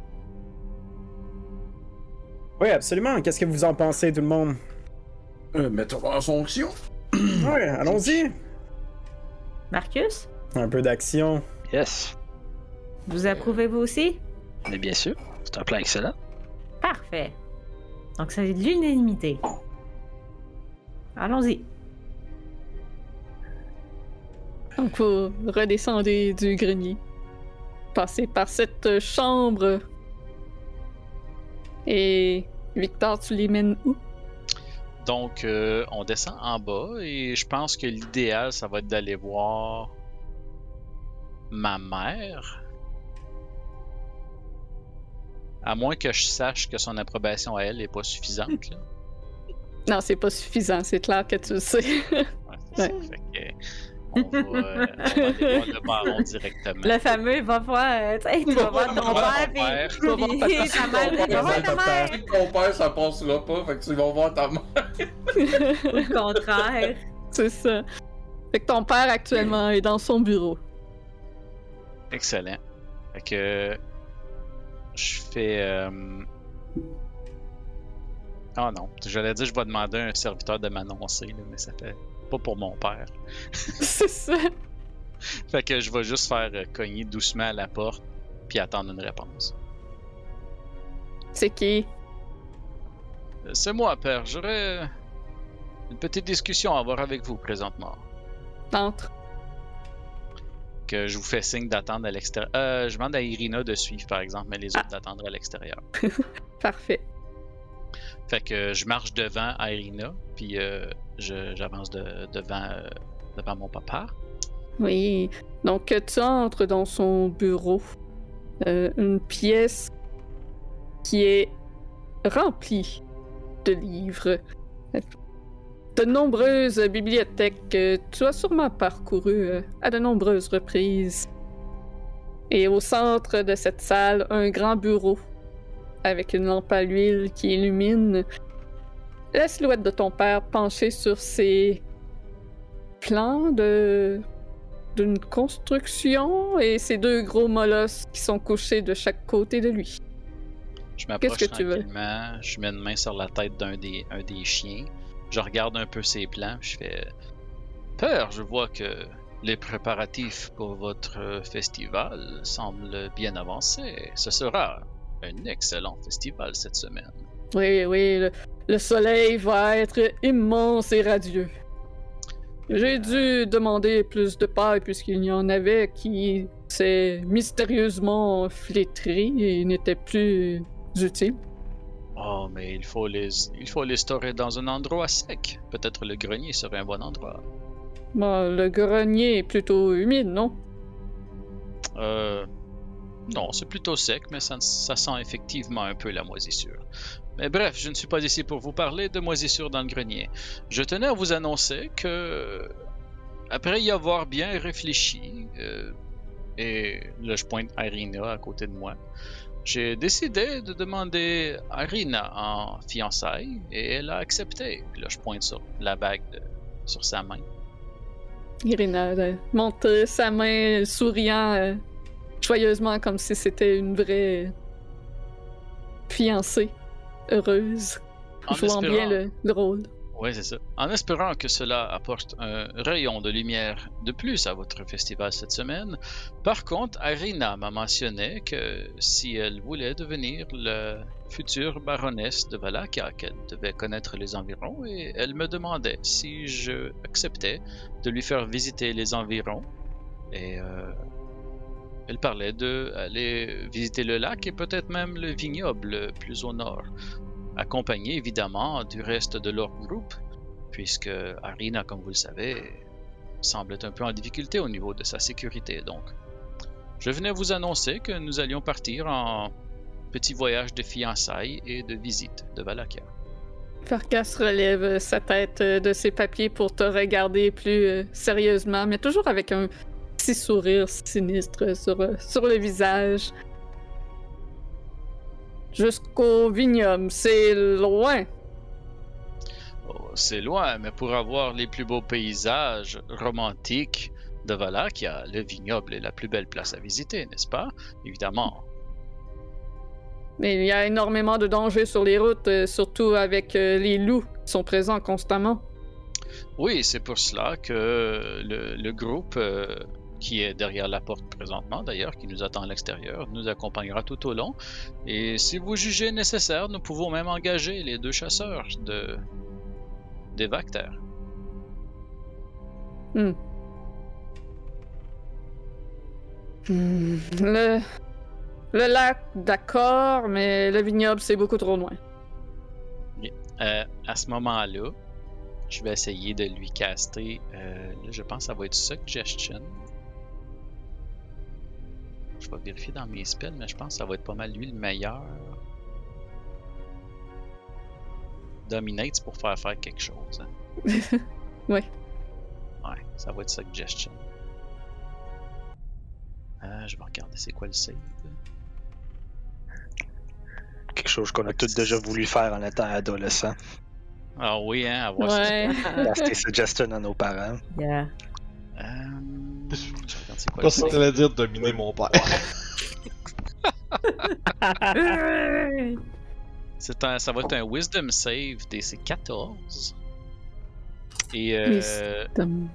Oui, absolument. Qu'est-ce que vous en pensez, tout le monde? Mettons en fonction. Ouais, allons-y. Marcus, Un peu d'action. Yes. vous approuvez vous aussi? Mais bien sûr, c'est un plan excellent. Parfait. Donc, c'est de l'unanimité. Allons-y. Donc, vous redescendez du grenier. Passez par cette chambre. Et Victor, tu les mènes où? Donc, on descend en bas et je pense que l'idéal, ça va être d'aller voir ma mère. À moins que je sache que son approbation à elle n'est pas suffisante. Là. Non, c'est pas suffisant, c'est clair que tu le sais. Ouais, c'est ça. Ouais. Fait que, On va aller voir le baron directement. Le fameux va voir, tu sais, tu vas voir ton père, puis ta mère, tu vas voir ta mère. Si ton père, ça passera pas, fait que tu vas voir ta mère. Ou le contraire. C'est ça. Fait que ton père actuellement est dans son bureau. Excellent. Fait que je fais. Oh non, j'allais dire je vais demander à un serviteur de m'annoncer, là, mais ça fait pas pour mon père. C'est ça. Fait que je vais juste faire cogner doucement à la porte puis attendre une réponse. C'est qui? C'est moi, père. J'aurais une petite discussion à avoir avec vous présentement. Entre. Que je vous fais signe d'attendre à l'extérieur. Je demande à Irina de suivre, par exemple, mais les autres d'attendre à l'extérieur. Parfait. Fait que je marche devant Irina, puis j'avance devant mon papa. Oui. Donc, tu entres dans son bureau. Une pièce qui est remplie de livres. De nombreuses bibliothèques que tu as sûrement parcourues à de nombreuses reprises. Et au centre de cette salle, un grand bureau avec une lampe à l'huile qui illumine la silhouette de ton père penché sur ses plans d'une construction et ses deux gros molosses qui sont couchés de chaque côté de lui. Je m'approche Qu'est-ce que tu veux? tranquillement, je mets une main sur la tête d'un des chiens, je regarde un peu ses plans, je fais « Père, je vois que les préparatifs pour votre festival semblent bien avancés. Ce sera un excellent festival cette semaine. » Oui, le soleil va être immense et radieux. J'ai dû demander plus de paille puisqu'il y en avait qui s'est mystérieusement flétri et n'était plus utile. Oh, mais il faut les storer dans un endroit sec. Peut-être le grenier serait un bon endroit. Bon, le grenier est plutôt humide, non? Non, c'est plutôt sec, mais ça sent effectivement un peu la moisissure. Mais bref, je ne suis pas ici pour vous parler de moisissure dans le grenier. Je tenais à vous annoncer que, après y avoir bien réfléchi, et là je pointe Irina à côté de moi, j'ai décidé de demander Irina en fiançailles et elle a accepté. Puis là je pointe sur la bague sur sa main. Irina monte sa main souriant joyeusement comme si c'était une vraie fiancée heureuse, jouant bien le rôle. Oui, c'est ça. En espérant que cela apporte un rayon de lumière de plus à votre festival cette semaine, par contre, Irina m'a mentionné que si elle voulait devenir la future baronesse de Valakia, qu'elle devait connaître les environs, et elle me demandait si je acceptais de lui faire visiter les environs. Et elle parlait d'aller visiter le lac et peut-être même le vignoble plus au nord, accompagné évidemment du reste de leur groupe, puisque Irina, comme vous le savez, semble être un peu en difficulté au niveau de sa sécurité. Donc, je venais vous annoncer que nous allions partir en petit voyage de fiançailles et de visite de Valakia. Farkas relève sa tête de ses papiers pour te regarder plus sérieusement, mais toujours avec un petit sourire sinistre sur le visage. Jusqu'au vignoble, c'est loin. Oh, c'est loin, mais pour avoir les plus beaux paysages romantiques de Valakia, le vignoble est la plus belle place à visiter, n'est-ce pas? Évidemment. Mais il y a énormément de dangers sur les routes, surtout avec les loups qui sont présents constamment. Oui, c'est pour cela que le groupe qui est derrière la porte présentement, d'ailleurs, qui nous attend à l'extérieur, nous accompagnera tout au long. Et si vous jugez nécessaire, nous pouvons même engager les 2 chasseurs des Vactères. Le lac, d'accord, mais le vignoble, c'est beaucoup trop loin. À ce moment-là, je vais essayer de lui caster, là, je pense que ça va être Suggestion. Je vais vérifier dans mes spells, mais je pense que ça va être pas mal lui le meilleur. Dominate, c'est pour faire quelque chose. Hein. Oui. Ouais, Ça va être Suggestion. Je vais regarder c'est quoi le save. Quelque chose qu'on a tous déjà voulu faire en étant adolescent. Ah oui, hein, avoir Ouais. Acheter Suggestion à nos parents. Yeah. Je regarde c'est Je quoi le pensais que save. t'allais dire dominer mon père. Ça va être un Wisdom save DC 14. Et Wisdom.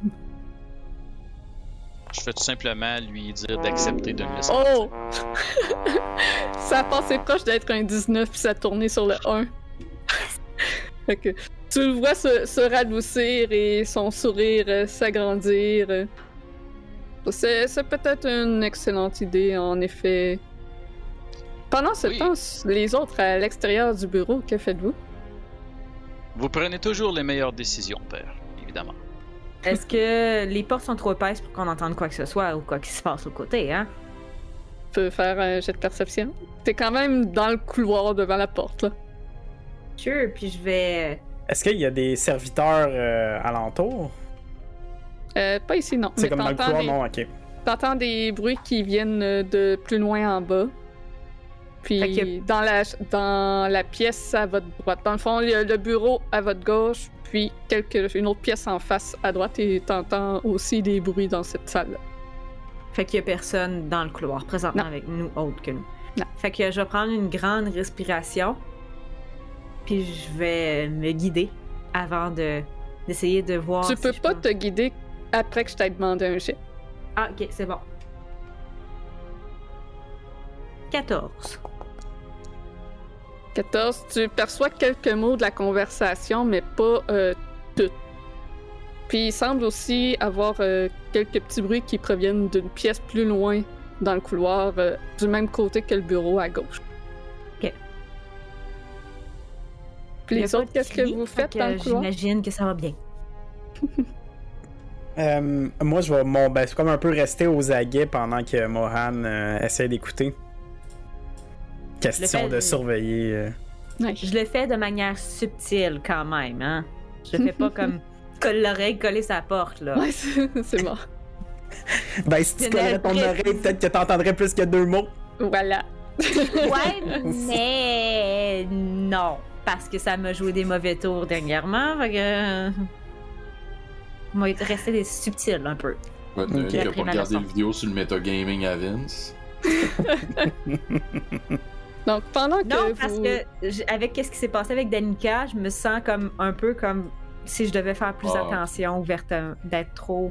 je vais tout simplement lui dire d'accepter de me laisser. Oh! Ça a passé proche d'être un 19 puis ça a tourné sur le 1. Fait que tu le vois se radoucir et son sourire s'agrandir. C'est peut-être une excellente idée, en effet. Pendant ce Oui. temps, les autres à l'extérieur du bureau, que faites-vous? Vous prenez toujours les meilleures décisions, père, évidemment. Est-ce que les portes sont trop épaisses pour qu'on entende quoi que ce soit ou quoi qui se passe au côté, hein? Tu peux faire un jet de perception. T'es quand même dans le couloir devant la porte, là. Sure, puis je vais... Est-ce qu'il y a des serviteurs alentours? Pas ici, non. C'est Mais comme dans le t'entends couloir, des- non, ok. T'entends des bruits qui viennent de plus loin en bas. Puis Fait dans la pièce à votre droite. Dans le fond, il y a le bureau à votre gauche, puis une autre pièce en face à droite, et t'entends aussi des bruits dans cette salle-là. Fait qu'il y a personne dans le couloir présentement Non. avec nous autre que nous. Non. Fait que je vais prendre une grande respiration, puis je vais me guider avant d'essayer de voir. Tu si peux je pas te guider après que je t'ai demandé un jet. Ah, ok, c'est bon. 14. 14, tu perçois quelques mots de la conversation, mais pas tout. Puis il semble aussi avoir quelques petits bruits qui proviennent d'une pièce plus loin dans le couloir, du même côté que le bureau à gauche. Ok. Puis Il y a les pas autres, de qu'est-ce que cri, vous fait faites que dans le couloir? J'imagine que ça va bien. Moi, je vais c'est comme un peu rester aux aguets pendant que Mohan essaie d'écouter. Question fais- de surveiller. Nice. Je le fais de manière subtile quand même, hein. Je le fais pas comme coller l'oreille, coller sa porte, là. Ouais, c'est bon. Ben, si tu C'est collerais ton très oreille, précis. peut-être que t'entendrais plus que 2 mots. Voilà. Ouais, mais non. Parce que ça m'a joué des mauvais tours dernièrement, fait que... On va rester des subtils un peu. Ouais, Ok. tu as Après pas ma regardé leçon. la vidéo sur le metagaming à Vince. Donc, pendant que Non, vous... parce que avec qu'est-ce qui s'est passé avec Danica, je me sens comme un peu comme si je devais faire plus Ah. attention, d'être trop...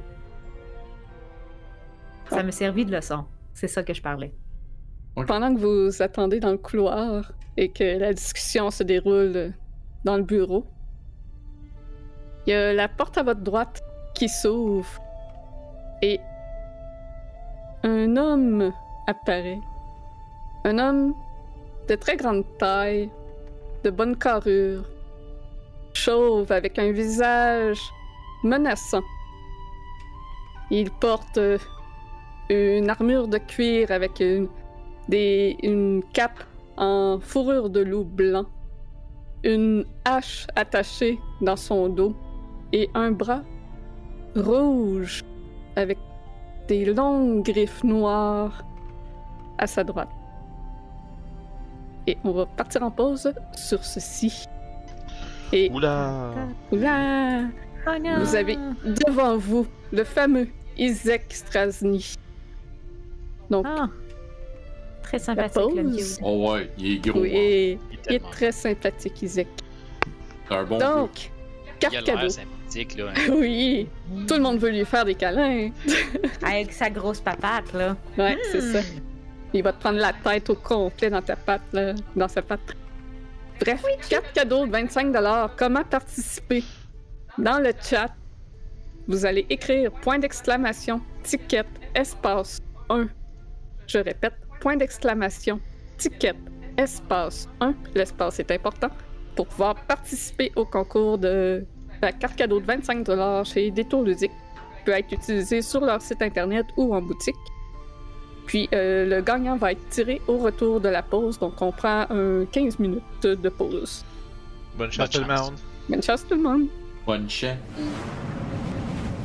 Ça me servit de leçon. C'est ça que je parlais. Pendant que vous attendez dans le couloir et que la discussion se déroule dans le bureau, il y a la porte à votre droite qui s'ouvre et un homme apparaît. Un homme de très grande taille, de bonne carrure, chauve avec un visage menaçant. Il porte une armure de cuir avec une cape en fourrure de loup blanc, une hache attachée dans son dos et un bras rouge avec des longues griffes noires à sa droite. Et on va partir en pause sur ceci. Et Oula! là, Oh non! vous avez devant vous le fameux Izek Strasny. Donc, Ah! Très sympathique, pause. le dude. Oh ouais, il est gros. oui, hein. et il est tellement- très sympathique, Izek. C'est un bon gars. Donc, Il carte a cadeau. l'air sympathique, là. Oui, tout le monde veut lui faire des câlins. Avec sa grosse papate, là. Ouais, c'est ça. Il va te prendre la tête au complet dans ta patte, là, dans sa patte. Bref, carte cadeau de 25$. Comment participer? Dans le chat, vous allez écrire point d'exclamation, ticket, espace 1. Je répète, point d'exclamation, ticket, espace 1. L'espace est important pour pouvoir participer au concours de la carte cadeau de 25$ chez Détour Ludique. Peut être utilisé sur leur site internet ou en boutique. Puis le gagnant va être tiré au retour de la pause, donc on prend 15 minutes de pause. Bonne chance tout le chance. monde! Bonne chance tout le monde! Bonne chance. Je vais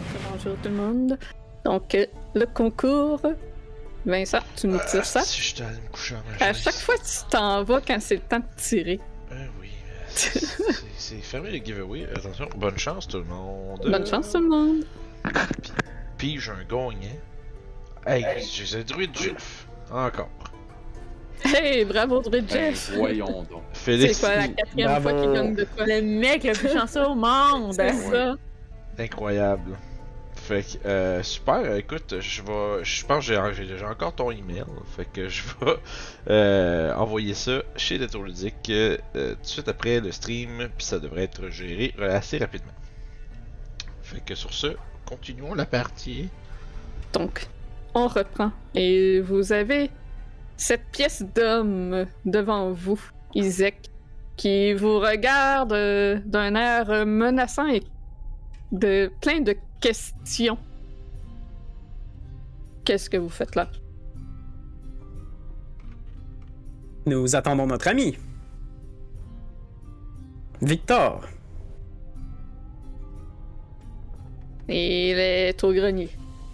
bonjour tout le monde. Donc, le concours. Vincent, tu nous tires ça? Si je t'allais me coucher en ma À chaque fois, tu t'en vas quand c'est le temps de tirer. Oui, c'est fermé le giveaway. Attention, bonne chance tout le monde. Bonne chance tout le monde. Puis j'ai un gagnant. Hey, j'ai un druide Jeff. Encore. Hey, bravo Druid Jeff! Voyons donc. C'est quoi la quatrième fois qu'il gagne de quoi? Le mec le plus chanceux au monde! C'est ça. Incroyable. Fait que, super, écoute, je pense que j'ai encore ton email, fait que je vais envoyer ça chez Détourludique tout de suite après le stream, puis ça devrait être géré assez rapidement. Fait que sur ce, continuons la partie. Donc, on reprend, et vous avez cette pièce d'homme devant vous, Isaac, qui vous regarde d'un air menaçant et plein de questions. Qu'est-ce que vous faites là? Nous attendons notre ami. Victor. Il est au grenier.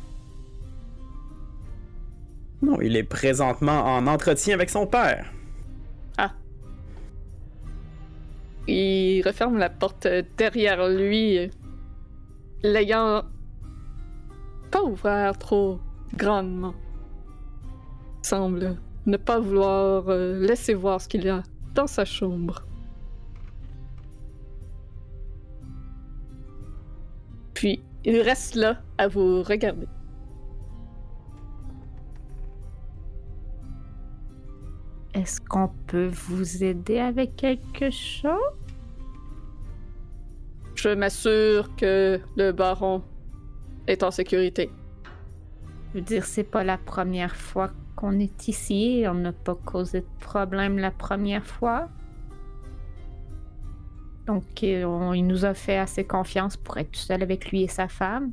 Non, il est présentement en entretien avec son père. Ah. Il referme la porte derrière lui, l'ayant pas ouvert trop grandement. Il semble ne pas vouloir laisser voir ce qu'il y a dans sa chambre. Puis, il reste là à vous regarder. Est-ce qu'on peut vous aider avec quelque chose? Je m'assure que le baron est en sécurité. Je veux dire, c'est pas la première fois qu'on est ici. On n'a pas causé de problème la première fois. Donc, il nous a fait assez confiance pour être tout seul avec lui et sa femme.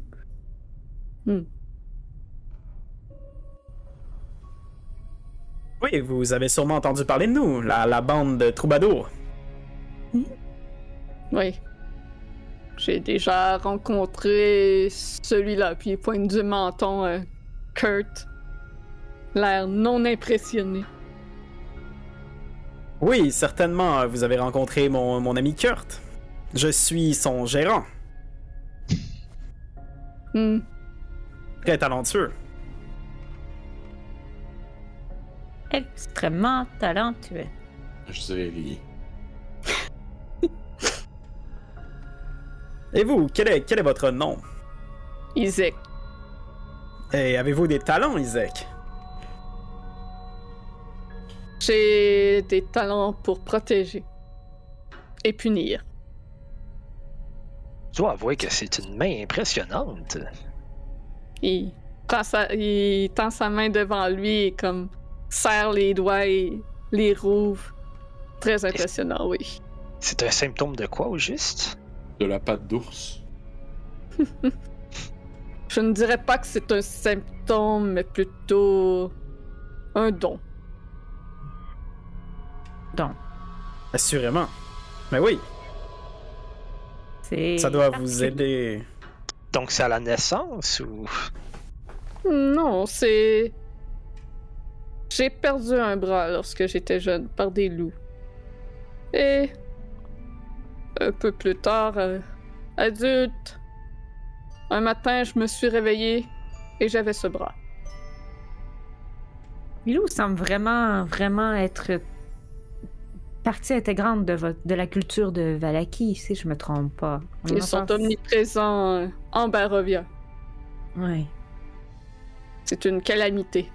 Oui, vous avez sûrement entendu parler de nous, la bande de troubadours. Oui. J'ai déjà rencontré celui-là, puis il pointe du menton, Kurt. L'air non impressionné. Oui, certainement, vous avez rencontré mon ami Kurt. Je suis son gérant. Très talentueux. Extrêmement talentueux. Je sais rien. Et vous, quel est votre nom? Isaac. Et avez-vous des talents, Isaac? J'ai des talents pour protéger et punir. Je dois avouer que c'est une main impressionnante. Il tend sa main devant lui et comme serre les doigts et les rouvre. Très impressionnant, oui. C'est un symptôme de quoi, au juste? De la patte d'ours. Je ne dirais pas que c'est un symptôme, mais plutôt un don. Donc, Assurément. Mais oui, ça doit vous aider. Donc c'est à la naissance ou... Non, c'est... J'ai perdu un bras lorsque j'étais jeune par des loups. Et... un peu plus tard, adulte, un matin, je me suis réveillée et j'avais ce bras. Milou semble vraiment être partie intégrante de la culture de Vallaki, si je me trompe pas. Ils sont omniprésents en Barovia. Oui. C'est une calamité.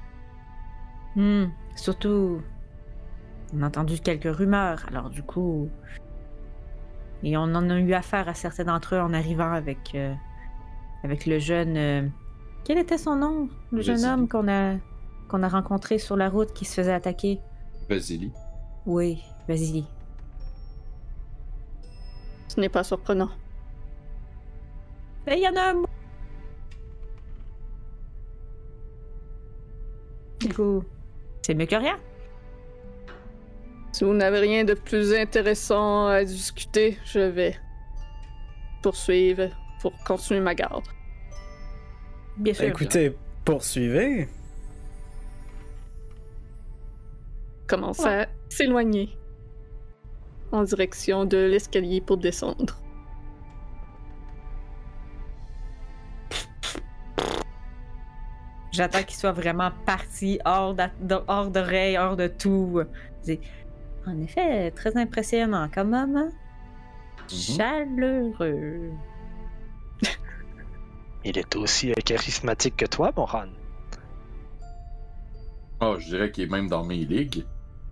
Surtout, on a entendu quelques rumeurs, alors du coup... Et on en a eu affaire à certains d'entre eux en arrivant avec le jeune... Quel était son nom? Le jeune homme qu'on a rencontré sur la route qui se faisait attaquer. Vasily. Oui, Vasily. Ce n'est pas surprenant. Et il y en a un... Du coup, c'est mieux que rien. Si vous n'avez rien de plus intéressant à discuter, je vais poursuivre pour continuer ma garde. Bien sûr. Écoutez, poursuivez. Commence à s'éloigner en direction de l'escalier pour descendre. J'attends qu'il soit vraiment parti, hors d'oreille, hors de tout. Je dis, en effet, très impressionnant quand même. Hein? Chaleureux. Il est aussi charismatique que toi, mon Han. Oh, je dirais qu'il est même dans mes ligues.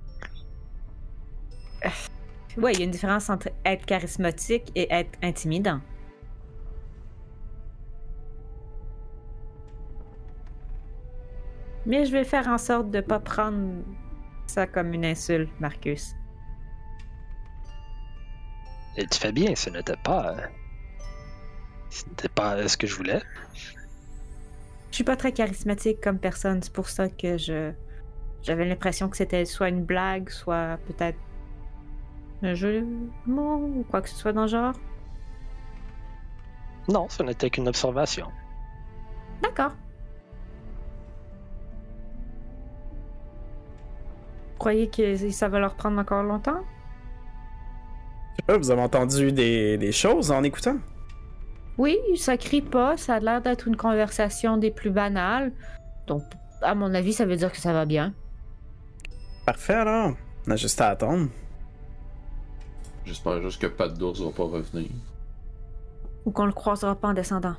Ouais, il y a une différence entre être charismatique et être intimidant. Mais je vais faire en sorte de pas prendre ça comme une insulte, Marcus. Et tu fais bien, ce n'était pas ce que je voulais. Je suis pas très charismatique comme personne, c'est pour ça que j'avais l'impression que c'était soit une blague, soit peut-être un jeu de mots ou quoi que ce soit dans le genre. Non, ce n'était qu'une observation. D'accord. Vous croyez que ça va leur prendre encore longtemps? Je sais pas, vous avez entendu des choses en écoutant? Oui, ça crie pas, ça a l'air d'être une conversation des plus banales. Donc, à mon avis, ça veut dire que ça va bien. Parfait alors. On a juste à attendre. J'espère juste que Pat d'ours va pas revenir. Ou qu'on le croisera pas en descendant.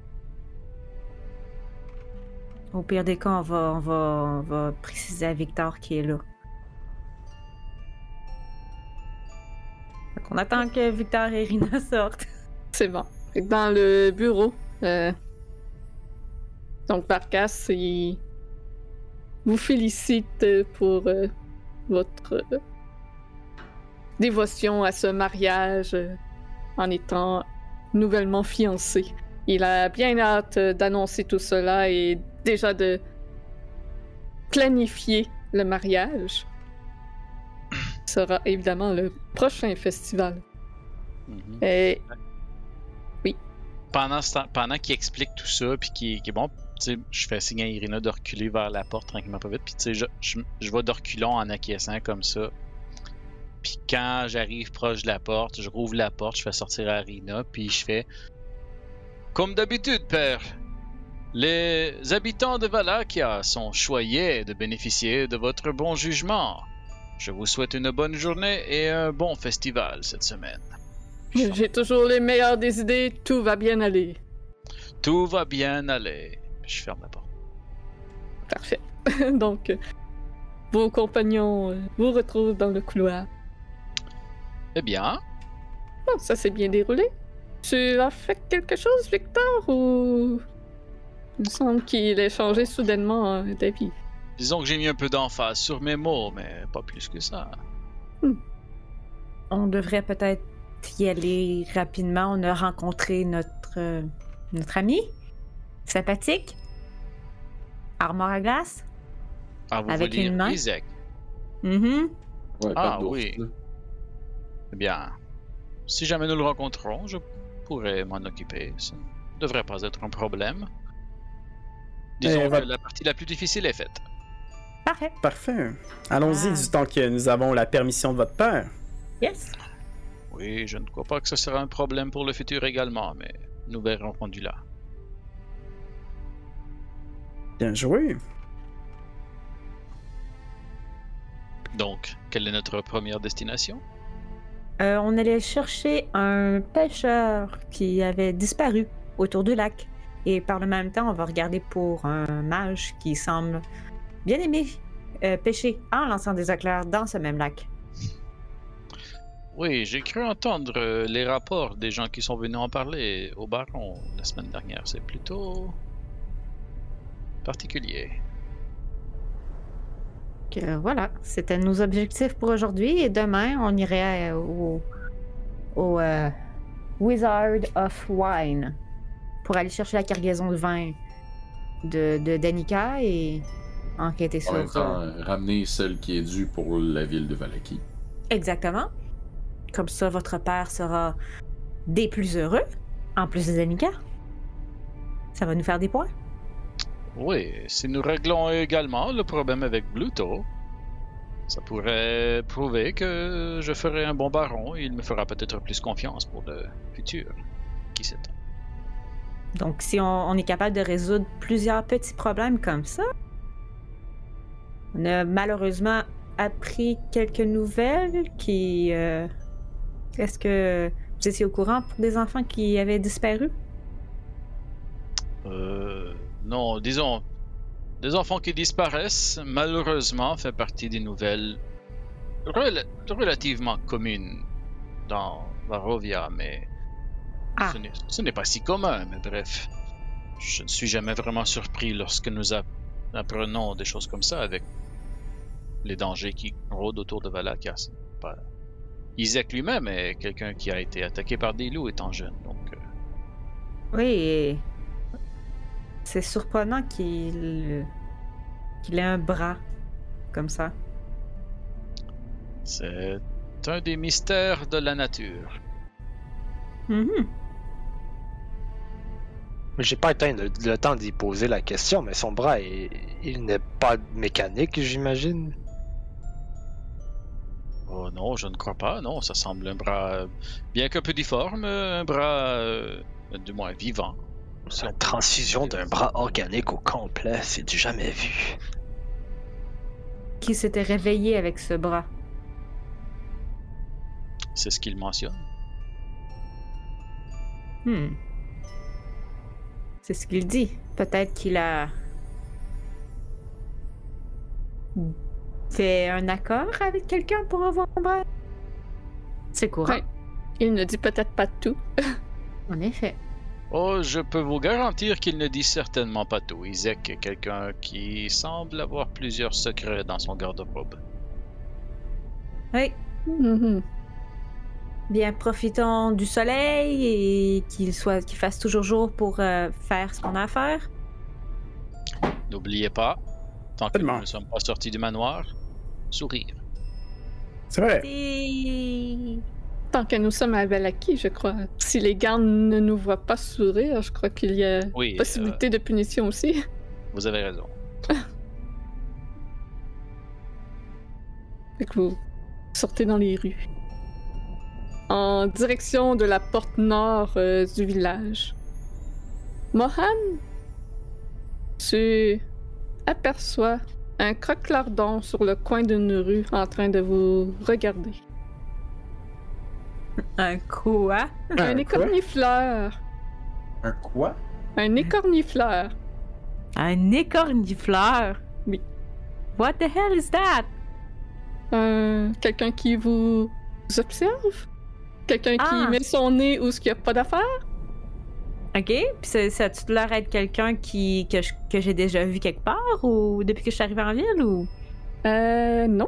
Au pire des cas, on va préciser à Victor qui est là. Donc on attend que Victor et Irina sortent. C'est bon. Fait que dans le bureau, donc Varkas, il vous félicite pour votre dévotion à ce mariage en étant nouvellement fiancé. Il a bien hâte d'annoncer tout cela et déjà de planifier le mariage. Ce sera évidemment le prochain festival. Mhm. Et Pendant qu'il explique tout ça, puis qui est bon, tu sais, je fais signe à Irina de reculer vers la porte tranquillement pas vite, puis tu sais, je vais de reculons en acquiesçant comme ça. Puis quand j'arrive proche de la porte, je rouvre la porte, je fais sortir Irina, puis je fais comme d'habitude, père. Les habitants de Valakia sont choyés de bénéficier de votre bon jugement. Je vous souhaite une bonne journée et un bon festival cette semaine. j'ai toujours les meilleures des idées, tout va bien aller. Tout va bien aller. Je ferme la porte. Parfait. Donc, vos compagnons vous retrouvent dans le couloir. Eh bien, Bon, ça s'est bien déroulé. Tu as fait quelque chose, Victor, ou... Il me semble qu'il a changé soudainement d'avis. disons que j'ai mis un peu d'emphase sur mes mots, mais pas plus que ça. On devrait peut-être y aller rapidement. On a rencontré notre ami, sympathique, armoire à glace. Ah, vous Avec voulez une main? Isaac? Mhm. Ouais, Ah, Pat d'ours, oui. là. Eh bien, si jamais nous le rencontrons, je pourrais m'en occuper. Ça ne devrait pas être un problème. Disons que la partie la plus difficile est faite. Parfait. Parfait. Allons-y Ah. du temps que nous avons la permission de votre père. Yes. Oui, je ne crois pas que ce sera un problème pour le futur également, mais nous verrons rendu là. Bien joué. Donc, quelle est notre première destination? On allait chercher un pêcheur qui avait disparu autour du lac. Et par le même temps, on va regarder pour un mage qui semble bien aimer pêcher en lançant des éclairs dans ce même lac. Oui, j'ai cru entendre les rapports des gens qui sont venus en parler au baron la semaine dernière. C'est plutôt particulier. Que voilà, c'était nos objectifs pour aujourd'hui. Et demain, on irait au Wizard of Wine pour aller chercher la cargaison de vin de Danica et enquêter En sur... même temps, ramener celle qui est due pour la ville de Valaki. Exactement. Comme ça, votre père sera des plus heureux, en plus de Danica. Ça va nous faire des points. Oui, si nous réglons également le problème avec Bluto, ça pourrait prouver que je ferai un bon baron et il me fera peut-être plus confiance pour le futur. Qui sait? Donc, si on est capable de résoudre plusieurs petits problèmes comme ça, on a malheureusement appris quelques nouvelles qui... Est-ce que vous étiez au courant pour des enfants qui avaient disparu? Non, disons, des enfants qui disparaissent, malheureusement, fait partie des nouvelles relativement communes dans Barovia, mais ce n'est pas si commun, mais bref. Je ne suis jamais vraiment surpris lorsque nous apprenons des choses comme ça avec les dangers qui rôdent autour de Valakia. Isaac lui-même est quelqu'un qui a été attaqué par des loups étant jeune, donc... Oui, c'est surprenant qu'il ait un bras comme ça. C'est un des mystères de la nature. Mm-hmm. J'ai pas été le temps d'y poser la question, mais son bras, il n'est pas mécanique, j'imagine. Oh non, je ne crois pas. Non, ça semble un bras, bien qu'un peu difforme, un bras, du moins vivant. La transfusion d'un bras organique au complet, c'est du jamais vu. Qui s'était réveillé avec ce bras? C'est ce qu'il mentionne. C'est ce qu'il dit. Peut-être qu'il a fait un accord avec quelqu'un pour avoir un bras. C'est courant. Ouais. Il ne dit peut-être pas tout. En effet. Oh, je peux vous garantir qu'il ne dit certainement pas tout. Isaac est quelqu'un qui semble avoir plusieurs secrets dans son garde-robe. Oui. Mhm. Bien, profitons du soleil et qu'il fasse toujours jour pour faire ce qu'on a à faire. N'oubliez pas, tant que Absolument. nous ne sommes pas sortis du manoir, sourire. C'est vrai. Tant que nous sommes à Valaki, je crois. Si les gardes ne nous voient pas sourire, je crois qu'il y a Oui, possibilité de punition aussi. Vous avez raison. Fait que vous sortez dans les rues. En direction de la porte nord du village. Mohan, tu aperçois un croque-lardon sur le coin d'une rue en train de vous regarder. Un quoi? Un écornifleur. Un quoi? Un écornifleur. Un écornifleur? Oui. What the hell is that? Quelqu'un qui vous observe? Quelqu'un qui met son nez où il n'y a pas d'affaires? Ok, puis ça a-tu l'air d'être quelqu'un que j'ai déjà vu quelque part ou depuis que je suis arrivée en ville ou? Non.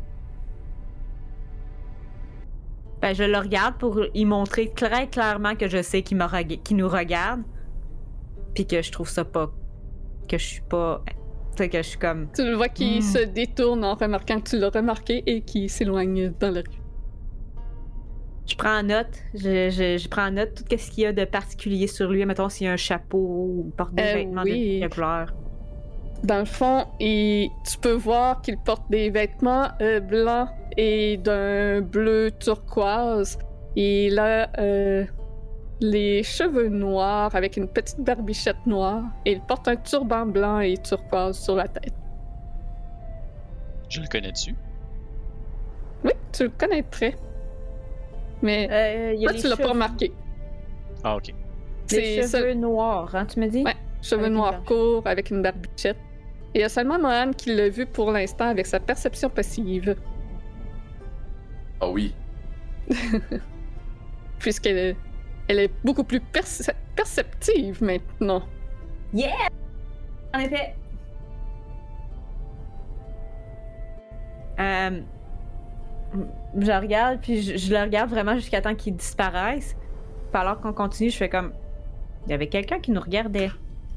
Ben, je le regarde pour y montrer très clairement que je sais qu'il nous regarde. Puis que je trouve ça pas. Que je suis pas. Tu sais, que je suis comme. Tu le vois qui se détourne en remarquant que tu l'as remarqué et qui s'éloigne dans la rue. Je prends en note. Je prends en note tout ce qu'il y a de particulier sur lui. Mettons s'il y a un chapeau ou porte des vêtements oui. de quelle couleur. Dans le fond, tu peux voir qu'il porte des vêtements blancs et d'un bleu turquoise. Il a les cheveux noirs avec une petite barbichette noire. Et il porte un turban blanc et turquoise sur la tête. Je le connais dessus. Oui, tu le connaîtrais. Mais Il y a toi, tu l'as pas remarqué. Ah, ok. Les cheveux noirs, hein, tu me dis? Ouais, cheveux Avec une noirs barbe. courts avec une barbichette. Et il y a seulement Mohan qui l'a vu pour l'instant avec sa perception passive. Ah oui. Puisqu'elle elle est beaucoup plus perceptive maintenant. Yeah! En effet. Je regarde, puis je le regarde vraiment jusqu'à temps qu'il disparaisse. Puis alors qu'on continue, je fais comme... Il y avait quelqu'un qui nous regardait.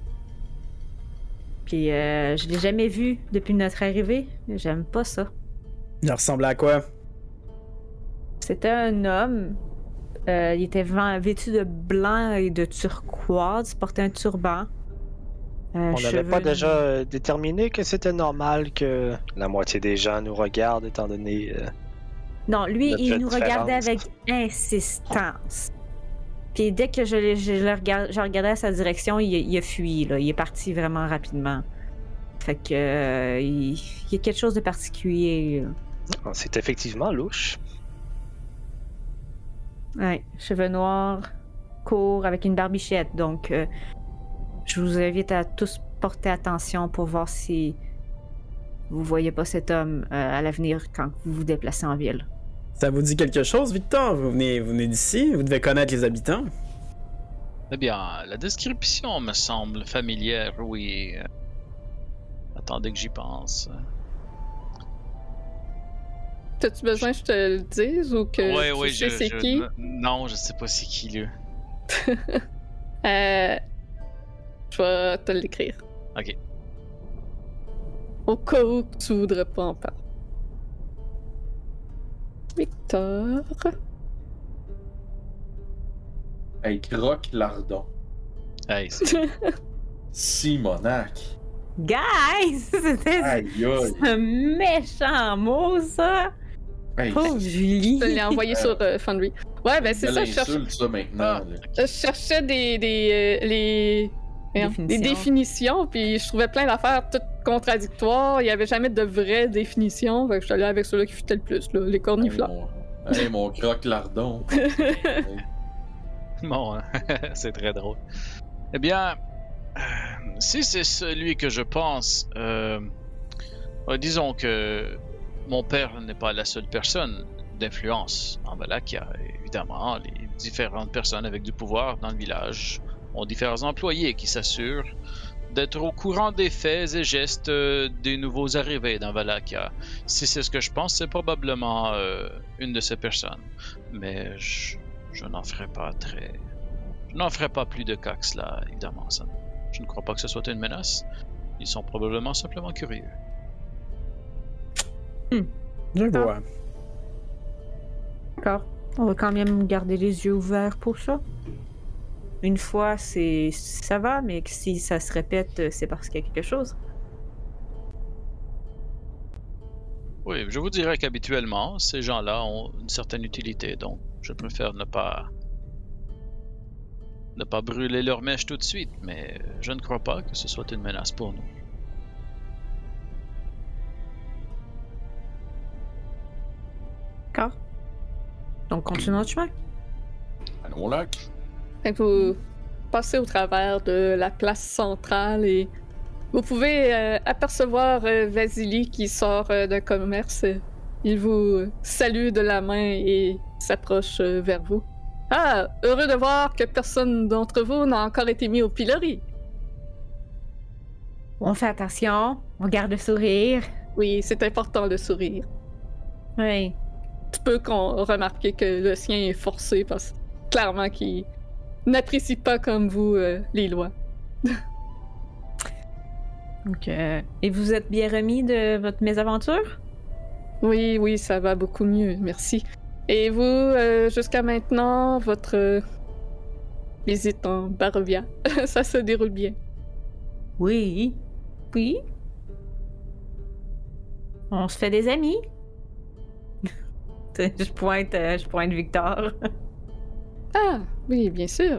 Puis je l'ai jamais vu depuis notre arrivée. J'aime pas ça. Il ressemblait à quoi? C'était un homme. Il était vêtu de blanc et de turquoise. Il portait un turban. On n'avait pas déjà déterminé que c'était normal que la moitié des gens nous regardent, étant donné... Non, lui, notre il nous regardait différence. avec insistance. Puis dès que je regardais à sa direction, il a fui, là. Il est parti vraiment rapidement. Fait que... il y a quelque chose de particulier, là. C'est effectivement louche. Ouais, cheveux noirs, court, avec une barbichette. Donc, je vous invite à tous porter attention pour voir si vous voyez pas cet homme à l'avenir quand vous vous déplacez en ville. Ça vous dit quelque chose, Victor? Vous venez d'ici? Vous devez connaître les habitants? Eh bien, la description me semble familière, oui. Attendez que j'y pense. T'as-tu besoin que je te le dise ou que tu sais c'est qui? Non, je sais pas c'est qui, lui. Je vais te l'écrire. Ok. Au cas où tu voudrais pas en parler. Victor. Hey, Croc Lardon. Hey, c'est... Simonac. Guys! C'était Aïe, aïe. un méchant mot, ça! Hey, Pauvre Julie! Je l'ai envoyé sur Fundry. Ouais, ben c'est ça, je cherchais. l'insulte, ça, maintenant. Ah. là. Je cherchais des définitions, puis je trouvais plein d'affaires toutes contradictoires. Il n'y avait jamais de vraies définitions. Fait que je suis allé avec ceux-là qui futaient le plus, là, les corniflores. Hey, mon Croc Lardon. Bon, hein. C'est très drôle. Eh bien, si c'est celui que je pense, disons que mon père n'est pas la seule personne d'influence en Valakia. Évidemment, les différentes personnes avec du pouvoir dans le village ont différents employés qui s'assurent d'être au courant des faits et gestes des nouveaux arrivés dans Valakia. Si c'est ce que je pense, c'est probablement une de ces personnes. Mais je n'en ferai pas très... Je n'en ferai pas plus de cas que cela, évidemment. Ça. Je ne crois pas que ce soit une menace. Ils sont probablement simplement curieux. Je vois. D'accord. On va quand même garder les yeux ouverts pour ça. Une fois, ça va, mais si ça se répète, c'est parce qu'il y a quelque chose. Oui, je vous dirais qu'habituellement, ces gens-là ont une certaine utilité, donc je préfère ne pas brûler leur mèche tout de suite, mais je ne crois pas que ce soit une menace pour nous. D'accord. Donc, continuons notre chemin. Allons au lac. Fait que vous passez au travers de la place centrale et vous pouvez apercevoir Vasily qui sort d'un commerce. Il vous salue de la main et s'approche vers vous. Ah, heureux de voir que personne d'entre vous n'a encore été mis au pilori. On fait attention, on garde le sourire. Oui, c'est important le sourire. Oui. Tu peux remarquer que le sien est forcé parce que clairement qu'il n'apprécie pas comme vous les lois. Donc, et vous êtes bien remis de votre mésaventure? Oui, ça va beaucoup mieux, merci. Et vous, jusqu'à maintenant, votre visite en Barovia, ça se déroule bien? Oui. Oui. On se fait des amis. je pointe Victor. Ah, oui, bien sûr.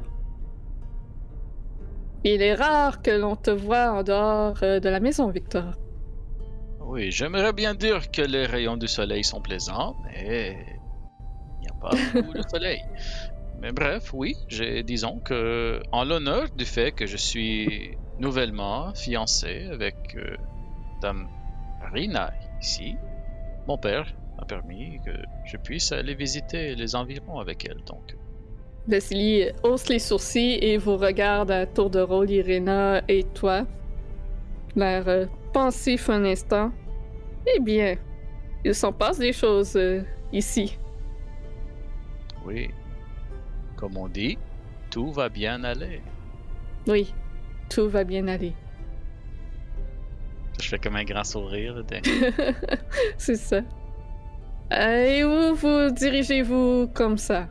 Il est rare que l'on te voie en dehors de la maison, Victor. Oui, j'aimerais bien dire que les rayons du soleil sont plaisants, mais il n'y a pas beaucoup de soleil. Mais bref, oui, disons que en l'honneur du fait que je suis nouvellement fiancé avec Dame Rina ici, mon père m'a permis que je puisse aller visiter les environs avec elle, donc... Vasily hausse les sourcils et vous regarde à tour de rôle, Irina et toi. L'air pensif un instant. Eh bien, il s'en passe des choses ici. Oui, comme on dit, tout va bien aller. Oui, tout va bien aller. Je fais comme un grand sourire. C'est ça. Et où vous dirigez-vous comme ça?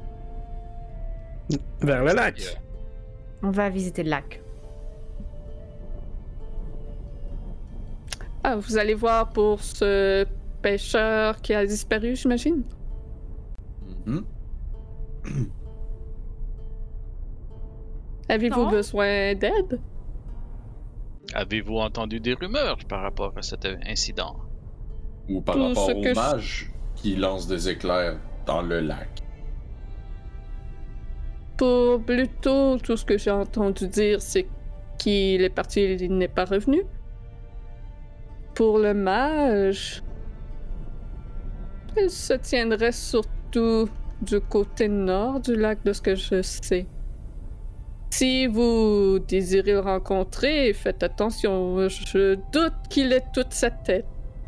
Vers le lac. On va visiter le lac. Ah, vous allez voir pour ce pêcheur qui a disparu, j'imagine? Mhm. Avez-vous Non. besoin d'aide? Avez-vous entendu des rumeurs par rapport à cet incident? Ou par Tout rapport ce au que je- mage qui lance des éclairs dans le lac. Pour plutôt, tout ce que j'ai entendu dire, c'est qu'il est parti et il n'est pas revenu. Pour le mage, il se tiendrait surtout du côté nord du lac de ce que je sais. Si vous désirez le rencontrer, faites attention. Je doute qu'il ait toute sa tête.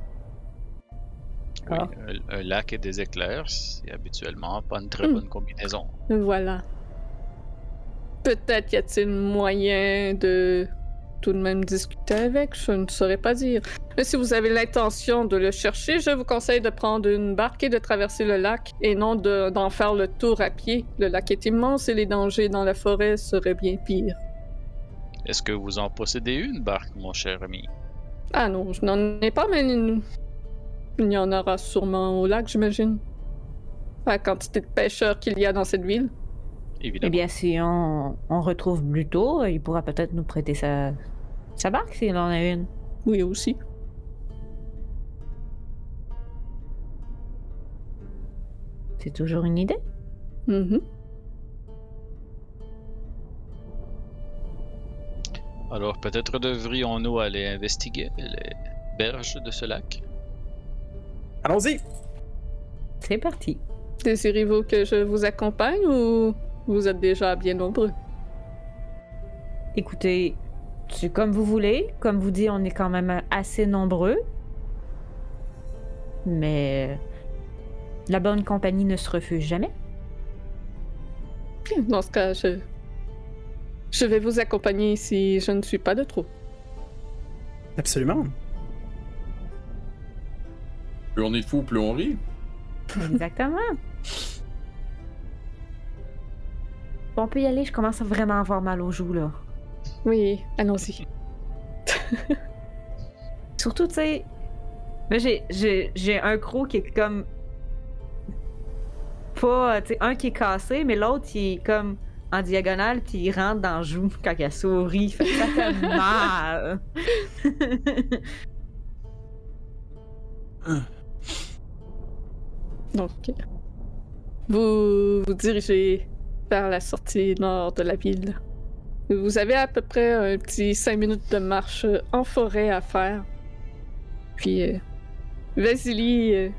Oui, Ah. un lac et des éclairs, c'est habituellement pas une très Hmm. bonne combinaison. Voilà. Peut-être y a-t-il moyen de tout de même discuter avec, je ne saurais pas dire. Mais si vous avez l'intention de le chercher, je vous conseille de prendre une barque et de traverser le lac, et non d'en faire le tour à pied. Le lac est immense et les dangers dans la forêt seraient bien pires. Est-ce que vous en possédez une barque, mon cher ami? Ah non, je n'en ai pas, mais il y en aura sûrement au lac, j'imagine. La quantité de pêcheurs qu'il y a dans cette ville. Évidemment. Eh bien, si on retrouve Bluto, il pourra peut-être nous prêter sa barque s'il en a une. Oui, aussi. C'est toujours une idée. Mhm. Alors peut-être devrions-nous aller investiguer les berges de ce lac? Allons-y! C'est parti. Désirez-vous que je vous accompagne ou vous êtes déjà bien nombreux? Écoutez, c'est comme vous voulez. Comme vous dites, on est quand même assez nombreux. Mais la bonne compagnie ne se refuse jamais. Bien, dans ce cas, je vais vous accompagner si je ne suis pas de trop. Absolument. Plus on est de fous, plus on rit. Exactement. Bon, on peut y aller, je commence à vraiment avoir mal aux joues, là. Oui, allons-y. Surtout, tu sais, moi, j'ai un croc qui est comme... Pas, tu sais, un qui est cassé, mais l'autre, il est comme en diagonale, puis il rentre dans le joue quand elle sourit. Fait que ça fait mal. Donc, vous vous dirigez vers la sortie nord de la ville. Vous avez à peu près un petit 5 minutes de marche en forêt à faire. Puis, Vasily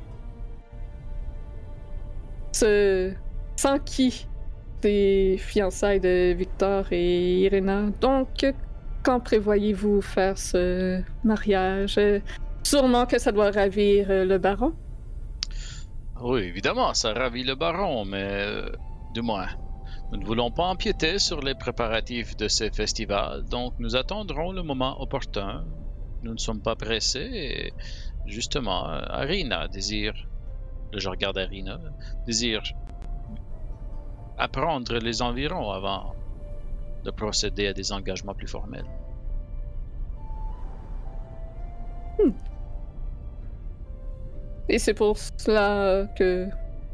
se s'enquit des fiançailles de Victor et Irena. Donc, quand prévoyez-vous faire ce mariage? Sûrement que ça doit ravir le baron. Oui, évidemment, ça ravit le baron, mais du moins, nous ne voulons pas empiéter sur les préparatifs de ces festivals, donc nous attendrons le moment opportun. Nous ne sommes pas pressés et justement, Arina désire, je regarde Arina, désire apprendre les environs avant de procéder à des engagements plus formels. Et c'est pour cela que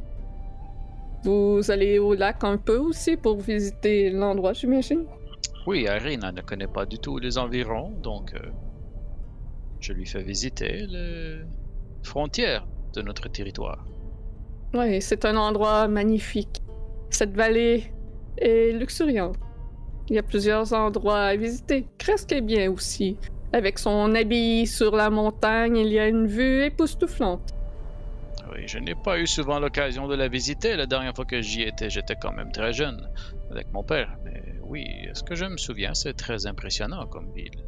vous allez au lac un peu aussi pour visiter l'endroit, j'imagine? Oui, Arina ne connaît pas du tout les environs, donc je lui fais visiter les frontières de notre territoire. Oui, c'est un endroit magnifique. Cette vallée est luxuriante. Il y a plusieurs endroits à visiter. Cresque est bien aussi. Avec son abbaye sur la montagne, il y a une vue époustouflante. Oui, je n'ai pas eu souvent l'occasion de la visiter. La dernière fois que j'y étais, j'étais quand même très jeune, avec mon père. Mais oui, ce que je me souviens, c'est très impressionnant comme ville.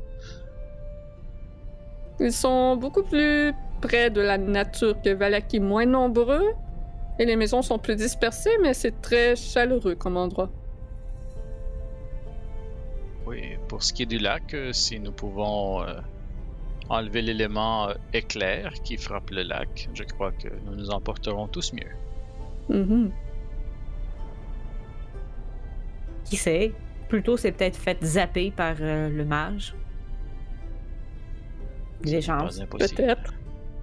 Ils sont beaucoup plus près de la nature que Vallaki, moins nombreux. Et les maisons sont plus dispersées, mais c'est très chaleureux comme endroit. Oui, pour ce qui est du lac, si nous pouvons enlever l'élément éclair qui frappe le lac, je crois que nous nous en porterons tous mieux. Mhm. Qui sait? Plutôt, c'est peut-être fait zapper par le mage. J'ai chance. Pas impossible. Peut-être.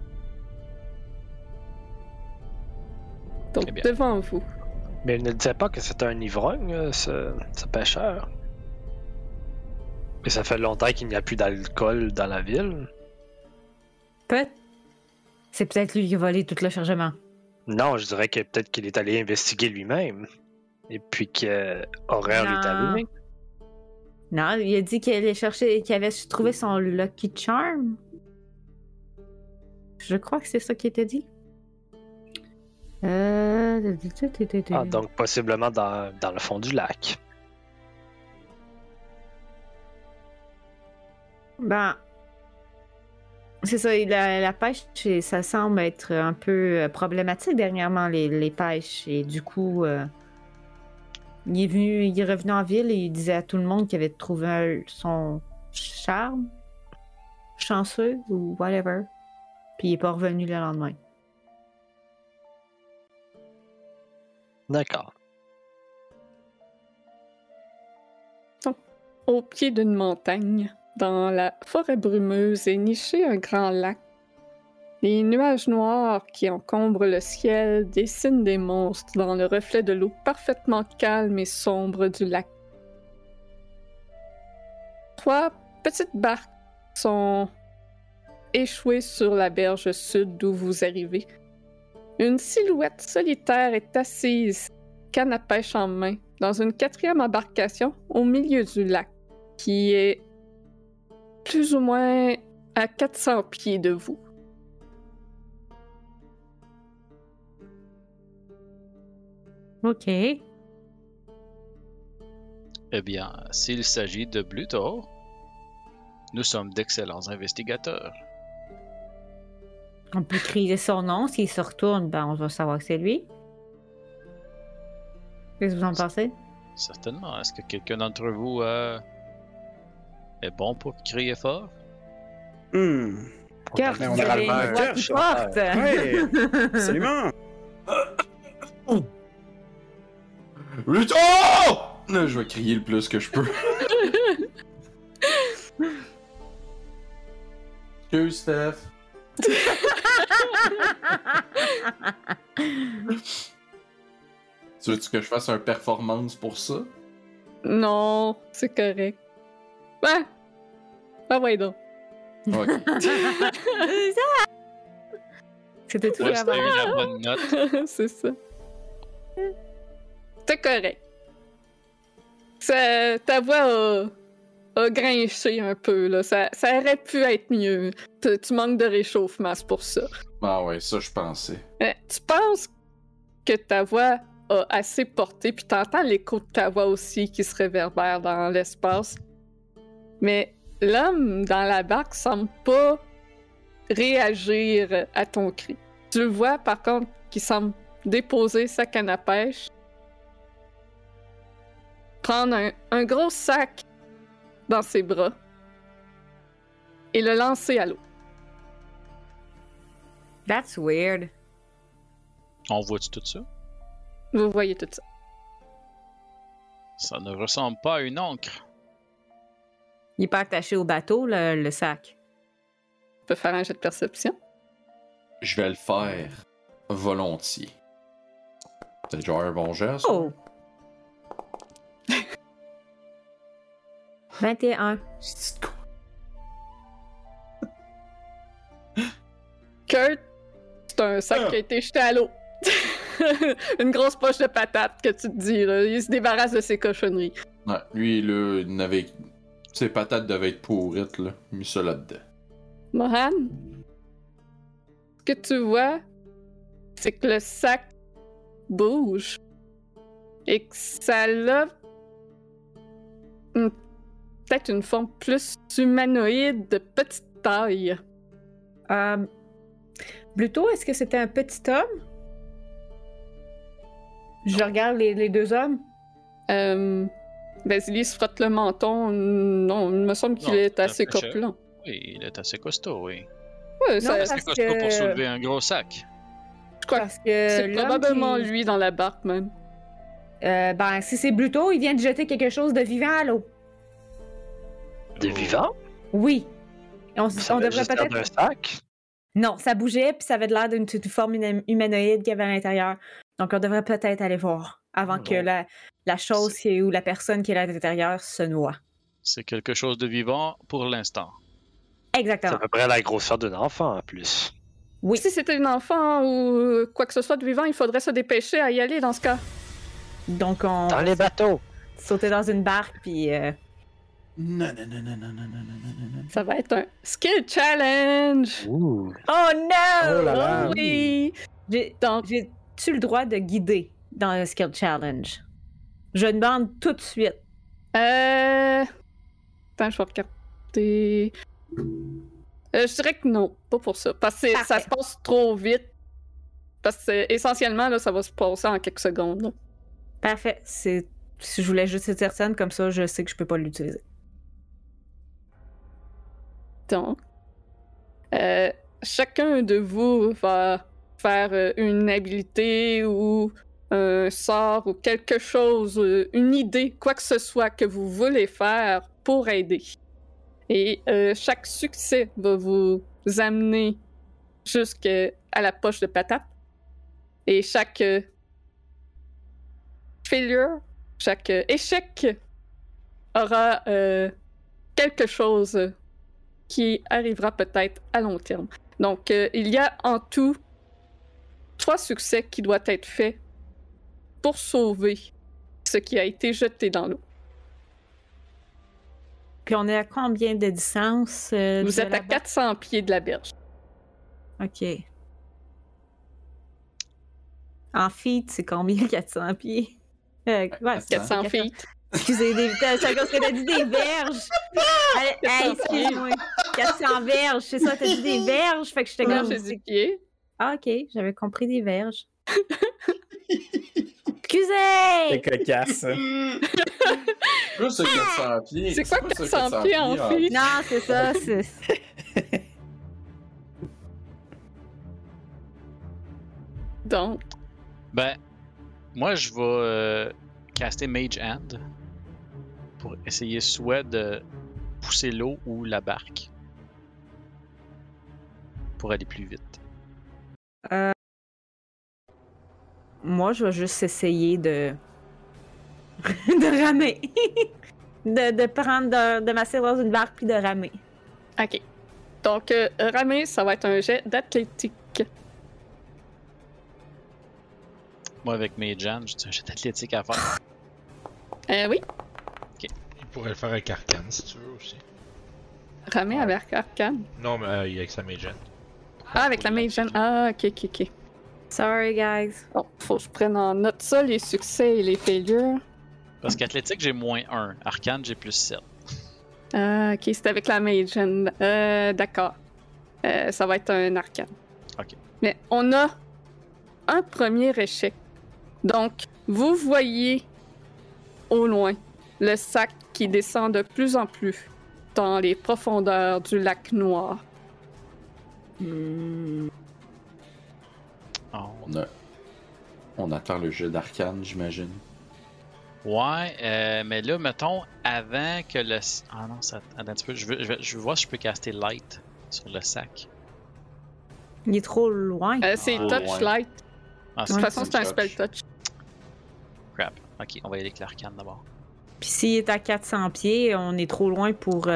Donc, Eh bien. devant vous. Mais il ne disait pas que c'était un ivrogne, ce pêcheur. Et ça fait longtemps qu'il n'y a plus d'alcool dans la ville. C'est peut-être lui qui a volé tout le chargement. Non, je dirais que peut-être qu'il est allé investiguer lui-même. Et puis que Aurore lui est arrivé. Non, il a dit qu'il allait chercher, qu'il avait trouvé son Lucky Charm. Je crois que c'est ça qu'il était dit. Ah, donc possiblement dans le fond du lac. Ben, c'est ça, la pêche, ça semble être un peu problématique dernièrement, les pêches. Et du coup, il est revenu en ville et il disait à tout le monde qu'il avait trouvé son charme, chanceux ou whatever. Puis il est pas revenu le lendemain. D'accord. Au pied d'une montagne, dans la forêt brumeuse, est niché un grand lac. Les nuages noirs qui encombrent le ciel dessinent des monstres dans le reflet de l'eau parfaitement calme et sombre du lac. 3 petites barques sont échouées sur la berge sud d'où vous arrivez. Une silhouette solitaire est assise, canne à pêche en main, dans une 4e embarcation au milieu du lac, qui est plus ou moins à 400 pieds de vous. OK. Eh bien, s'il s'agit de Blutor, nous sommes d'excellents investigateurs. On peut crier son nom. S'il se retourne, ben on va savoir que c'est lui. Qu'est-ce que vous en pensez? Certainement. Est-ce que quelqu'un d'entre vous est bon pour crier fort? Cœur, Mais on vous a avez rarement un une voix cœur, qui ça. porte. Ouais, absolument. Luton! Là, je vais crier le plus que je peux. Excuse, Steph. Tu veux-tu que je fasse un performance pour ça? Non, c'est correct. Ouais donc. Ok. C'était tout Ouais, avant. c'était eu la bonne note. C'est ça. C'est correct. Ta voix a grinché un peu, là. Ça aurait pu être mieux. Tu manques de réchauffement, c'est pour ça. Ah ouais, ça je pensais. Tu penses que ta voix a assez porté, puis t'entends l'écho de ta voix aussi qui se réverbère dans l'espace. Mais l'homme dans la barque semble pas réagir à ton cri. Tu le vois, par contre, qui semble déposer sa canne à pêche, prendre un gros sac dans ses bras et le lancer à l'eau. That's weird. On voit-tu tout ça? Vous voyez tout ça. Ça ne ressemble pas à une encre. Il est pas attaché au bateau, le sac. Tu peux faire un jet de perception. Je vais le faire volontiers. C'est genre un bon geste. Ça? Oh! 21. C'est quoi? Kurt, c'est un sac qui a été jeté à l'eau. Une grosse poche de patates que tu te dis, là. Il se débarrasse de ses cochonneries. Ouais, lui, là, il n'avait... Ses patates devaient être pourrites, là. Il a mis ça là-dedans. Mohan, ce que tu vois, c'est que le sac bouge et que ça a peut-être une forme plus humanoïde de petite taille. Plutôt, est-ce que c'était un petit homme? Je regarde les deux hommes. Vasily se frotte le menton. Non, il me semble qu'il Non, est c'est un assez pêcheur. corpulent. Oui, il est assez costaud, oui. Ouais, ça, parce Assez costaud que- pour soulever un gros sac. je crois que Parce que c'est l'homme probablement qui- lui dans la barque même. Ben, si c'est Bluto, il vient de jeter quelque chose de vivant à l'eau. De vivant? Oui. On Ça devrait juste l'air d'un peut-être... sac. Non, ça bougeait, puis ça avait l'air d'une forme humanoïde qu'il y avait à l'intérieur. Donc, on devrait peut-être aller voir avant que la chose ou la personne qui est là à l'intérieur se noie. C'est quelque chose de vivant pour l'instant. C'est Exactement. à peu près la grosseur d'un enfant en plus. Oui. Si c'était un enfant ou quoi que ce soit de vivant, il faudrait se dépêcher à y aller dans ce cas. Donc, on Dans les bateaux. sauter dans une barque, puis... Non. Ça va être un skill challenge! Ouh. Oh non! Oh là là. Oh oui! Donc, J'ai-tu le droit de guider dans le skill challenge? Je demande tout de suite. Attends, je vais regarder. Je dirais que non, pas pour ça. Parce que ça Parfait. se passe trop vite. Parce que essentiellement, là, ça va se passer en quelques secondes. Là. Parfait. Si je voulais juste être certaine, comme ça, je sais que je peux pas l'utiliser. Donc, chacun de vous va faire une habilité ou un sort ou quelque chose, une idée, quoi que ce soit que vous voulez faire pour aider. Et chaque succès va vous amener jusqu'à la poche de patate. Et chaque failure, chaque échec aura quelque chose qui arrivera peut-être à long terme. Donc, il y a en tout 3 succès qui doivent être faits pour sauver ce qui a été jeté dans l'eau. Puis on est à combien de distance? Vous êtes à 400 pieds de la berge. OK. En feet, c'est combien 400 pieds? Ouais, 400 feet. Excusez, c'est parce que t'as dit des verges. Hey, excuse-moi. 400 verges, c'est ça, t'as dit des verges, fait que j'étais Non, comme... j'ai dit pieds. Ah, OK, j'avais compris des verges. C'est Excusez! cocasse. Plus de 400 pieds. C'est quoi 400 pieds en feet? Non, c'est ça, c'est... Donc, Ben, moi, je vais caster Mage Hand pour essayer soit de pousser l'eau ou la barque pour aller plus vite. Moi, je vais juste essayer de... de ramer. de prendre... de m'asseoir dans une barque puis de ramer. OK. Donc, ramer, ça va être un jet d'athlétique. Moi, avec Mage Hand, j'ai un jet athlétique à faire. Oui, Il pourrait le faire avec Arcane si tu veux aussi. ramer avec Arcane. Non, mais avec sa Mage Hand. Ah, avec la Mage Hand. Ah, ok. Sorry, guys. Bon, faut que je prenne en note ça, les succès et les failures. Parce qu'athlétique, j'ai -1. Arcane, j'ai +7. Ah, ok, c'est avec la Mage Hand. D'accord. Ça va être un Arcane. Ok. Mais on a un premier échec. Donc, vous voyez au loin le sac qui descend de plus en plus dans les profondeurs du lac Noir. Oh. On attend le jeu d'arcane, j'imagine. Ouais, mais là, mettons, avant que le... Ah non, ça... Attends un petit peu, je veux voir si je peux caster Light sur le sac. Il est trop loin. C'est Ah, Touchlight. Ah, De toute façon, c'est un touch. spell touch. crap. Ok, on va y aller avec l'Arcane d'abord. Puis s'il est à 400 pieds, on est trop loin pour...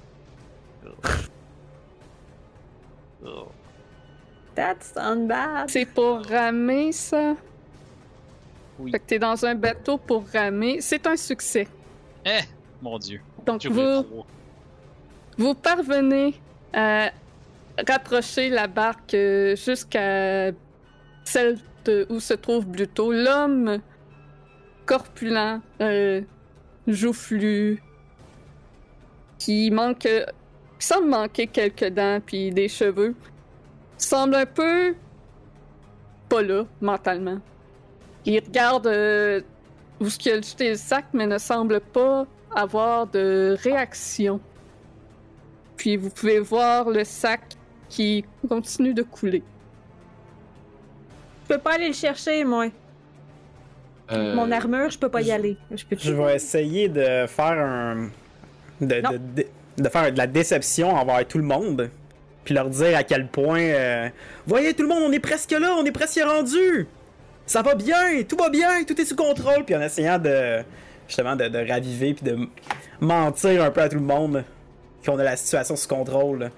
Oh. That's unbad. C'est pour ramer, ça? Oui. Fait que t'es dans un bateau pour ramer. C'est un succès. Eh! Mon dieu. Donc, J'ai oublié vous, vous parvenez à rapprocher la barque jusqu'à celle où se trouve Bluto. L'homme corpulent, joufflu, qui semble manquer quelques dents puis des cheveux, semble un peu pas là, mentalement. Il regarde où est-ce qu'il a jeté le sac, mais ne semble pas avoir de réaction. Puis vous pouvez voir le sac qui continue de couler. Je peux pas aller le chercher, moi. Mon armure, je peux pas y aller. Je vais essayer de faire un... de de faire de la déception envers tout le monde. Puis leur dire à quel point... voyez tout le monde, on est presque là, on est presque rendu! Ça va bien, tout est sous contrôle. Puis en essayant de... Justement, de raviver puis de mentir un peu à tout le monde qu'on a la situation sous contrôle.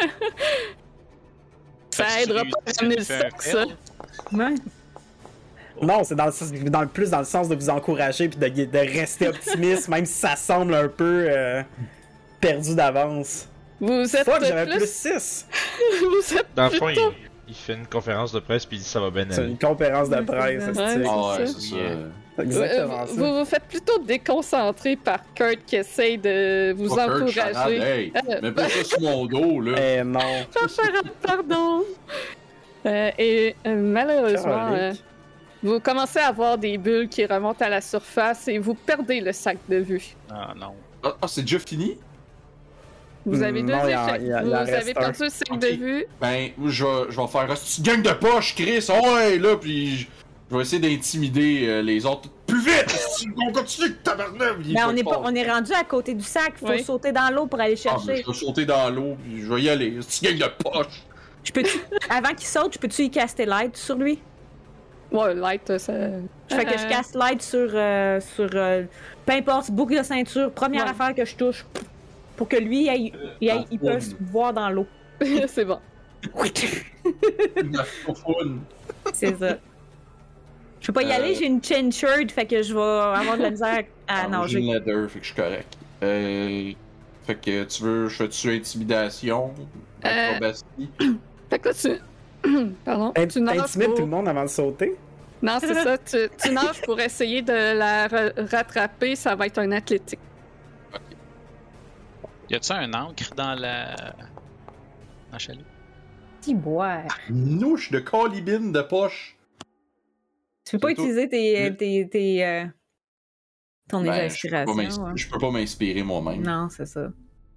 Ça aidera pas à amener le sexe, ça. Ouais. Non, c'est plus dans le sens de vous encourager puis de rester optimiste, même si ça semble un peu perdu d'avance. Vous êtes Fuck, j'avais plus 6! Vous êtes Dans le fond, plutôt... il fait une conférence de presse puis il dit ça va bien C'est aller. une conférence de presse, Ouais, c'est Ah ouais, ça. c'est ça. C'est exactement ça. Vous vous faites plutôt déconcentrer par Kurt qui essaye de vous Pas Kurt Charade, encourager. hey, mets pas ça sur mon dos, là. Eh non. Charade, pardon. Malheureusement, Charolique. vous commencez à voir des bulles qui remontent à la surface et vous perdez le sac de vue. Ah non. Ah, c'est déjà fini? Vous avez deux Non, il en échecs. reste Vous un. avez perdu le sac Ok. de vue. Ben, je vais faire une petite gang de poche, Chris. Ouais, là, puis je vais essayer d'intimider les autres. Plus vite! On continue, tabarnak! Ben, on est rendu à côté du sac. Faut Oui. sauter dans l'eau pour aller Ah, ben, chercher. je vais sauter dans l'eau, puis je vais y aller. Petite gang de poche. Avant qu'il saute, je peux-tu y caster light sur lui? Ouais, light, ça. Je fais que je casse light sur peu importe, boucle de ceinture, première Ouais. affaire que je touche. Pour que lui, il peut se voir dans l'eau. C'est bon. La foufoune. C'est ça. Je peux pas y aller, j'ai une chain shirt, fait que je vais avoir de la misère à J'ai nager. une leather, fait que je suis correct. Fait que tu veux, je fais-tu intimidation? Acrobatie? Fait que là, Pardon? Tu nages Intimide pour- tout le monde avant de sauter. Non, c'est ça. Tu nages pour essayer de la rattraper. Ça va être un athlétique. Y a-tu un ancre dans la chaloupe? Petit boire. Nouche de colibine de poche. Tu peux pas Surtout- utiliser ton Ben, inspiration. hein. je peux pas m'inspirer moi-même. Non, c'est ça.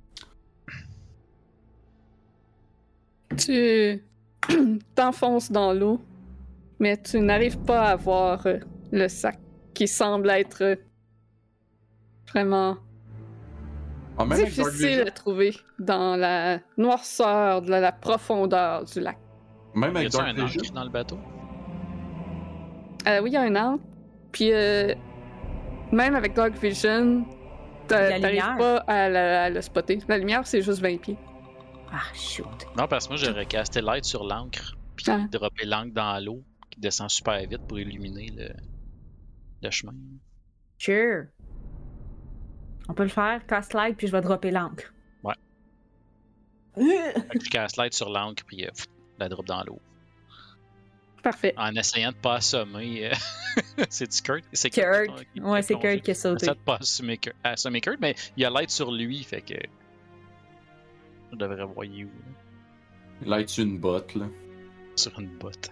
Tu t'enfonces dans l'eau, mais tu n'arrives pas à voir le sac qui semble être vraiment Ah, même avec Dark difficile Vision? à trouver dans la noirceur, de la profondeur du lac. Même Y avec a-tu Dark un Vision? ancre dans le bateau? Oui, il y a un angle. Puis même avec Dark Vision, La t'arrives lumière. pas à le spotter. La lumière, c'est juste 20 pieds. Ah, shoot. Non, parce que moi j'aurais casté light sur l'encre, puis Ah. droppé l'encre dans l'eau, qui descend super vite pour illuminer le chemin. Sure. On peut le faire, cast light, puis je vais dropper l'encre. Ouais. Ouais. Fait que je casse light sur l'encre, puis la drop dans l'eau. Parfait. En essayant de pas assommer. C'est-tu Kurt? C'est Kurt. qui Ouais, c'est plongé. Kurt qui a sauté. J'essaie de pas assommer Kurt, mais il y a light sur lui, fait que. Je devrais voir où. Là, es-tu une botte, là? Sur une botte.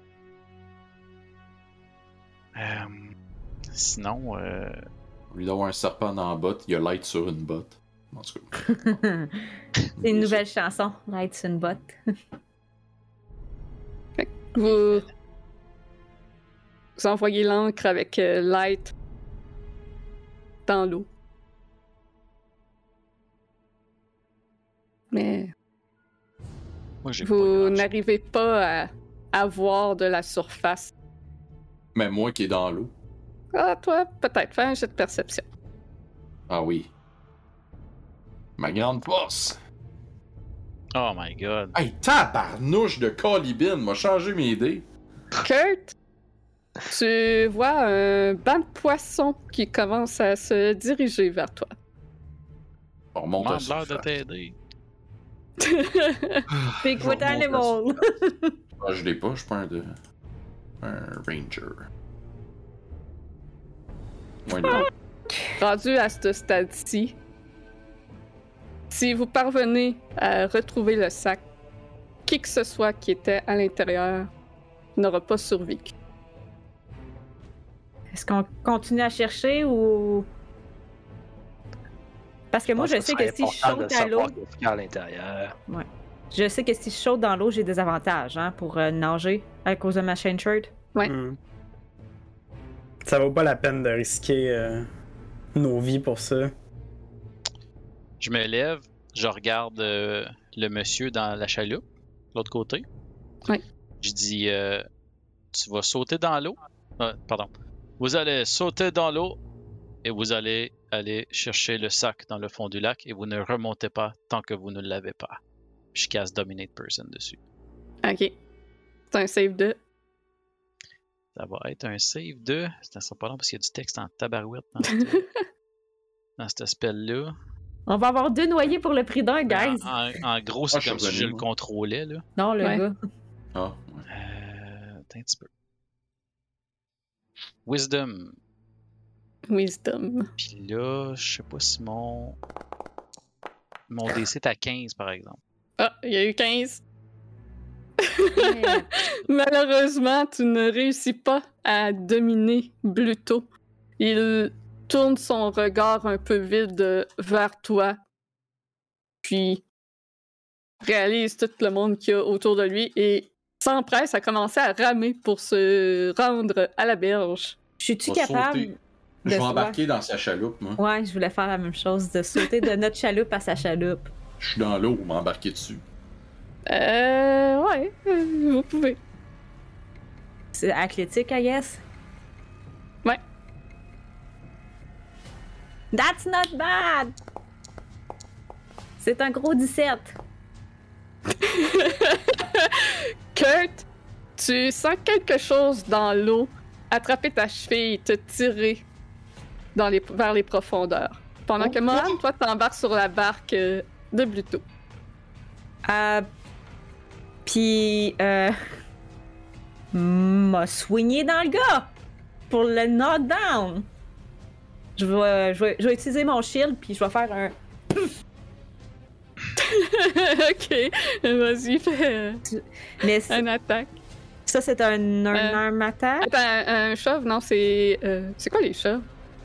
Sinon, Au lieu d'avoir un serpent dans la botte, il y a light sur une botte. En tout cas. C'est une nouvelle chanson. Light sur une botte. Vous envoyez l'encre avec Light dans l'eau. Mais moi j'ai vous pas grand-chose. n'arrivez pas à voir de la surface. Mais moi qui est dans l'eau. Ah, toi, peut-être. Fais un jet de perception. Ah oui. Ma grande force. Oh my god. Hey, tabarnouche de colibine m'a changé mes idées. Kurt, tu vois un banc de poissons qui commence à se diriger vers toi. On remonte à Demande-leur de surface. t'aider. Bigfoot Je remonte à animal. Ah, je l'ai pas, je suis pas un ranger. Ouais, non. Rendu à ce stade-ci, si vous parvenez à retrouver le sac, qui que ce soit qui était à l'intérieur n'aura pas survécu. Est-ce qu'on continue à chercher ou. Parce que moi, je sais que si je saute à l'eau. À l'intérieur. Je sais que si je saute dans l'eau, j'ai des avantages hein, pour nager à cause de ma chain shirt. Ouais. Hmm. Ça vaut pas la peine de risquer nos vies pour ça. Je me lève, je regarde le monsieur dans la chaloupe, de l'autre côté. Oui. Je dis, tu vas sauter dans l'eau. Pardon. Vous allez sauter dans l'eau et vous allez aller chercher le sac dans le fond du lac et vous ne remontez pas tant que vous ne l'avez pas. Je casse Dominate Person dessus. Ok. C'est un save de. Ça va être un save de. Ça sera pas long parce qu'il y a du texte en tabarouette dans cette spell-là. On va avoir 2 noyés pour le prix d'un, guys. En gros, c'est je comme suis si je le revenu, contrôlais, là. Non, le Ouais. gars. Ah, ouais. Attends un petit peu. Wisdom. Wisdom. Puis là, je sais pas si mon DC est à 15, par exemple. Ah, il y a eu 15. Yeah. Malheureusement, tu ne réussis pas à dominer Bluto. Il tourne son regard un peu vide vers toi, puis réalise tout le monde qu'il y a autour de lui et s'empresse à commencer à ramer pour se rendre à la berge. Je suis-tu On va capable sauter. de... Je vais embarquer dans sa chaloupe, moi. Ouais, je voulais faire la même chose, de sauter de notre chaloupe à sa chaloupe. Je suis dans l'eau, m'embarquer dessus. Ouais, vous pouvez. C'est athlétique, I guess? Ouais. That's not bad! C'est un gros 17. Kurt, tu sens quelque chose dans l'eau attraper ta cheville et te tirer vers les profondeurs. Pendant que Mohan, toi, t'embarques sur la barque de Bluto. Puis, m'a soigné dans le gars pour le knockdown. Je vais utiliser mon shield, puis je vais faire un... Ok, vas-y, fais Mais une attaque. ça, c'est un arme attack. Attends, un chauve, non, c'est quoi les chauves?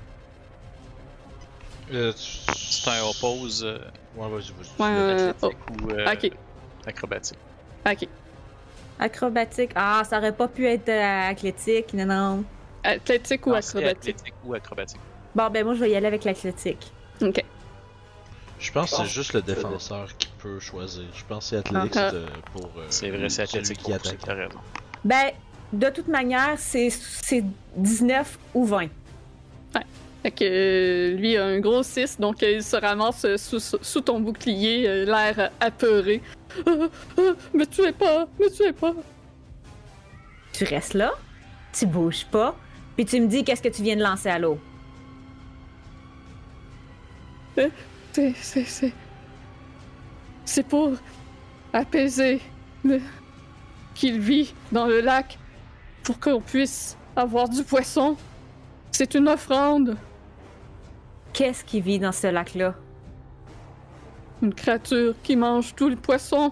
C'est un oppose Ouais, vas-y. Ouais, athlétique ou ok, acrobatique. ok. Acrobatique. Ah, ça aurait pas pu être athlétique, non. Athlétique ou Non, c'est acrobatique? athlétique ou acrobatique. Bon, ben moi, je vais y aller avec l'athlétique. Ok. Je pense que c'est juste le défenseur qui peut choisir. Je pense que c'est athlétique Ah. pour. C'est vrai, c'est celui athlétique qui pour attaque. t'as raison. Ben, de toute manière, c'est 19 ou 20. Fait que lui a un gros 6, donc il se ramasse sous ton bouclier, l'air apeuré. Me tuez pas, me tuez pas. Tu restes là, tu bouges pas, puis tu me dis qu'est-ce que tu viens de lancer à l'eau. C'est pour apaiser qu'il vit dans le lac, pour qu'on puisse avoir du poisson. C'est une offrande. Qu'est-ce qui vit dans ce lac-là? Une créature qui mange tout le poisson.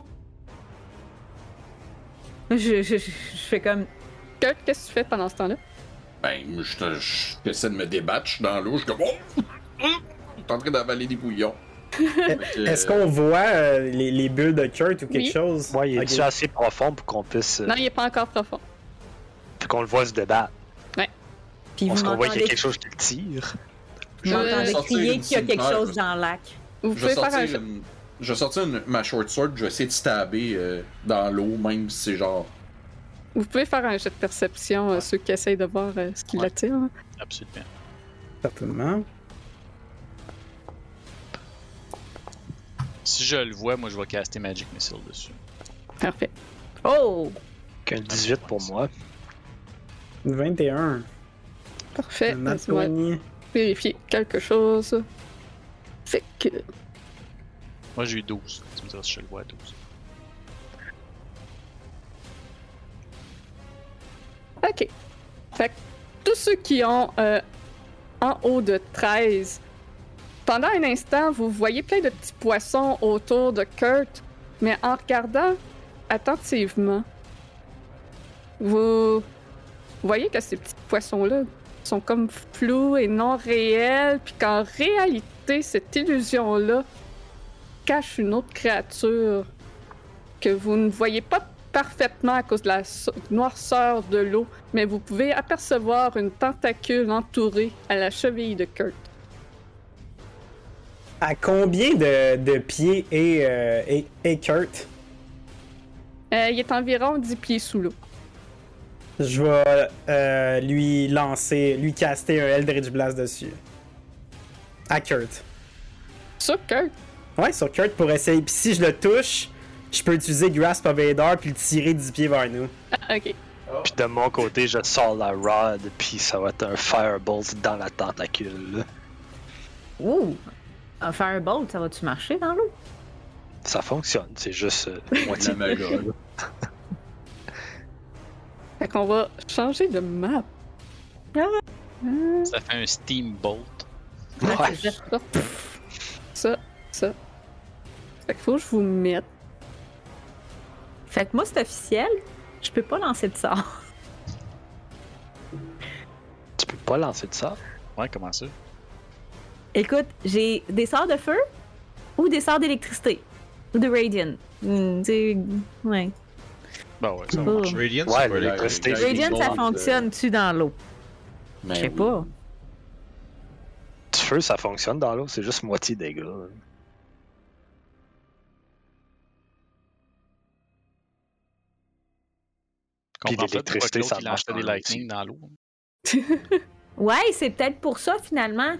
Je fais comme... Kurt, qu'est-ce que tu fais pendant ce temps-là? Ben, j'essaie de me débattre, je suis dans l'eau, je suis comme... Je suis en train d'avaler des bouillons. Est-ce qu'on voit les bulles de Kurt ou quelque Oui. chose? Ouais, il est Ok. déjà assez profond pour qu'on puisse. Non, il est pas encore profond. Pour qu'on le voit se débattre. Puis On vous se voit qu'il y a m'entendez quelque chose qui le tire. vous m'entendez sortir crier une qu'il y a quelque cimetière, chose dans le lac. Vous Je vais pouvez faire un sortir, je vais sortir ma short sword, je vais essayer de stabber dans l'eau, même si c'est genre... Vous pouvez faire un jet de perception, ceux qui essayent de voir ce qui Ouais. l'attire. Hein. Absolument. Certainement. Si je le vois, moi je vais caster Magic Missile dessus. Parfait. Oh! Qu'un 18 pour moi. 21. Parfait. Nat Laisse-moi 20. vérifier quelque chose. Fait que... Moi j'ai eu 12. Tu me diras si je le vois à 12. OK. Fait que tous ceux qui ont en haut de 13, pendant un instant, vous voyez plein de petits poissons autour de Kurt, mais en regardant attentivement, vous voyez que ces petits poissons-là sont comme flous et non réels, puis qu'en réalité, cette illusion-là cache une autre créature que vous ne voyez pas parfaitement à cause de la noirceur de l'eau, mais vous pouvez apercevoir une tentacule entourée à la cheville de Kurt. À combien de pieds est Kurt? Il est environ 10 pieds sous l'eau. Je vais lui caster un Eldritch Blast dessus. À Kurt. Sur Kurt? Ouais, sur Kurt pour essayer. Puis si je le touche, je peux utiliser Grasp of Vader puis le tirer 10 pieds vers nous. Ah, ok. Puis de mon côté, je sors la rod, puis ça va être un firebolt dans la tentacule. Ouh! Un firebolt, ça va-tu marcher dans l'eau? Ça fonctionne, c'est juste moitié La maga, là. Fait qu'on va changer de map. Ça fait un steambolt. Ouais. Ça. Fait qu'il faut que je vous mette. Fait que moi, c'est officiel. Je peux pas lancer de sort. Tu peux pas lancer de sort. Ouais, comment ça? Écoute, j'ai des sorts de feu ou des sorts d'électricité. Ou de Radiant. Ouais. Bah ouais, ça Oh. marche. Radiant, Ouais, c'est pas l'électricité. électrique. Radiant, ça fonctionne-tu dans l'eau? Mais Je sais oui. pas. Du feu, ça fonctionne dans l'eau, c'est juste moitié dégâts. Je comprends Puis pas pourquoi l'électricité, l'autre, ça il marche lançait des dans lightning dans l'eau. Ouais, c'est peut-être pour ça, finalement.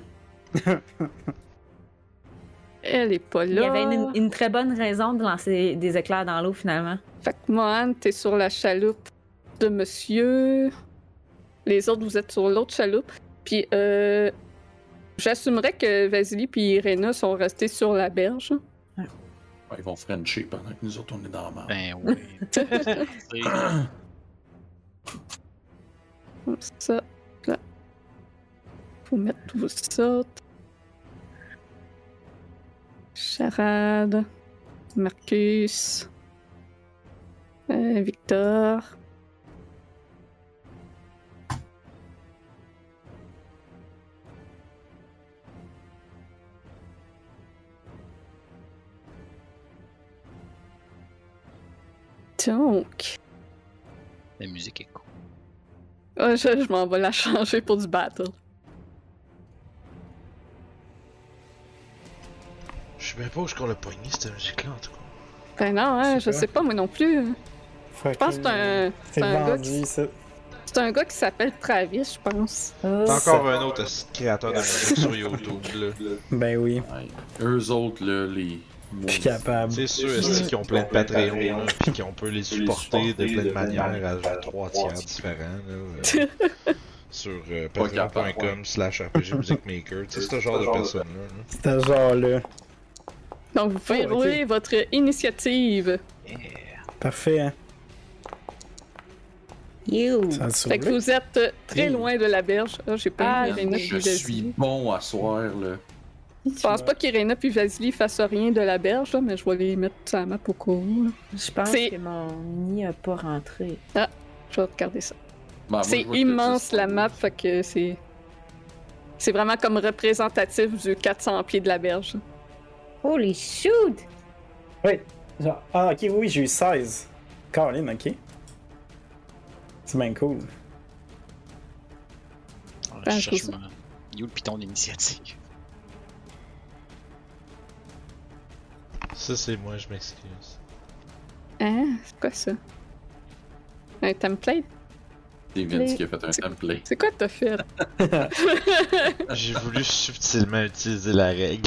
Elle est pas là. Il y avait une très bonne raison de lancer des éclairs dans l'eau, finalement. Fait que Mohan, t'es sur la chaloupe de monsieur. Les autres, vous êtes sur l'autre chaloupe. Puis, j'assumerais que Vasily puis Irena sont restés sur la berge. Ouais, ils vont frencher pendant que nous autres, on est dans la merde. Ben oui. C'est- Ça, là. Faut mettre tout ça. Charade. Marcus. Victor. Donc, La musique est cool. je m'en vais la changer pour du battle. Je sais même pas où je qu'on l'a pogné cette musique-là en tout cas. Ben non, hein, je C'est sais pas moi non plus. Je pense que c'est un gars vendu, ça. C'est un gars qui s'appelle Travis, je pense. T'as encore un autre créateur de musique sur YouTube là. Ben oui, Ouais. Eux autres, là, les. je suis capable. C'est sûr, est-ce qu'ils ont plein de Patreons, puis qu'on peut les supporter de plein de manières à genre 3 tiers différents, là, sur patreon.com/rpgmusicmaker, tu sais, ce genre de personnes-là. Là. C'est un genre-là. Donc vous pouvez Oh, ok. rouler votre initiative. Parfait, hein. You! Ça a Fait que sauvé. vous êtes très loin de la berge. Ah, j'ai pas Ah, Irena Je puis suis Vasily. bon à soir, là. Je pense pas qu'Irena puis Vasily fassent rien de la berge, là, mais je vais les mettre sur la map au cas où. Là. Je pense C'est- que mon nid a pas rentré. Je vais regarder ça. Ben, moi, C'est je vois que immense c'est- la map, fait que c'est. C'est vraiment comme représentatif du 400 pieds de la berge. Holy shoot! Oui. Genre, ah, ok, oui, j'ai eu 16. Caroline, ok. C'est bien cool. Je Ah, cherche je trouve ma... You le piton d'initiative. Ça, c'est moi, je m'excuse. Hein? C'est quoi ça? Un template? C'est Vince qui a fait un C'est- template. C'est quoi t'as fait? J'ai voulu subtilement utiliser la règle.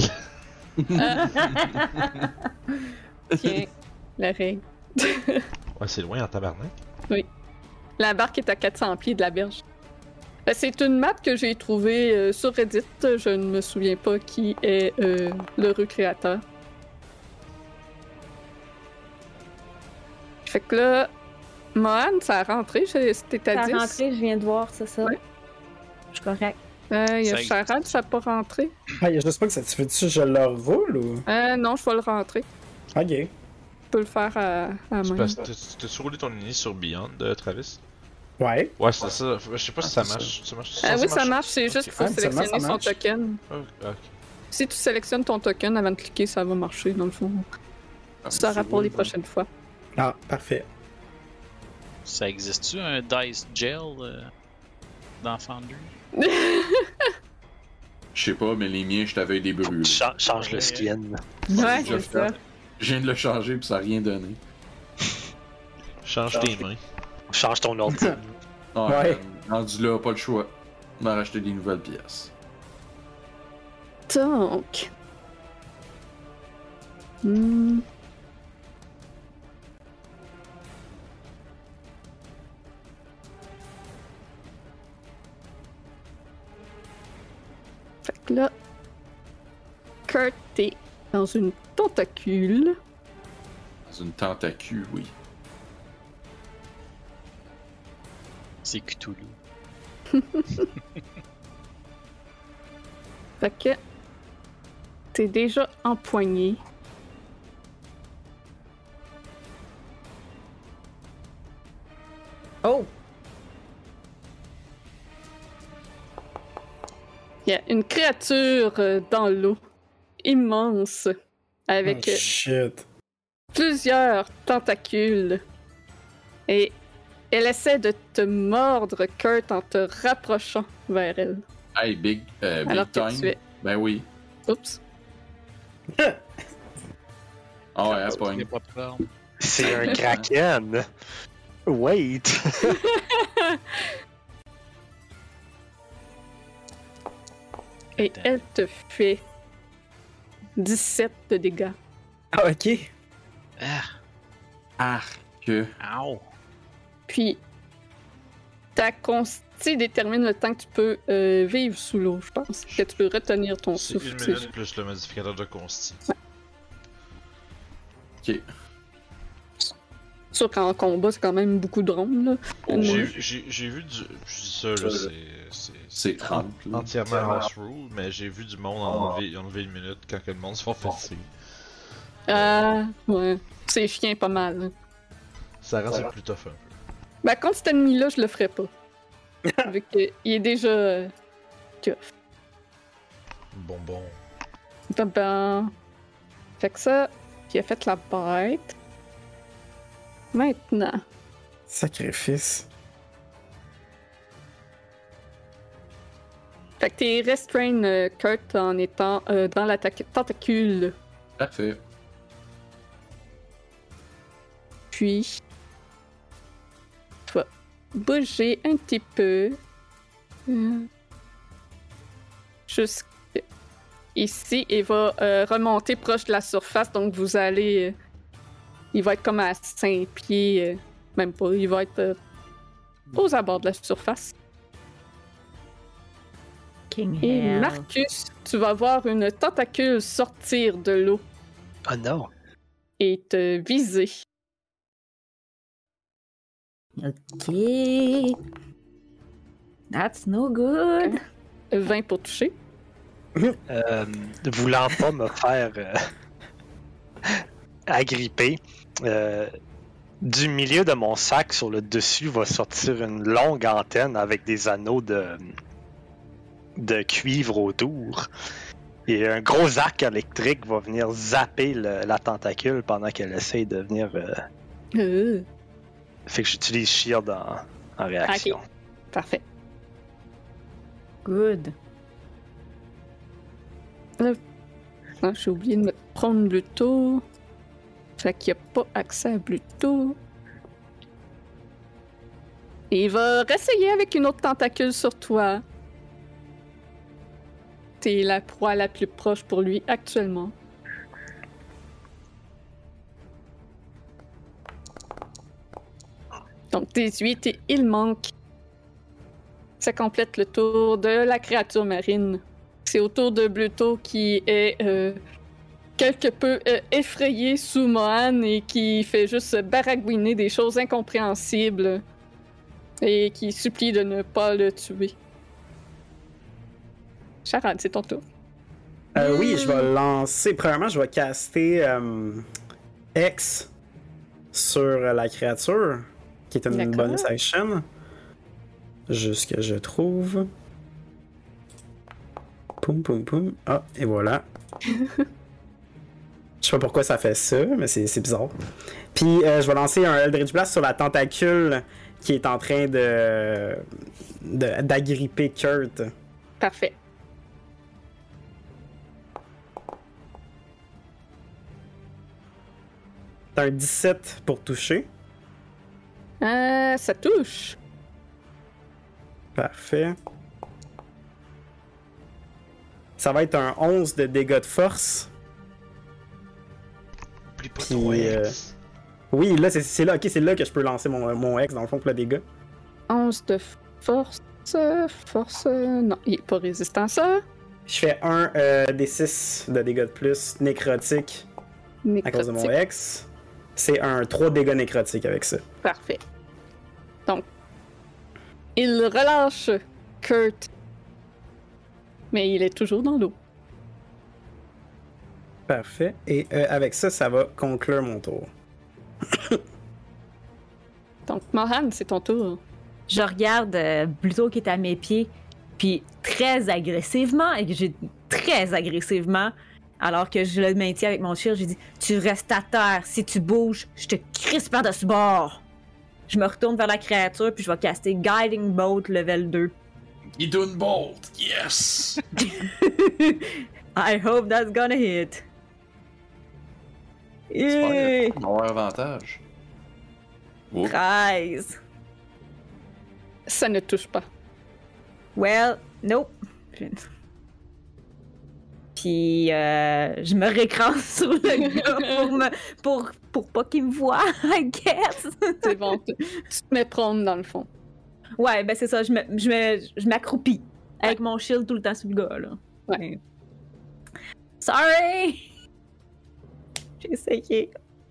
Tiens, la règle. Ouais, c'est loin en tabarnak. La barque est à 400 pieds de la berge. C'est une map que j'ai trouvée sur Reddit. Je ne me souviens pas qui est l'heureux créateur. Fait que là, Mohan, ça a rentré, c'était à Ça 10. a rentré, je viens de voir, c'est ça. Ouais. Je suis correct. Il y a Ça- Charade, ça n'a pas rentré. Ah, je sais pas que ça. Tu veux-tu que je le roule ou. Non, je vais le rentrer. Ok. Je peux le faire à C'est main. parce que t'as-tu roulé ton ini sur Beyond, Travis? Ouais. Ouais, c'est ça. Je sais pas si ça c'est marche. Ça marche. Ah oui, ça marche, c'est juste qu'il faut Ah, seulement, sélectionner ça son marche. token. Ok. Si tu sélectionnes ton token avant de cliquer, ça va marcher, dans le fond. Ah, Tu sauras pour les ouais. prochaines fois. Ah, parfait. Ça existe-tu un Dice Gel dans Foundry? Je sais pas, mais les miens, je t'avais des brûlés. Change le skin. Ouais, Déjà c'est ça. fait. Je viens de le changer puis ça a rien donné. Change tes mains. Change ton ordi. Ouais. Rendu là, pas le choix. On m'a racheté des nouvelles pièces. Donc. Fait que là, Kurt est dans une tentacule. Dans une tentacule, oui. C'est Cthulhu. Fait que t'es déjà empoigné. Oh! Il y a une créature dans l'eau, immense, avec Oh, shit. plusieurs tentacules. Et elle essaie de te mordre, Kurt, en te rapprochant vers elle. Hey, big Alors que time. tu es... Ben oui. Oups. Ah ouais, elle Il pogne. n'est pas peur. C'est un kraken. Wait. Et elle te fait 17 de dégâts. Ah, ok. Arc. Ow. Puis, ta consti détermine le temps que tu peux vivre sous l'eau, je pense. Que tu peux retenir ton C'est souffle. une c'est minute plus le modificateur de consti. Ok. sûr qu'en combat, c'est quand même beaucoup de rondes, là. J'ai vu du... Je dis ça, là, C'est 30. là. entièrement house rule, mais j'ai vu du monde enlever une minute quand que le monde se fait fatiguer. Ouais. C'est chien pas mal, là. Ça rend ça plus tough un peu. Ben, contre cet ennemi-là, je le ferais pas. Vu qu'il est déjà tough. Bonbon. Ben... Fait que ça, puis il a fait la bête. Maintenant, Sacrifice. fait que t'es restrain, Kurt, en étant dans la tentacule. Parfait. Puis, tu vas bouger un petit peu. Jusqu'ici, et va remonter proche de la surface. Donc, vous allez... il va être comme à 5 pieds. Même pas, il va être aux abords de la surface. King Et Hell. Marcus, tu vas voir une tentacule sortir de l'eau Oh non. et te viser. Ok. That's no good. 20 pour toucher. Voulant pas me faire agripper, du milieu de mon sac sur le dessus va sortir une longue antenne avec des anneaux de cuivre autour. Et un gros arc électrique va venir zapper la tentacule pendant qu'elle essaye de venir. Fait que j'utilise Shield en réaction. Ok. Parfait. Good. Ah, j'ai oublié de me prendre Bluto. Fait qu'il n'y a pas accès à Bluto. Et il va réessayer avec une autre tentacule sur toi. T'es la proie la plus proche pour lui actuellement. Donc 18 et il manque. Ça complète le tour de la créature marine. C'est au tour de Bluto qui est quelque peu effrayé sous Mohan et qui fait juste baragouiner des choses incompréhensibles et qui supplie de ne pas le tuer. Charade, c'est ton tour. Oui, je vais lancer. Premièrement, je vais caster X sur la créature, qui est une D'accord. bonus action. Juste que je trouve. Poum, poum, poum. Ah, et voilà. Je sais pas pourquoi ça fait ça, mais c'est bizarre. Puis je vais lancer un Eldritch Blast sur la tentacule qui est en train d'agripper Kurt. Parfait. T'as un 17 pour toucher. Ça touche. Parfait. Ça va être un 11 de dégâts de force. Oublie pas Puis, ton X. Oui, là, c'est là, ok, c'est là que je peux lancer mon X dans le fond pour le dégât. 11 de force. Non, il est pas résistant à ça. Je fais un des 6 de dégâts de plus nécrotique à cause de mon Nécrotique. X. C'est un 3 dégâts nécrotiques avec ça. Parfait. Donc, il relâche Kurt. Mais il est toujours dans l'eau. Parfait. Et avec ça, ça va conclure mon tour. Donc, Mohan, c'est ton tour. Je regarde Bluto qui est à mes pieds, puis très agressivement, alors que je le maintiens avec mon shield, j'ai dit « Tu restes à terre, si tu bouges, je te crisse par-dessus bord! » Je me retourne vers la créature, puis je vais caster Guiding Bolt level 2. Idun Bolt, yes! I hope that's gonna hit. Yeah! On va avoir avantage. Oups. 13. Ça ne touche pas. Well, nope. Puis je me récrase sur le gars pour pas qu'il me voie, I guess. C'est bon. Tu te mets prone dans le fond. Ouais, ben c'est ça, je m'accroupis avec mon shield tout le temps sur le gars, là. Ouais. Sorry! J'ai essayé.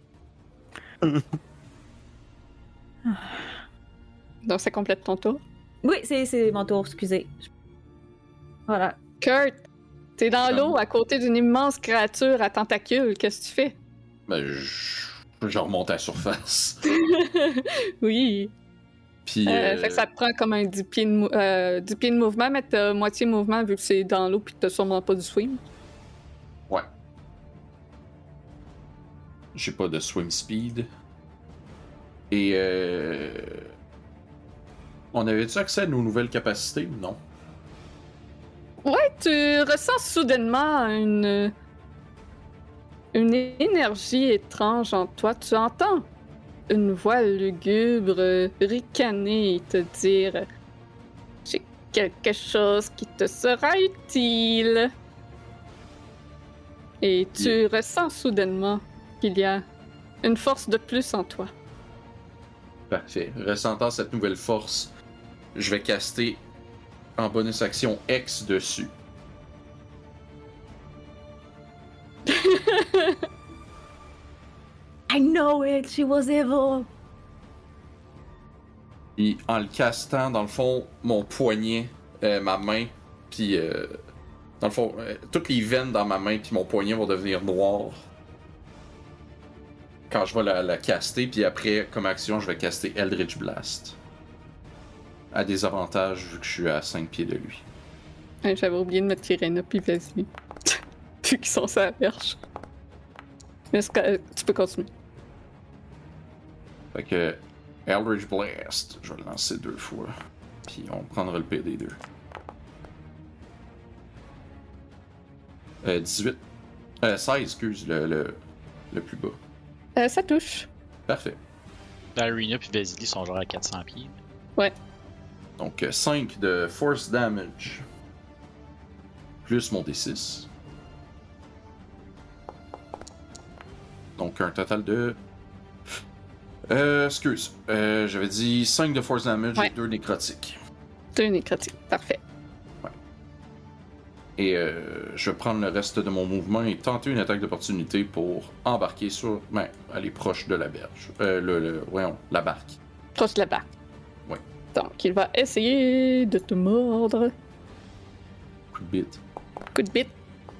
Donc, ça complète ton tour. Oui, c'est mon tour, excusez. Voilà. Kurt, t'es dans l'eau à côté d'une immense créature à tentacules. Qu'est-ce que tu fais? Ben, je remonte à la surface. Oui. Puis. Fait que ça te prend comme un 10 pieds de mouvement, mais t'as moitié mouvement vu que c'est dans l'eau pis que t'as sûrement pas du swim. Ouais. J'ai pas de swim speed. Et on avait-tu accès à nos nouvelles capacités? Non. Ouais, tu ressens soudainement une énergie étrange en toi. Tu entends une voix lugubre ricaner et te dire « J'ai quelque chose qui te sera utile. » Et tu ressens soudainement qu'il y a une force de plus en toi. Parfait. Ressentant cette nouvelle force, je vais caster en bonus action X dessus. I know it, she was evil. Puis en le castant, dans le fond, mon poignet, ma main, puis dans le fond, toutes les veines dans ma main puis mon poignet vont devenir noirs. Quand je vais la caster, puis après, comme action, je vais caster Eldritch Blast. À des avantages vu que je suis à 5 pieds de lui. J'avais oublié de mettre Irena puis vas-y. Vu qu'ils sont sur la perche. Mais tu peux continuer. Fait que Eldritch Blast, je vais le lancer 2 fois. Puis on prendra le PD2. 18. 16, excuse, le plus bas. Ça touche. Parfait. Arena puis Vasily sont genre à 400 pieds. Ouais. Donc 5 de force damage. Plus mon D6. Donc un total de... excuse. J'avais dit 5 de force damage ouais. et 2 nécrotiques. 2 nécrotiques, parfait. Ouais. Et je vais prendre le reste de mon mouvement et tenter une attaque d'opportunité pour embarquer sur... Ben, aller proche de la berge. Voyons, la barque. Proche de la barque. Ouais. Donc, il va essayer de te mordre. Coup de bite. Coup de bite.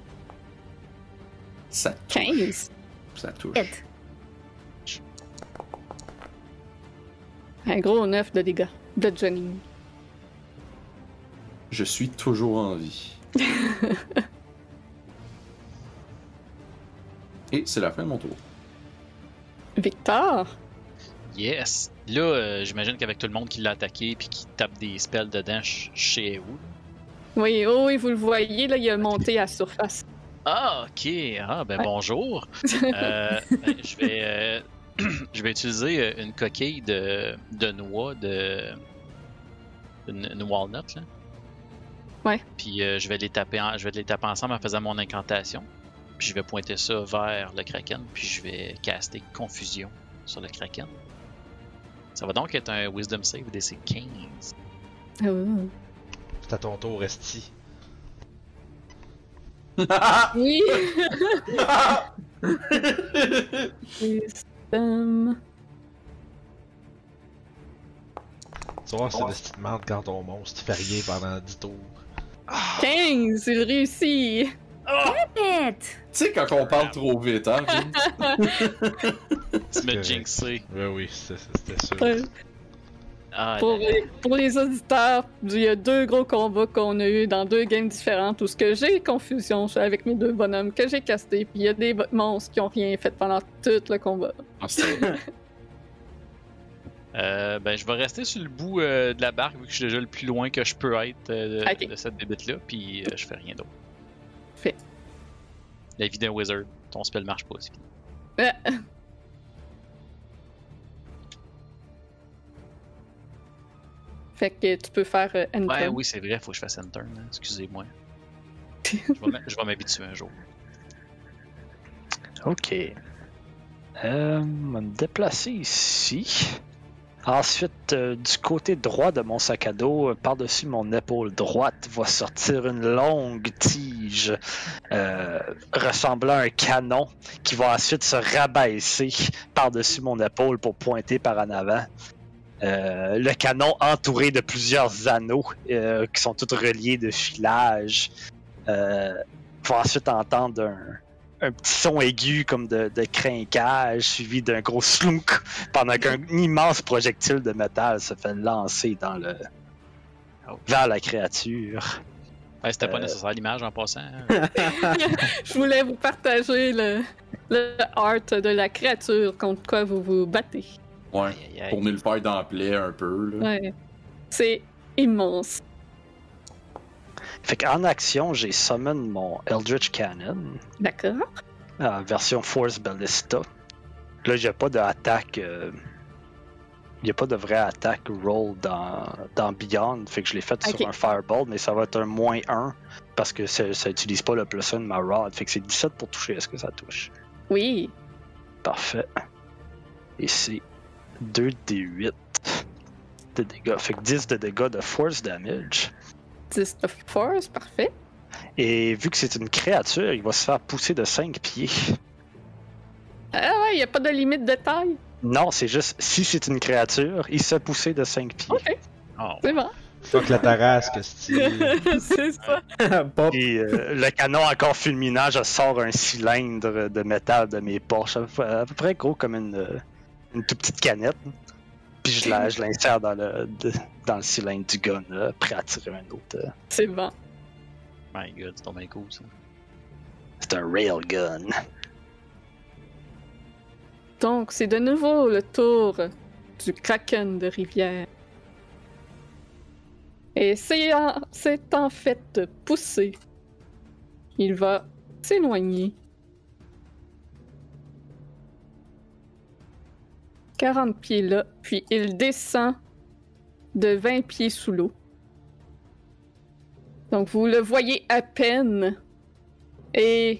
Ça touche. 15. Ça touche. Un gros 9 de dégâts. Bludgeoning. Je suis toujours en vie. Et c'est la fin de mon tour. Victor. Yes! Là, j'imagine qu'avec tout le monde qui l'a attaqué puis qui tape des spells dedans, je sais où. Oui, oh, oui, vous le voyez, là, il a monté à la surface. Ah, ok. Ah, ben ouais. Bonjour. Je vais je vais utiliser une coquille de noix, une walnut, là. Ouais. Puis je vais les taper ensemble en faisant mon incantation. Puis je vais pointer ça vers le Kraken, puis je vais caster Confusion sur le Kraken. Ça va donc être un Wisdom Save DC 15. Oh. C'est à ton tour, Esti. Oui! Wisdom. Tu vas voir, c'est une Esti de merde quand ton monstre fait rien pendant 10 tours. 15! Il réussit! Bête! Tu sais, quand on parle trop vite, hein, Vince? Tu me correct. jinxé. Oui, c'était sûr. Ouais. Ah, Pour les auditeurs, il y a 2 gros combats qu'on a eu dans 2 games différentes où ce que j'ai confusion avec mes 2 bonhommes que j'ai castés, puis il y a des monstres qui ont rien fait pendant tout le combat. Ah, c'était- ben, je vais rester sur le bout de la barque vu que je suis déjà le plus loin que je peux être Ok. de cette bébête-là, puis je fais rien d'autre. Fait. La vie d'un wizard, ton spell marche pas aussi. Fait que tu peux faire end Ouais, turn. oui, c'est vrai, faut que je fasse un turn, hein. Excusez-moi. Je vais m'habituer un jour. Ok. On va me déplacer ici. Ensuite, du côté droit de mon sac à dos, par-dessus mon épaule droite, va sortir une longue tige ressemblant à un canon qui va ensuite se rabaisser par-dessus mon épaule pour pointer par en avant. Le canon entouré de plusieurs anneaux qui sont tous reliés de filage. Va ensuite entendre un petit son aigu comme de crinquage suivi d'un gros slunk pendant qu'un immense projectile de métal se fait lancer vers la créature. Ouais, c'était pas nécessaire l'image en passant. Hein. Je voulais vous partager le art de la créature contre quoi vous vous battez. Ouais, Aïe, aïe. pour nous le faire dans la plaie un peu, là. Ouais. C'est immense. Fait qu'en action, j'ai summon mon Eldritch Cannon, D'accord. version Force Ballista. Là, j'ai pas d'attaque. Il n'y a pas de vraie attaque roll dans Beyond. Fait que je l'ai fait Ok. sur un Fireball, mais ça va être un -1 parce que ça utilise pas le +1 de ma rod. Fait que c'est 17 pour toucher. Est-ce que ça touche? Oui. Parfait. Et c'est 2d8 de dégâts. Fait que 10 de dégâts de force damage. 10 de force, parfait. Et vu que c'est une créature, il va se faire pousser de 5 pieds. Ah ouais, il n'y a pas de limite de taille. Non, c'est juste si c'est une créature, il se fait pousser de 5 pieds. Ok, Oh. c'est bon. Fuck la tarasque, style. C'est ça. Pop. Et le canon encore fulminant, je sors un cylindre de métal de mes poches, à peu près gros comme une toute petite canette. Puis je l'insère dans le cylindre du gun, prêt à tirer un autre. C'est bon. My god, c'est tombé cool ça. C'est un railgun. Donc, c'est de nouveau le tour du Kraken de Rivière. Et c'est en fait poussé. Il va s'éloigner. 40 pieds là, puis il descend de 20 pieds sous l'eau. Donc vous le voyez à peine. Et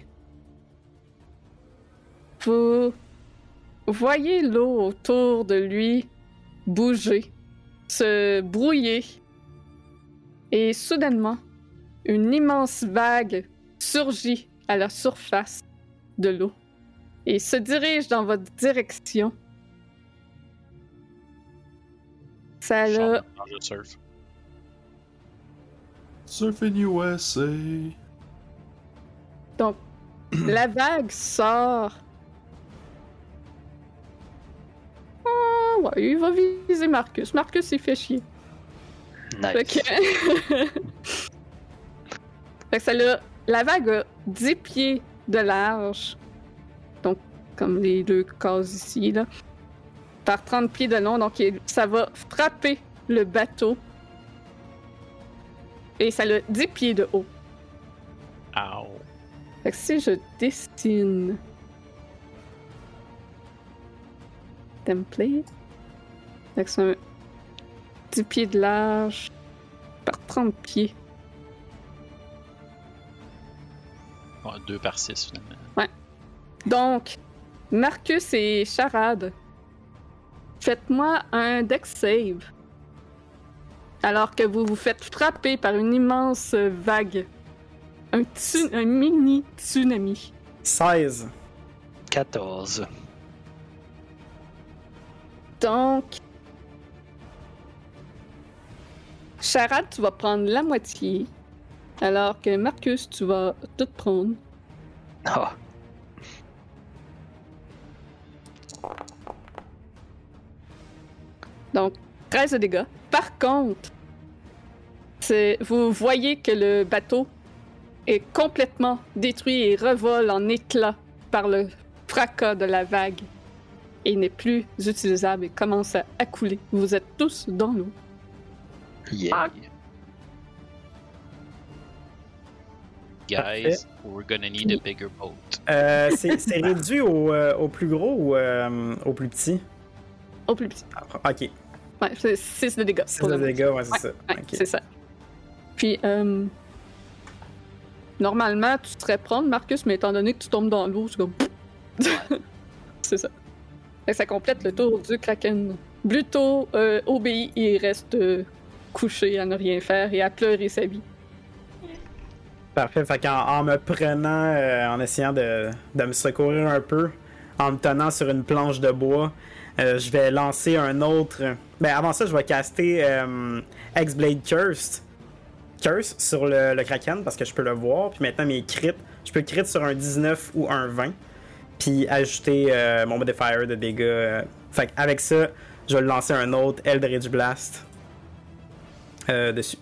vous voyez l'eau autour de lui bouger, se brouiller. Et soudainement, une immense vague surgit à la surface de l'eau et se dirige dans votre direction. Ça a... Dans le surf. Surfing USA. Donc, la vague sort. Ah, ouais, il va viser Marcus. Marcus, il fait chier. Nice. Fait que... fait que ça l'a... La vague a 10 pieds de large. Donc, comme les 2 cases ici, là. Par 30 pieds de long. Donc, ça va frapper le bateau. Et ça a 10 pieds de haut. Ow. Fait que si je dessine template. Fait que c'est un 10 pieds de large par 30 pieds. Bon, 2 par 6 finalement. Donc, Marcus et Charade, faites-moi un dex save. Alors que vous vous faites frapper par une immense vague. Un mini tsunami. 16. 14. Donc, Charade, tu vas prendre la moitié. Alors que Marcus, tu vas tout prendre. Ah, Donc, 13 de dégâts. Par contre, vous voyez que le bateau est complètement détruit et revole en éclats par le fracas de la vague. Et n'est plus utilisable et commence à couler. Vous êtes tous dans l'eau. yeah. Guys, we're gonna need a bigger boat. C'est réduit au plus gros ou au plus petit? Au plus petit. Ok. Ouais, c'est 6 de dégâts. 6 pour de le moment. dégâts, ouais, c'est Ouais, ça. ouais, Ok. c'est ça. Puis, normalement, tu te ferais prendre, Marcus, mais étant donné que tu tombes dans l'eau, c'est comme... c'est ça. Fait que ça complète le tour du Kraken. Bluto obéit et reste couché à ne rien faire et à pleurer sa vie. Parfait. Fait qu'en me prenant, en essayant de me secourir un peu, en me tenant sur une planche de bois, je vais lancer un autre. Ben avant ça, je vais caster X-Blade Curse sur le Kraken parce que je peux le voir. Puis maintenant, mes crits, je peux crit sur un 19 ou un 20. Puis ajouter mon modifier de dégâts. Fait qu'avec ça, je vais lancer un autre Eldritch Blast dessus.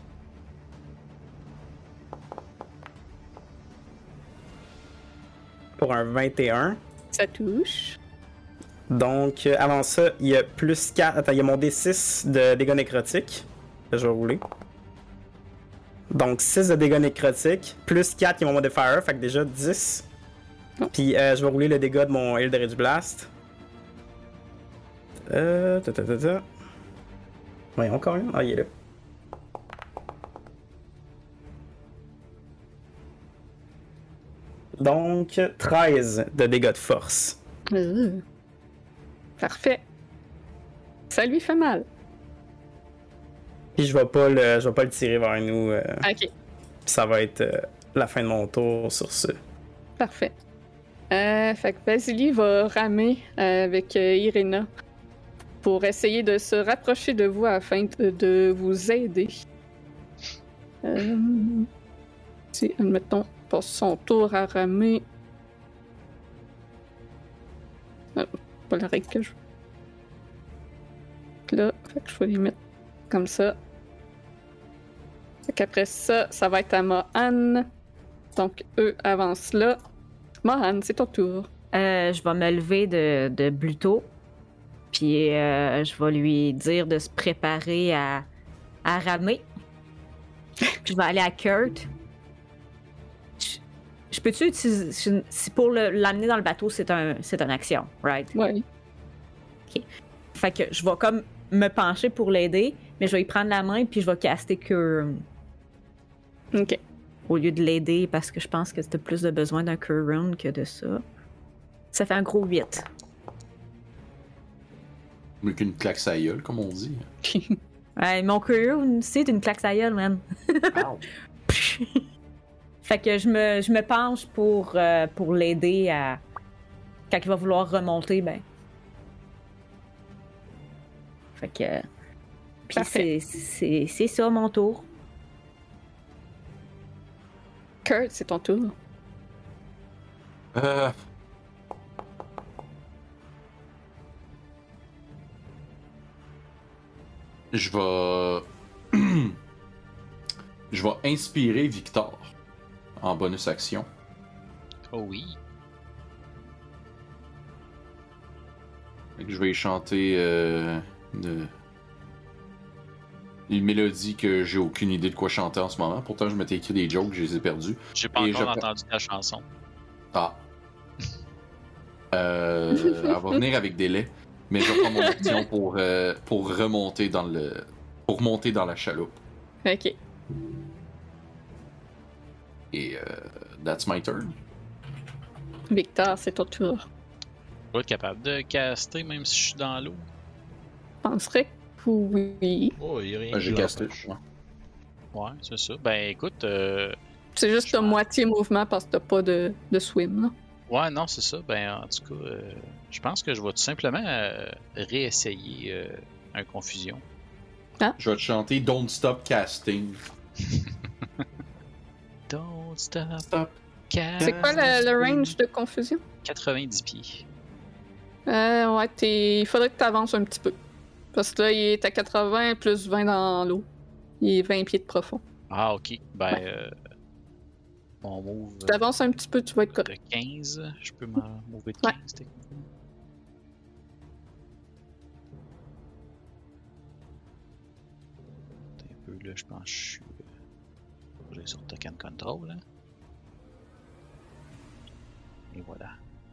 Pour un 21. Ça touche. Donc, avant ça, il y a plus 4. Attends, il y a mon D6 de dégâts nécrotiques. Je vais rouler. Donc, 6 de dégâts nécrotiques. Plus 4, il y a mon modifier. Fait que déjà 10. Oh. Puis, je vais rouler le dégât de mon Eldritch Blast. Voyons, encore un. Ah, il est là. Donc, 13 de dégâts de force. Parfait. Ça lui fait mal. Puis je vais pas le tirer vers nous. Ok, Ça va être la fin de mon tour sur ce. parfait. Fait que Vasily va ramer avec Irena pour essayer de se rapprocher de vous afin de vous aider. Si, admettons, passe son tour à ramer. Ah, pas la règle que je veux. Là, fait que je vais les mettre comme ça. Fait qu'après ça, ça va être à Mohan. Donc, eux avancent là. Mohan, c'est ton tour. Je vais me lever de Bluto. Puis je vais lui dire de se préparer à ramer. Puis je vais aller à Kurt. Je peux-tu utiliser. Si pour l'amener dans le bateau, c'est une action, right? Ouais. Fait que je vais comme me pencher pour l'aider, mais je vais y prendre la main puis je vais caster Cure Ok. au lieu de l'aider parce que je pense que c'était plus de besoin d'un Cure Rune que de ça. Ça fait un gros 8. Mais qu'une claque sa gueule, comme on dit. Ouais, mon Cure Rune, c'est une claque à gueule, man. Fait que je me penche pour l'aider à. Quand il va vouloir remonter, ben. Fait que. Puis Parfait. c'est ça mon tour. Kurt, c'est ton tour. Je vais inspirer Victor en bonus action. Oh oui. Fait que je vais y chanter une mélodie que j'ai aucune idée de quoi chanter en ce moment. Pourtant, je m'étais écrit des jokes, je les ai perdus. J'ai pas Et encore entendu ta chanson. Ah. Elle va venir avec délai. Mais je vais prendre mon action pour remonter dans le... Pour monter dans la chaloupe. Ok. Et that's my turn. Victor, c'est ton tour. Je vais être capable de caster même si je suis dans l'eau. Je penserais que oui. Oh, il y a rien J'ai qui casté. l'empêche. Ouais, c'est ça. Ben écoute, C'est juste Je à moitié mouvement parce que t'as pas de swim, là. ouais, non, c'est ça. Ben en tout cas, je pense que je vais tout simplement réessayer un confusion. Je vais te chanter Don't Stop Casting. Don't stop. Stop. C'est quoi le range de confusion? 90 pieds. Ouais, il faudrait que tu avances un petit peu. Parce que là, il est à 80 plus 20 dans l'eau. Il est 20 pieds de profond. Ah, ok. Ben, mon move. Tu avances un petit peu, tu vas être correct. De 15. Je peux m'en mover de 15, techniquement. Un peu là, je pense que je suis. J'ai sur Token Control. Hein. Et voilà.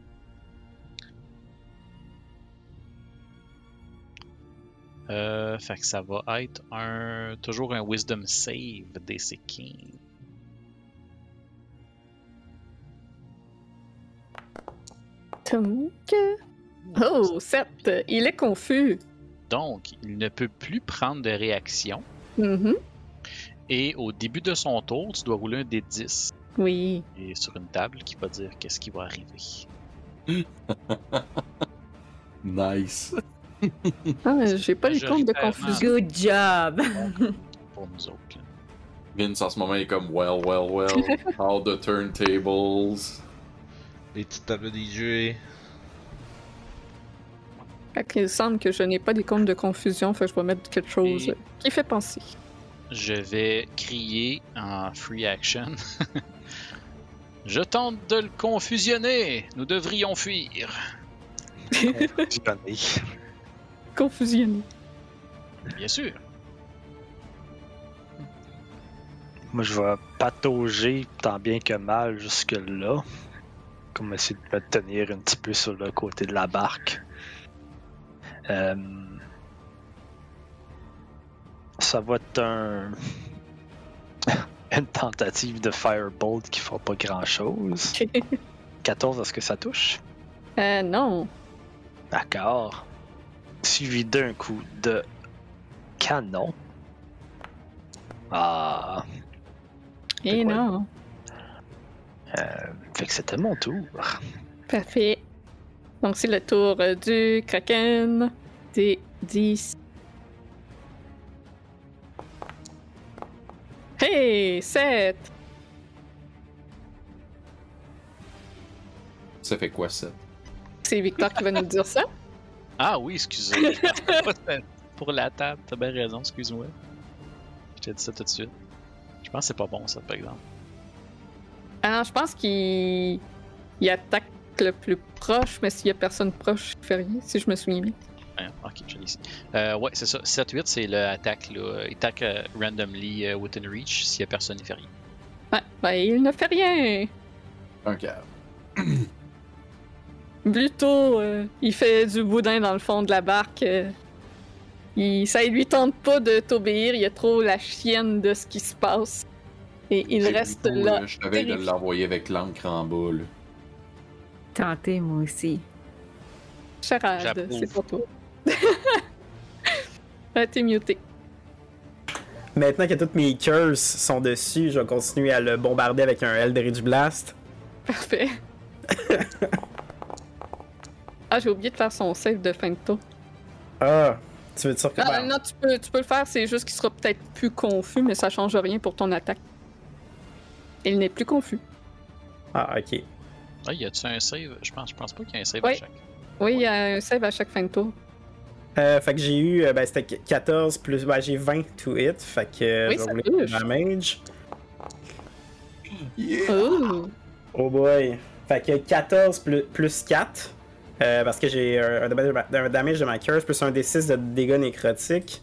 Fait que ça va être toujours un Wisdom Save DC 15. Donc. Oh, 7. Il est confus. Donc, il ne peut plus prendre de réaction. Mhm. Et au début de son tour, tu dois rouler un D10. Oui. Et sur une table qui va dire qu'est-ce qui va arriver. Nice. Ah, j'ai pas les comptes de Majoritairement. confusion. Good job! Pour nous autres. Là. Vince, en ce moment, il est comme well, how the turntables. Les petites tables de DJ. Fait qu'il semble que je n'ai pas des comptes de confusion, fait que je vais mettre quelque chose Et- qui fait penser. Je vais crier en free action. Je tente de le confusionner. Nous devrions fuir. Confusionné. Bien sûr. Moi, je vais patauger tant bien que mal jusque-là. Comme essayer de me tenir un petit peu sur le côté de la barque. Ça va être une tentative de Firebolt qui fera pas grand-chose. 14, est-ce que ça touche? Non. D'accord. Suivi d'un coup de canon. Ah. Et quoi? non. Fait que c'était mon tour. Parfait. Donc, c'est le tour du Kraken. Des 10. Hey! 7! Ça fait quoi, ça? C'est Victor qui va nous dire ça. Ah oui, excusez. C'était pour la table, t'as bien raison, excuse-moi. Je t'ai dit ça tout de suite. Je pense que c'est pas bon ça, par exemple. Alors, je pense qu'il attaque le plus proche, mais s'il y a personne proche, il fait rien, si je me souviens bien. Ouais, ok, je l'ai ici. Ouais, c'est ça. 7-8, c'est l'attaque, là. Il attaque randomly within reach. S'il y a personne, il fait rien. Ouais, ben, il ne fait rien. Un câble. Plutôt, il fait du boudin dans le fond de la barque. Ça lui tente pas de t'obéir, il y a trop la chienne de ce qui se passe. Et il reste là. Je savais de l'envoyer avec l'encre en bas, là. Tenté, moi aussi. Charade, J'approuve. c'est pour toi. Ah, t'es muté. Maintenant que toutes mes curses sont dessus, je vais continuer à le bombarder avec un Eldritch Blast. Parfait. Ah, j'ai oublié de faire son save de fin de tour. Ah, tu veux dire que... Ah, non, tu peux le faire, c'est juste qu'il sera peut-être plus confus, mais ça change rien pour ton attaque. Il n'est plus confus. Ah, ok. Ah, y a-tu un save? Je pense pas qu'il y a un save Oui. à chaque. Oui, il y a un save à chaque fin de tour. Fait que j'ai eu, c'était 14 plus, j'ai 20 to hit, fait que Oui, je ça vais rouler touche. le damage. Yeah! Ouh! Oh boy. Fait que 14 plus 4, parce que j'ai un damage de ma curse, plus un D6 de dégâts nécrotiques.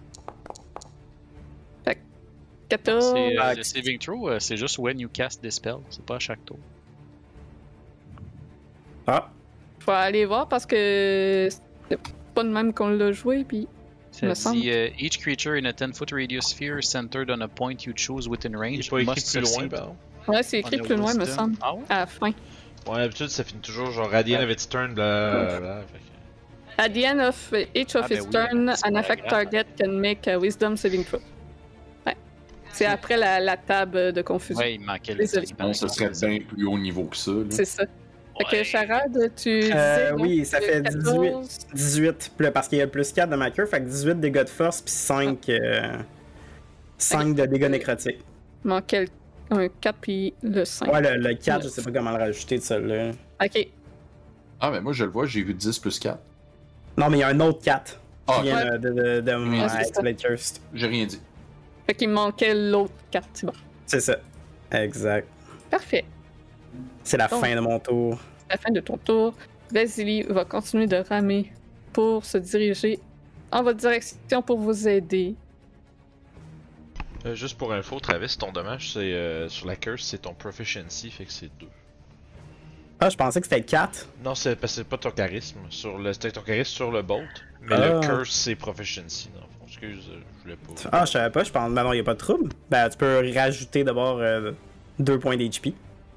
14. Le saving throw, c'est juste when you cast the spell. C'est pas à chaque tour. Ah, Je vais aller voir parce que pas de même qu'on l'a joué, puis Ça me dit semble. each creature in a 10-foot radius sphere centered on a point you choose within Il range est pas écrit must plus loin, succeed par exemple. Ouais, c'est on écrit a plus loin, me wisdom. semble, Ah ouais? à la fin. Ouais, d'habitude, ça finit toujours genre Radiant of its turn, blablabla. Fait que- At the end of each of Ah, ben its oui, turn, c'est an pas affect grave. target can make a wisdom saving throw. Ouais. C'est après la table de confusion. Ouais, il manquait le Désolé. 10, par Non, ça serait exemple. bien plus haut niveau que ça. Là. C'est ça. Fait que Ouais. Charade, tu disais. donc, oui, ça fait 14. 18, parce qu'il y a le plus 4 de ma queue, fait que 18 dégâts de force, puis 5, 5 de dégâts nécrotiques. Il manquait un 4 puis le 5. Ouais, le 4, je sais pas comment le rajouter de celui-là. Ok. Ah, mais moi, je le vois, j'ai vu 10 plus 4. Non, mais il y a un autre 4 Ah, qui vient Ouais. de Ouais, c'est ça. Blade Cursed. j'ai rien dit. Fait qu'il manquait l'autre 4. C'est bon. C'est ça. Exact. Parfait. C'est la Donc. fin de mon tour. À la fin de ton tour, Vasily va continuer de ramer pour se diriger en votre direction pour vous aider. Juste pour info, Travis, ton dommage, c'est sur la curse, c'est ton proficiency, fait que c'est 2. Ah, je pensais que c'était 4. Non, c'est parce que c'est pas ton charisme. C'était ton charisme sur le bolt, mais Ah. le curse, c'est proficiency. Dans le fond. Excuse, je voulais pas. Ah, je savais pas, je pense. Ben non, il a pas de trouble. Ben, tu peux rajouter d'abord 2 points d'HP.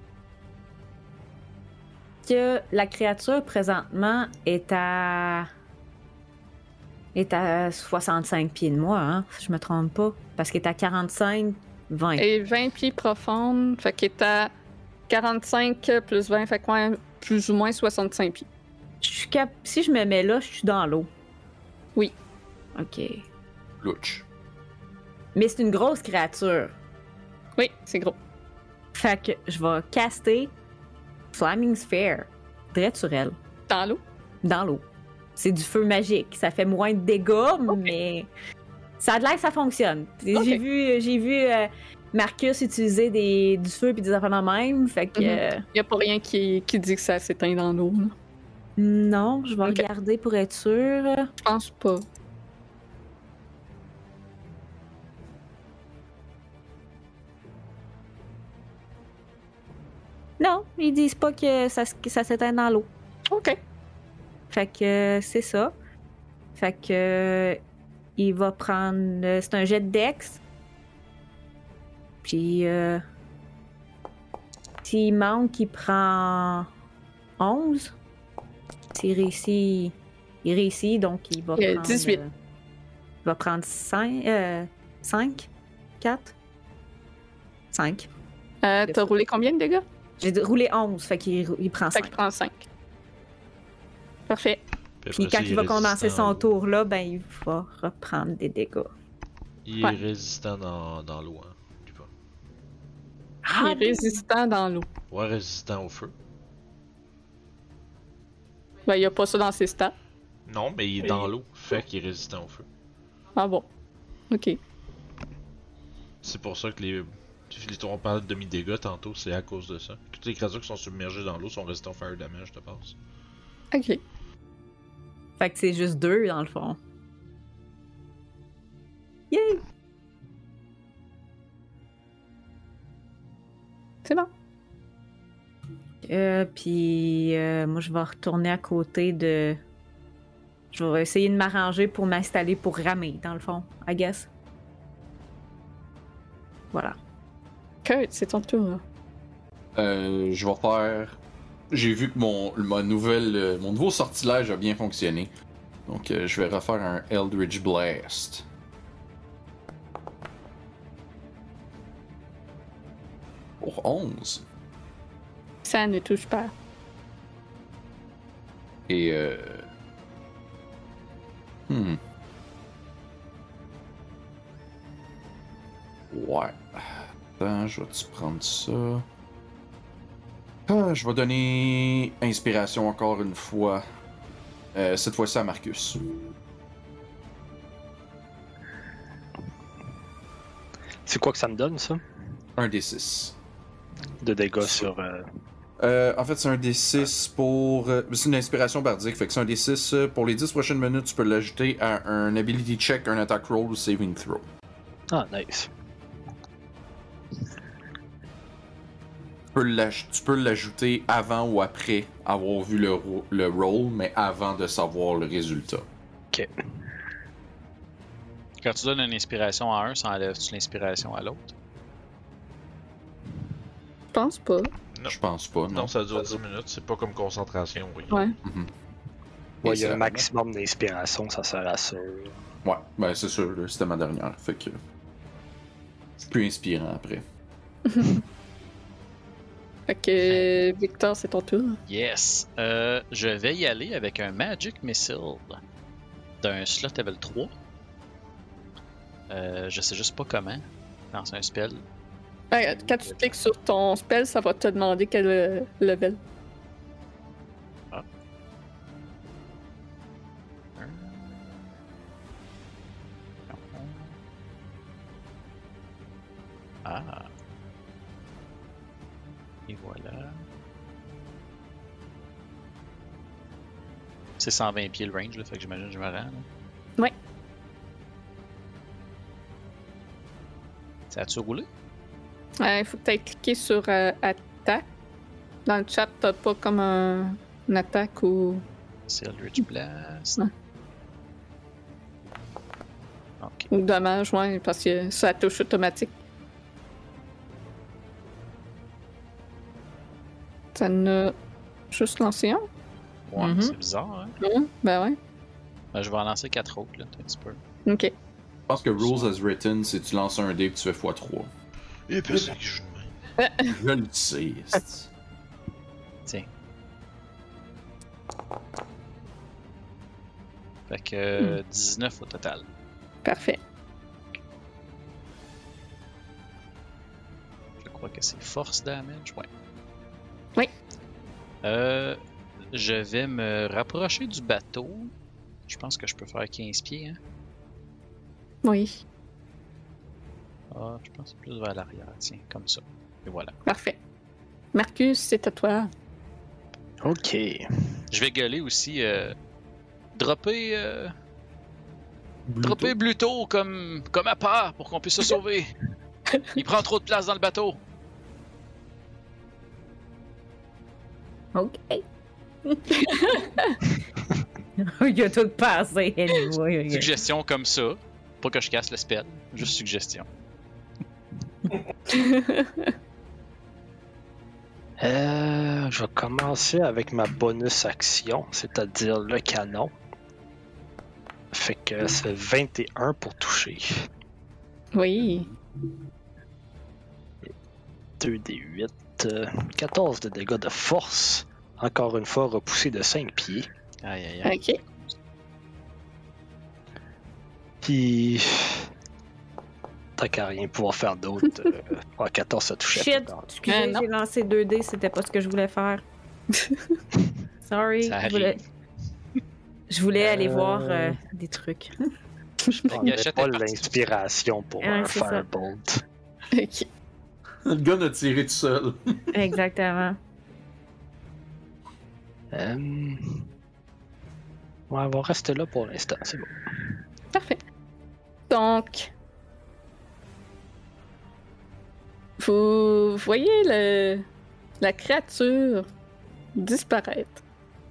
Que la créature présentement est à 65 pieds de moi, hein, si je me trompe pas. Parce qu'elle est à 45, 20. Et 20 pieds profondes, fait qu'il est à 45 plus 20, fait quoi, plus ou moins 65 pieds. Si je me mets là, je suis dans l'eau. Oui. Ok. Louch. Mais c'est une grosse créature. Oui, c'est gros. Fait que je vais caster Flaming Sphere direct sur elle, Dans l'eau. dans l'eau. C'est du feu magique. Ça fait moins de dégâts, mais ça a de l'air que ça fonctionne. Ok. J'ai vu Marcus utiliser du feu puis des affaires de même. Fait que Il n'y a pas rien qui dit que ça s'éteint dans l'eau. là. non, je vais Ok. regarder pour être sûre. Je pense pas. Non, ils disent pas que ça s'éteint dans l'eau. Ok. Fait que c'est ça. Fait que il va prendre. C'est un jet de Dex. Puis s'il manque, il prend 11. S'il réussit, il réussit, donc il va prendre. 18. Il va prendre 5, 4, 5. T'as roulé combien de dégâts? J'ai roulé 11, fait qu'il prend Fait 5. qu'il prend 5. Parfait. Puis Puis après quand ça, il va commencer résistant son tour là, ben il va reprendre des dégâts. Il Ouais. est résistant dans l'eau, hein. Oublie pas. Il est résistant dans l'eau. Ouais, résistant au feu. Ben, il n'y a pas ça dans ses stats. Non, mais il est dans l'eau, fait qu'il est résistant au feu. Ah bon. Ok. C'est pour ça que on parlait de demi-dégâts tantôt, c'est à cause de ça. Toutes les créatures qui sont submergées dans l'eau sont résistants au fire damage, je pense. Ok. Fait que c'est juste 2 dans le fond. Yay! C'est bon. Puis moi je vais retourner à côté de. Je vais essayer de m'arranger pour m'installer pour ramer dans le fond, I guess. Voilà. Kurt, c'est ton tour. Là. Je vais faire. J'ai vu que mon nouveau sortilège a bien fonctionné. Donc je vais refaire un Eldritch Blast. Pour 11. Ça ne touche pas. Et Ouais. Attends, je vais-tu prendre ça? Ah, je vais donner inspiration encore une fois. Cette fois-ci à Marcus. C'est quoi que ça me donne, ça? Un D6. De dégâts sur... En fait, c'est un D6 pour... c'est une inspiration bardique, fait que c'est un D6 pour les 10 prochaines minutes, tu peux l'ajouter à un ability check, un attack roll ou saving throw. Ah, nice. Tu peux l'ajouter avant ou après avoir vu le roll, mais avant de savoir le résultat. Ok. Quand tu donnes une inspiration à un, ça enlève-tu l'inspiration à l'autre? Je pense pas. Non. Je pense pas, non. Non, ça dure 10 minutes, c'est pas comme concentration, oui. Ouais. Mhm. Ouais, Et il y a c'est un la- maximum d'inspiration, ça sert à ça. Ouais, ben c'est sûr, là, c'était ma dernière, fait que... C'est plus inspirant après. Fait que Victor, c'est ton tour. Yes. Je vais y aller avec un Magic Missile d'un slot level 3. Je sais juste pas comment. Lancer un spell. Ouais, quand tu cliques sur ton spell, ça va te demander quel level. Ah. Et voilà. C'est 120 pieds le range, là, fait que j'imagine que je me rends. Là. Ouais. Ça a-tu roulé? Il faut que tu ailles cliquer sur attaque. Dans le chat, t'as pas comme une attaque ou. C'est Eldritch Blast. Ouais. Ok. Ou dommage, ouais, parce que ça touche automatique. Ça en a juste lancé un? Ouais, Mhm. c'est bizarre, hein? Ben ouais. Ben, je vais en lancer 4 autres, là, un petit peu. Ok. Je pense que Rules as written, c'est tu lances un dé et tu fais x3. Et puis c'est que je joue de même. Je le sais. c'est- Tiens. Fait que 19 au total. Parfait. Je crois que c'est force damage, ouais. Oui. Je vais me rapprocher du bateau. Je pense que je peux faire 15 pieds, hein. Oui. Ah, je pense plus vers l'arrière, tiens, comme ça. Et voilà. Parfait. Marcus, c'est à toi. Ok. Je vais gueuler aussi. Dropper Bluto. Bluto comme à part pour qu'on puisse se sauver. Il prend trop de place dans le bateau. OK. Il a tout passé, anyway. Suggestion comme ça. Pas que je casse le spell, juste suggestion. Je vais commencer avec ma bonus action, c'est-à-dire le canon. Fait que c'est 21 pour toucher. Oui. 2d8, 14 de dégâts de force. Encore une fois repoussé de 5 pieds. Aïe aïe aïe. Ok. Puis... Tant qu'à rien pouvoir faire d'autre, 14 ça touchait. Shit, pas. excusez, non. j'ai lancé 2D, c'était pas ce que je voulais faire. Sorry, Ça je voulais aller voir Euh. des trucs. Je prendrais Gâchette pas est partie. l'inspiration pour Ouais, un c'est ça. Firebolt. Ok. Le gars n'a tiré tout seul. Exactement. Ouais, on va rester là pour l'instant, c'est bon. Parfait. Donc, vous voyez la créature disparaître.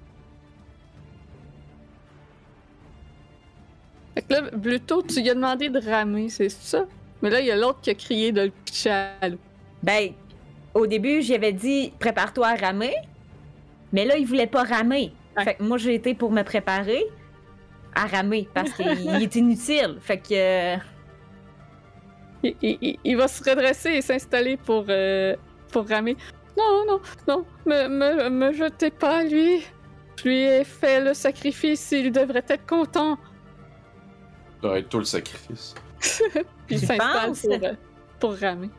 Fait que là, Bluto, tu lui as demandé de ramer, c'est ça? Mais là, il y a l'autre qui a crié de le pitcher à l'eau. Ben, au début, j'avais dit prépare-toi à ramer, mais là, il voulait pas ramer. Ouais. Fait que moi, j'ai été pour me préparer à ramer parce qu'il est inutile. Fait que. Il va se redresser et s'installer pour ramer. Non, non, non, me jetez pas, lui. Je lui ai fait le sacrifice, il devrait être content. Ça va être tout le sacrifice. Puis il Tu s'installe penses? pour ramer.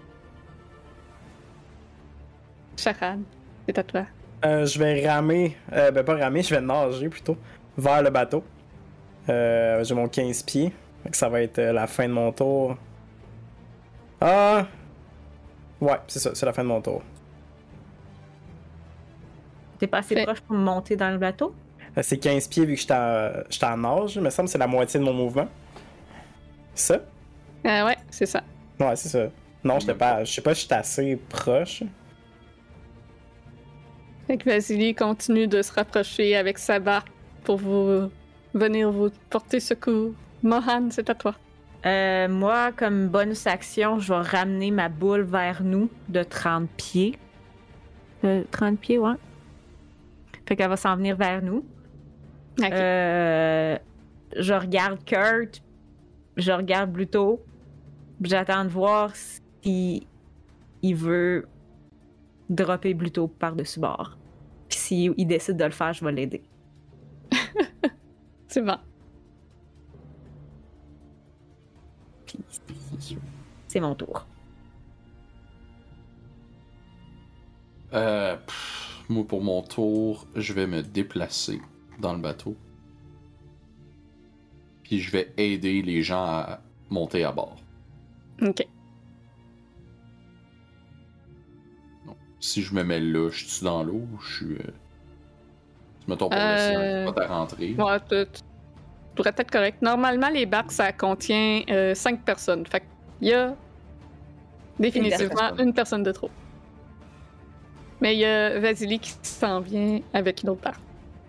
Charade, c'est à toi. Je vais ramer, ben pas ramer, je vais nager plutôt, vers le bateau. J'ai mon 15 pieds, donc ça va être la fin de mon tour. Ah! Ouais, c'est ça, c'est la fin de mon tour. T'es pas assez Fait- proche pour me monter dans le bateau? C'est 15 pieds vu que j'étais en nage, il me semble que c'est la moitié de mon mouvement. Ça? Ouais, c'est ça. Ouais, c'est ça. Non, j'étais pas, je sais pas si j'étais assez proche. Fait que Vasily continue de se rapprocher avec sa barque pour vous venir vous porter secours. Mohan, c'est à toi. Moi, comme bonus action, je vais ramener ma boule vers nous de 30 pieds. 30 pieds, ouais. Fait qu'elle va s'en venir vers nous. Ok. Je regarde Kurt, je regarde Bluto. J'attends de voir si il veut dropper Bluto par-dessus bord. Puis s'il décide de le faire, je vais l'aider. C'est bon. Puis c'est mon tour. Moi, pour mon tour, je vais me déplacer dans le bateau. Puis je vais aider les gens à monter à bord. Ok. Donc, si je me mets là, je suis dans l'eau ou je suis. Mettons pour laisser un spot à rentrer. Ouais, tu pourrais être correct. Normalement, les barques, ça contient 5 personnes. Fait qu'il y a définitivement une personne de trop. Mais il y a Vasily qui s'en vient avec une autre barque.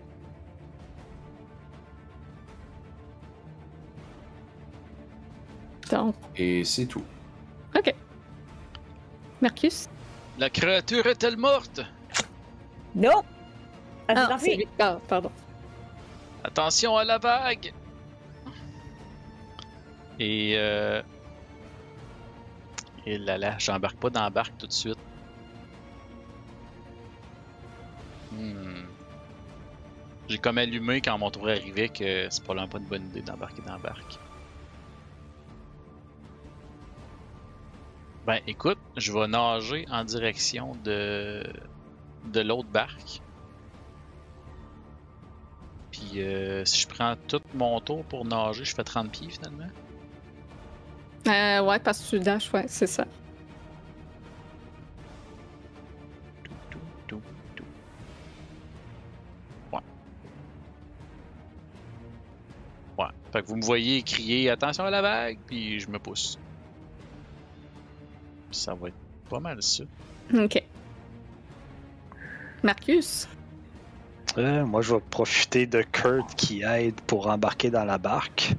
Donc, Et c'est tout. ok. Marcus? La créature est-elle morte? Non! Ah, c'est Victor, pardon. Attention à la vague! Et là, j'embarque pas dans la barque tout de suite. J'ai comme allumé quand mon tour arrivait que c'est probablement pas une bonne idée d'embarquer dans la barque. Ben écoute, je vais nager en direction de l'autre barque. Puis si je prends tout mon tour pour nager, je fais 30 pieds finalement. Ouais, parce que tu dashes, ouais, c'est ça. Ouais. Ouais. Fait que vous me voyez crier attention à la vague, puis je me pousse. Ça va être pas mal ça. Ok. Marcus? Moi, je vais profiter de Kurt qui aide pour embarquer dans la barque.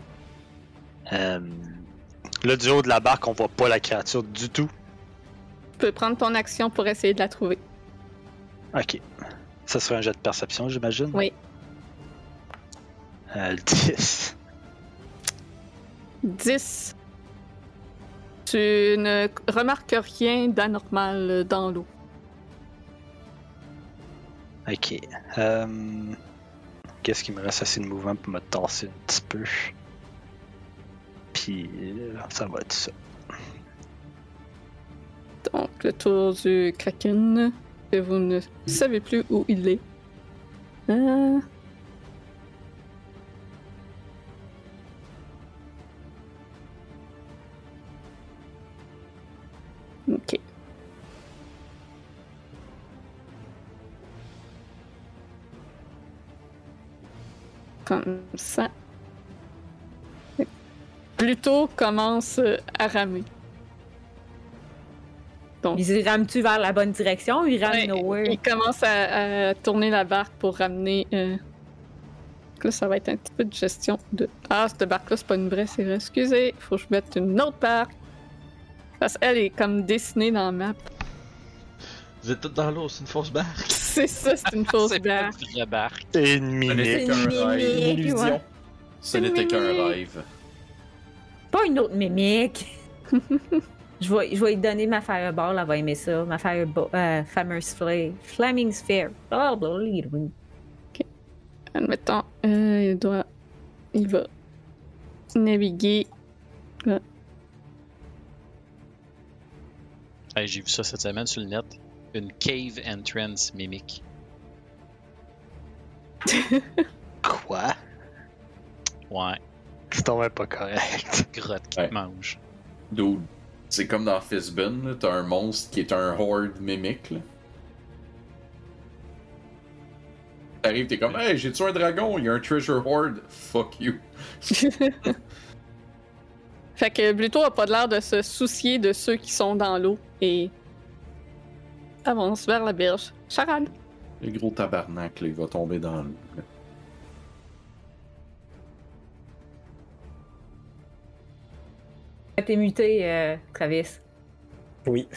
Là, du haut de la barque, on voit pas la créature du tout. Tu peux prendre ton action pour essayer de la trouver. Ok. Ça serait un jet de perception, j'imagine? Oui. Le 10. 10. Tu ne remarques rien d'anormal dans l'eau. Ok. Qu'est-ce qui me reste assez de mouvement pour me tasser un petit peu? Puis ça va être ça. Donc, le tour du Kraken, que vous ne savez plus où il est. Ok. Comme ça. Pluto commence à ramer. Donc, Il rame-tu vers la bonne direction ou il rame ouais, nowhere? il commence à tourner la barque pour ramener. Là, ça va être un petit peu de gestion de. Ah, cette barque-là, c'est pas une vraie, c'est vrai. Excusez, faut que je mette une autre barque. Parce qu'elle est comme dessinée dans la map. Vous êtes tous dans l'eau, c'est une fausse barque. C'est ça, c'est une fausse C'est pas barque. une vraie barque. Et une Ce mimique. n'était qu'un rêve. Une illusion. ouais. Ce n'était qu'un rêve. Pas une autre mimique. je vais lui donner ma fireball, elle va aimer ça. Ma famous flaming sphere. Oh, blablabla. Admettons, il va naviguer. Là. Hey, j'ai vu ça cette semaine sur le net. Une cave entrance mimique. Quoi? Ouais, C'est tombé pas correct. grotte qui Ouais. te mange. Dude, c'est comme dans Fistbin, là, t'as un monstre qui est un horde mimique. Là. T'arrives, t'es comme, hey, j'ai tué un dragon, il y a un treasure horde. Fuck you. Fait que Pluto a pas l'air de se soucier de ceux qui sont dans l'eau et avance vers la berge. Charal. Le gros tabarnak, là, il va tomber dans l'eau. là. été muté, Travis. Oui.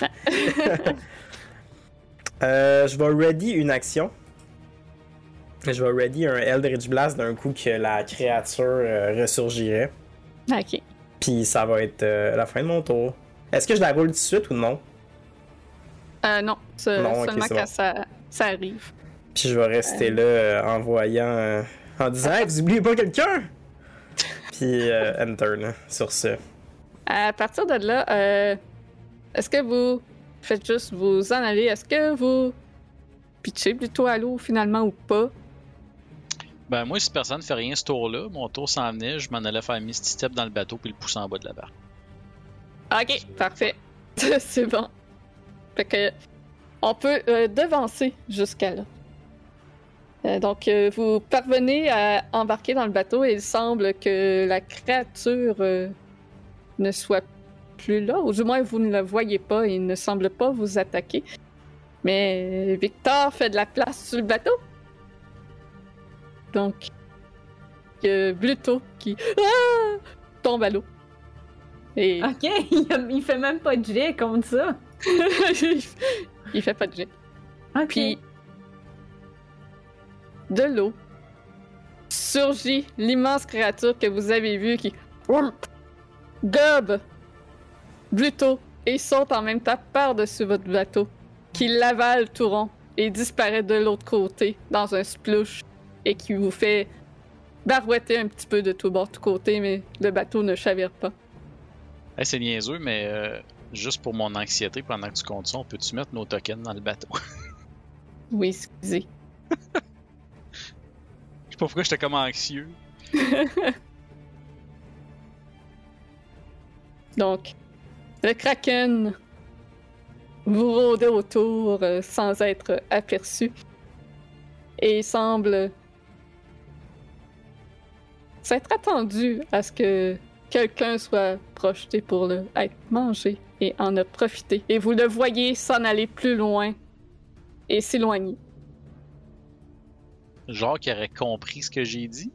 Je vais ready une action. Je vais ready un Eldritch Blast d'un coup que la créature ressurgirait. Ok. Puis ça va être la fin de mon tour. Est-ce que je la roule tout de suite ou non? Non, Non, ok, seulement c'est quand bon. ça arrive. Puis je vais rester là en voyant... en disant « Hey, vous oubliez pas quelqu'un? » Puis enter, là, sur ce. À partir de là, est-ce que vous faites juste vous en aller? Est-ce que vous pitchez plutôt à l'eau finalement ou pas? Ben, moi, si personne ne fait rien ce tour-là, mon tour s'en venait, je m'en allais faire Misty Step dans le bateau puis le pousser en bas de la barre. Ok, parfait. C'est bon. Fait que on peut devancer jusqu'à là. Donc, vous parvenez à embarquer dans le bateau et il semble que la créature ne soit plus là, ou du moins vous ne la voyez pas et il ne semble pas vous attaquer. Mais Victor fait de la place sur le bateau. Donc, Bluto qui tombe à l'eau. Et Ok, il fait même pas de jet comme ça. il fait pas de jet. Ok. Puis, de l'eau, surgit l'immense créature que vous avez vue qui gobe Bluto et saute en même temps par-dessus votre bateau, qui l'avale tout rond et disparaît de l'autre côté dans un splouche et qui vous fait barouetter un petit peu de tout bord, tout côté, mais le bateau ne chavire pas. Hey, c'est niaiseux, mais juste pour mon anxiété, pendant que tu comptes ça, on peut-tu mettre nos tokens dans le bateau? Oui, excusez. Je sais pas pourquoi j'étais comme anxieux. Donc, le Kraken vous rôdait autour sans être aperçu et il semble s'être attendu à ce que quelqu'un soit projeté pour le être mangé et en a profité. Et vous le voyez s'en aller plus loin et s'éloigner. Genre qu'il aurait compris ce que j'ai dit?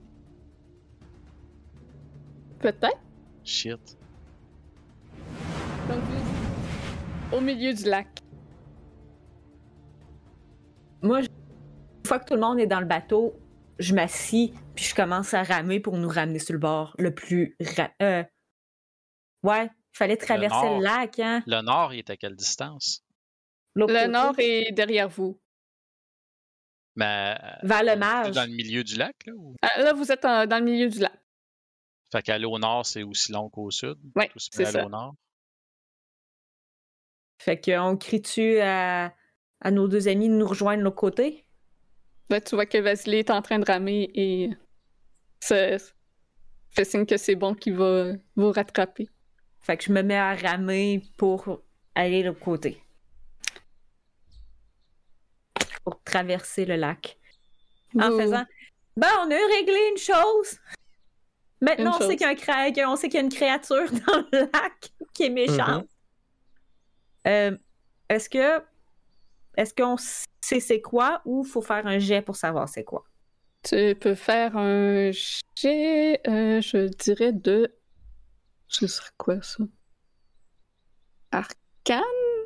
Peut-être. Shit. Donc, vous, au milieu du lac. Moi, une fois que tout le monde est dans le bateau, je m'assis puis je commence à ramer pour nous ramener sur le bord le plus... Ouais, il fallait traverser le lac, hein? Le nord, il est à quelle distance? L'autre Le côté. nord est derrière vous. Mais, Vers le mage. dans le milieu du lac, là? Ou... Là, vous êtes dans le milieu du lac. Fait qu'aller au nord, c'est aussi long qu'au sud? Ouais, Tout se c'est met aller ça. au nord? Fait qu'on crie-tu à nos deux amis de nous rejoindre de l'autre côté? Là, tu vois que Vasily est en train de ramer et ça fait signe que c'est bon qu'il va vous rattraper. Fait que je me mets à ramer pour aller de l'autre côté. Pour traverser le lac. En Vous- faisant... Ben, on a réglé une chose! Maintenant, Une on sait chose. on sait qu'il y a une créature dans le lac qui est méchante. Est-ce qu'on sait c'est quoi ou faut faire un jet pour savoir c'est quoi? Tu peux faire un jet, je dirais de... Ce serait quoi, ça? Arcane?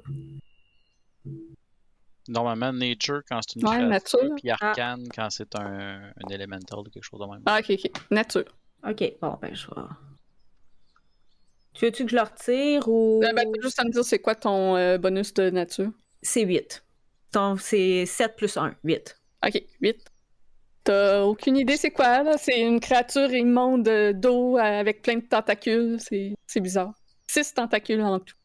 Normalement, nature quand c'est une Ouais, créature, nature. puis arcane quand c'est un elemental ou quelque chose de même. Ah, ok. Nature. Ok, bon, ben, je vais... Tu veux-tu que je le retire ou... Ben, t'as juste à me dire c'est quoi ton bonus de nature. C'est 8. Donc, c'est 7 plus 1, 8. Ok, 8. T'as aucune idée c'est quoi, là? C'est une créature immonde d'eau avec plein de tentacules. C'est bizarre. 6 tentacules en tout.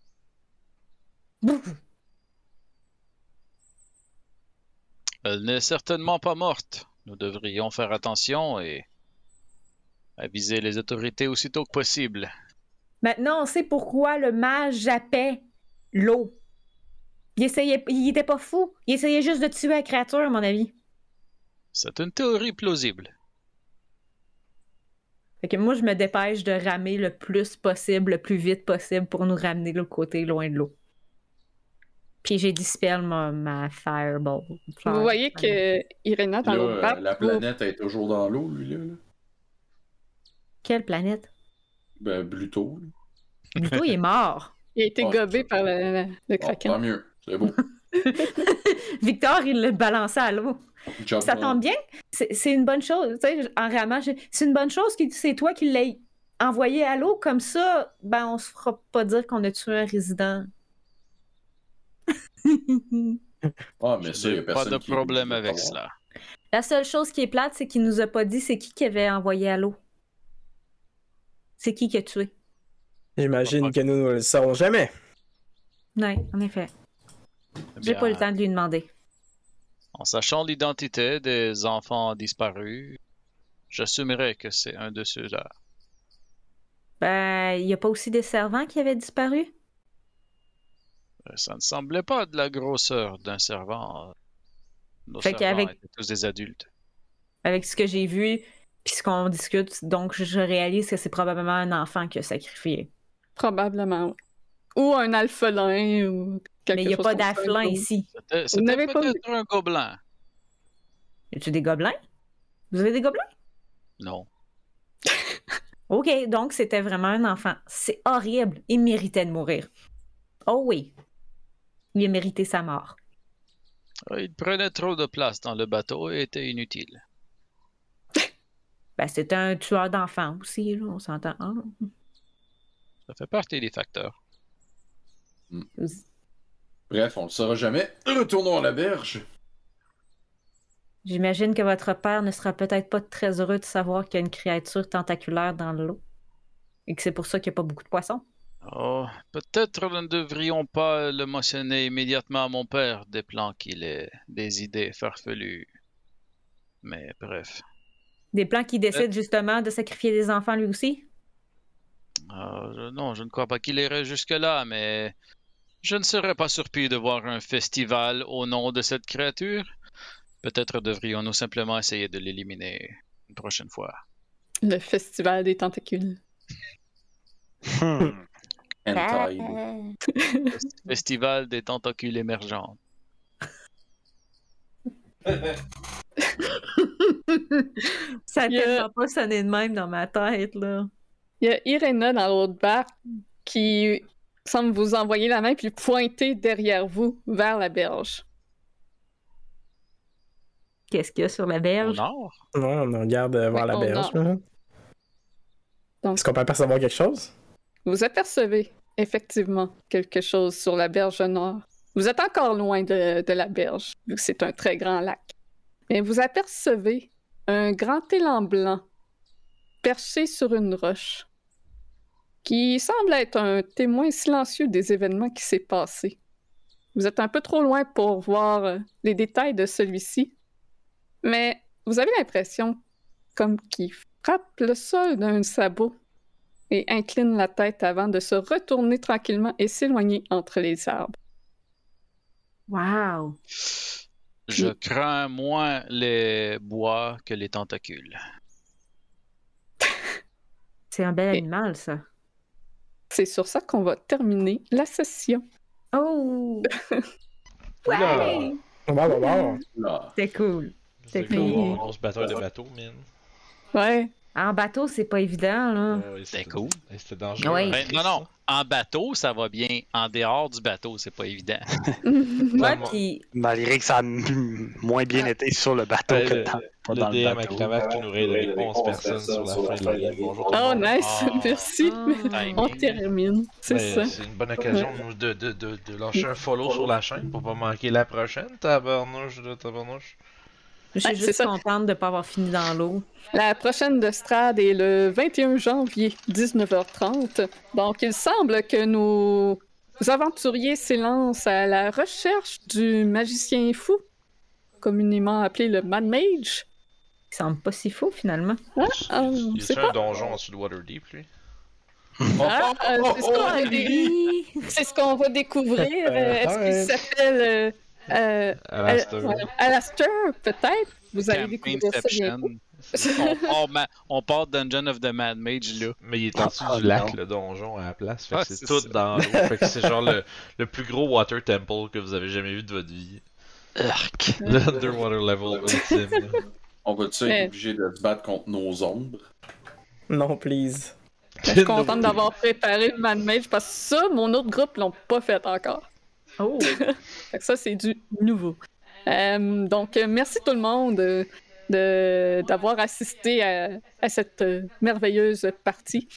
Elle n'est certainement pas morte. Nous devrions faire attention et aviser les autorités aussitôt que possible. Maintenant, on sait pourquoi le mage jappait l'eau. Il était pas fou. Il essayait juste de tuer la créature, à mon avis. C'est une théorie plausible. Fait que moi, je me dépêche de ramer le plus possible, le plus vite possible pour nous ramener de l'autre côté, loin de l'eau. Puis j'ai dispel ma fireball. Vous voyez que Irena, dans l'autre Là, barque, la planète est toujours dans l'eau, lui, là. Quelle planète? Ben, Bluto. Là. Ludo, il est mort. Il a été Oh, gobé c'est par le Oh, kraken. tant mieux, c'est beau. Victor, il l'a balancé à l'eau. Job Ça tombe bien. C'est une bonne chose. Tu sais, en réellement, c'est une bonne chose que c'est toi qui l'aies envoyé à l'eau. Comme ça, ben, on se fera pas dire qu'on a tué un résident. Ah, mais ça, il y a Pas personne de qui problème veut avec savoir. cela. La seule chose qui est plate, c'est qu'il nous a pas dit c'est qui avait envoyé à l'eau. C'est qui a tué. J'imagine que nous ne le saurons jamais. Oui, en effet. Eh J'ai bien, pas eu le temps de lui demander. En sachant l'identité des enfants disparus, j'assumerai que c'est un de ceux-là. Ben, il y a pas aussi des servants qui avaient disparu? Ça ne semblait pas de la grosseur d'un servant. Nos Fait servants qu'avec- étaient tous des adultes. Avec ce que j'ai vu, puis ce qu'on discute, donc je réalise que c'est probablement un enfant qui a sacrifié. Probablement. Oui. Ou un alphelin ou quelque Mais il n'y a chose pas comme ça. d'alphelin ici. C'était n'avez pas peut-être un gobelin. Y a-tu des gobelins? Vous avez des gobelins? Non. OK, donc c'était vraiment un enfant. C'est horrible. Il méritait de mourir. Oh oui. Il a mérité sa mort. Il prenait trop de place dans le bateau et était inutile. Ben, c'est un tueur d'enfants aussi, là, on s'entend. Ah. Ça fait partie des facteurs. Bref, on le saura jamais. Retournons à la berge. J'imagine que votre père ne sera peut-être pas très heureux de savoir qu'il y a une créature tentaculaire dans l'eau. Et que c'est pour ça qu'il n'y a pas beaucoup de poissons. Oh, peut-être nous ne devrions pas le mentionner immédiatement à mon père, déplant qu'il ait des idées farfelues. Mais bref. Des plans qui décident justement de sacrifier des enfants lui aussi? Non, je ne crois pas qu'il irait jusque-là, mais je ne serais pas surpris de voir un festival au nom de cette créature. Peut-être devrions-nous simplement essayer de l'éliminer une prochaine fois. Le festival des tentacules. Hentai. Festival des tentacules émergents. Ça a Il y a- tellement pas sonné de même dans ma tête, là. Il y a Irena dans l'autre barque qui semble vous envoyer la main puis pointer derrière vous vers la berge. Qu'est-ce qu'il y a sur la Au berge? nord? Ouais, on regarde vers Oui, la au berge. nord. Là. Donc, Est-ce qu'on peut apercevoir quelque chose? vous apercevez effectivement quelque chose sur la berge nord. Vous êtes encore loin de la berge, vu que c'est un très grand lac. Mais vous apercevez un grand élan blanc perché sur une roche qui semble être un témoin silencieux des événements qui s'est passé. Vous êtes un peu trop loin pour voir les détails de celui-ci, mais vous avez l'impression comme qu'il frappe le sol d'un sabot et incline la tête avant de se retourner tranquillement et s'éloigner entre les arbres. Wow! Je crains moins les bois que les tentacules. C'est un bel Et- animal, ça. C'est sur ça qu'on va terminer la session. Oh! Oula! Ouais! Wow. Là. C'était cool. C'est cool. une grosse bataille de bateau, man. Ouais. En bateau, c'est pas évident, là. Ouais, C'était cool. C'était dangereux. Oui. Ben, non. En bateau, ça va bien. En dehors du bateau, c'est pas évident. Moi, Tellement. puis Malgré que ça a moins bien été sur le bateau Ouais, que pas Le dans le DM à bateau. cravate qui nous raide avec 11 personnes sur la fin de la game. Bonjour. tout le Oh, monde. nice! Ah. Merci! On termine. C'est Ben, ça. c'est une bonne occasion de lâcher un follow sur la chaîne pour pas manquer la prochaine. Tabarnouche de tabarnouche. je suis Ouais, c'est juste ça. contente de pas avoir fini dans l'eau. La prochaine de Strad est le 21 janvier, 19h30. Donc, il semble que nos aventuriers s'élancent à la recherche du magicien fou, communément appelé le Mad Mage. Il semble pas si faux, finalement. Il y c'est a pas... un donjon en dessous de Waterdeep, lui? c'est ce qu'on va dé- c'est ce qu'on va découvrir. Est-ce qu'il s'appelle Alastair. Alastair, peut-être? Vous allez découvrir ça Inception. bientôt. On part Dungeon of the Mad Mage, là. Mais il est en dessous Ah, du lac, non. le donjon, à la place. Fait Ah, que c'est c'est tout ça. dans l'eau. Fait que c'est genre le plus gros water temple que vous avez jamais vu de votre vie. Arc. Le underwater level ultime. là. On va-tu Mais- être obligé de se battre contre nos ombres? Non, please. Je suis contente d'avoir préparé le man-mage parce que ça, mon autre groupe l'ont pas fait encore. Oh! Fait que ça, c'est du nouveau. Donc, merci tout le monde d'avoir assisté à cette merveilleuse partie.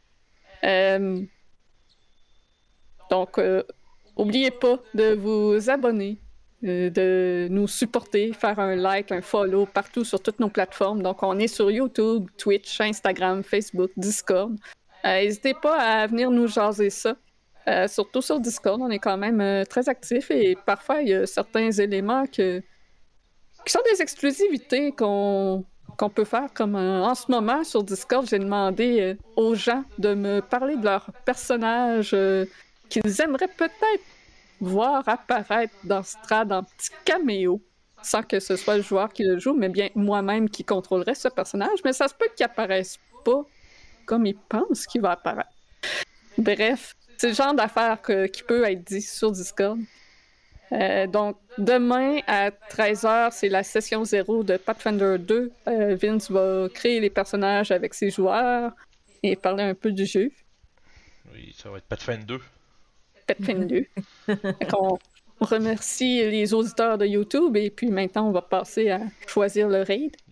Donc, n'oubliez pas de vous abonner, de nous supporter, faire un like, un follow partout sur toutes nos plateformes. Donc, on est sur YouTube, Twitch, Instagram, Facebook, Discord. N'hésitez pas à venir nous jaser ça. Surtout sur Discord, on est quand même très actifs et parfois il y a certains éléments qui sont des exclusivités qu'on peut faire. Comme en ce moment sur Discord, j'ai demandé aux gens de me parler de leur personnage qu'ils aimeraient peut-être voir apparaître dans Strad en petit caméo, sans que ce soit le joueur qui le joue, mais bien moi-même qui contrôlerais ce personnage. Mais ça se peut qu'il apparaisse pas comme il pense qu'il va apparaître. Bref, c'est le genre d'affaire qui peut être dit sur Discord. Donc, demain à 13h, c'est la session 0 de Pathfinder 2. Vince va créer les personnages avec ses joueurs et parler un peu du jeu. Oui, ça va être Pathfinder 2. Pathfinder 2. On remercie les auditeurs de YouTube et puis maintenant, on va passer à choisir le raid.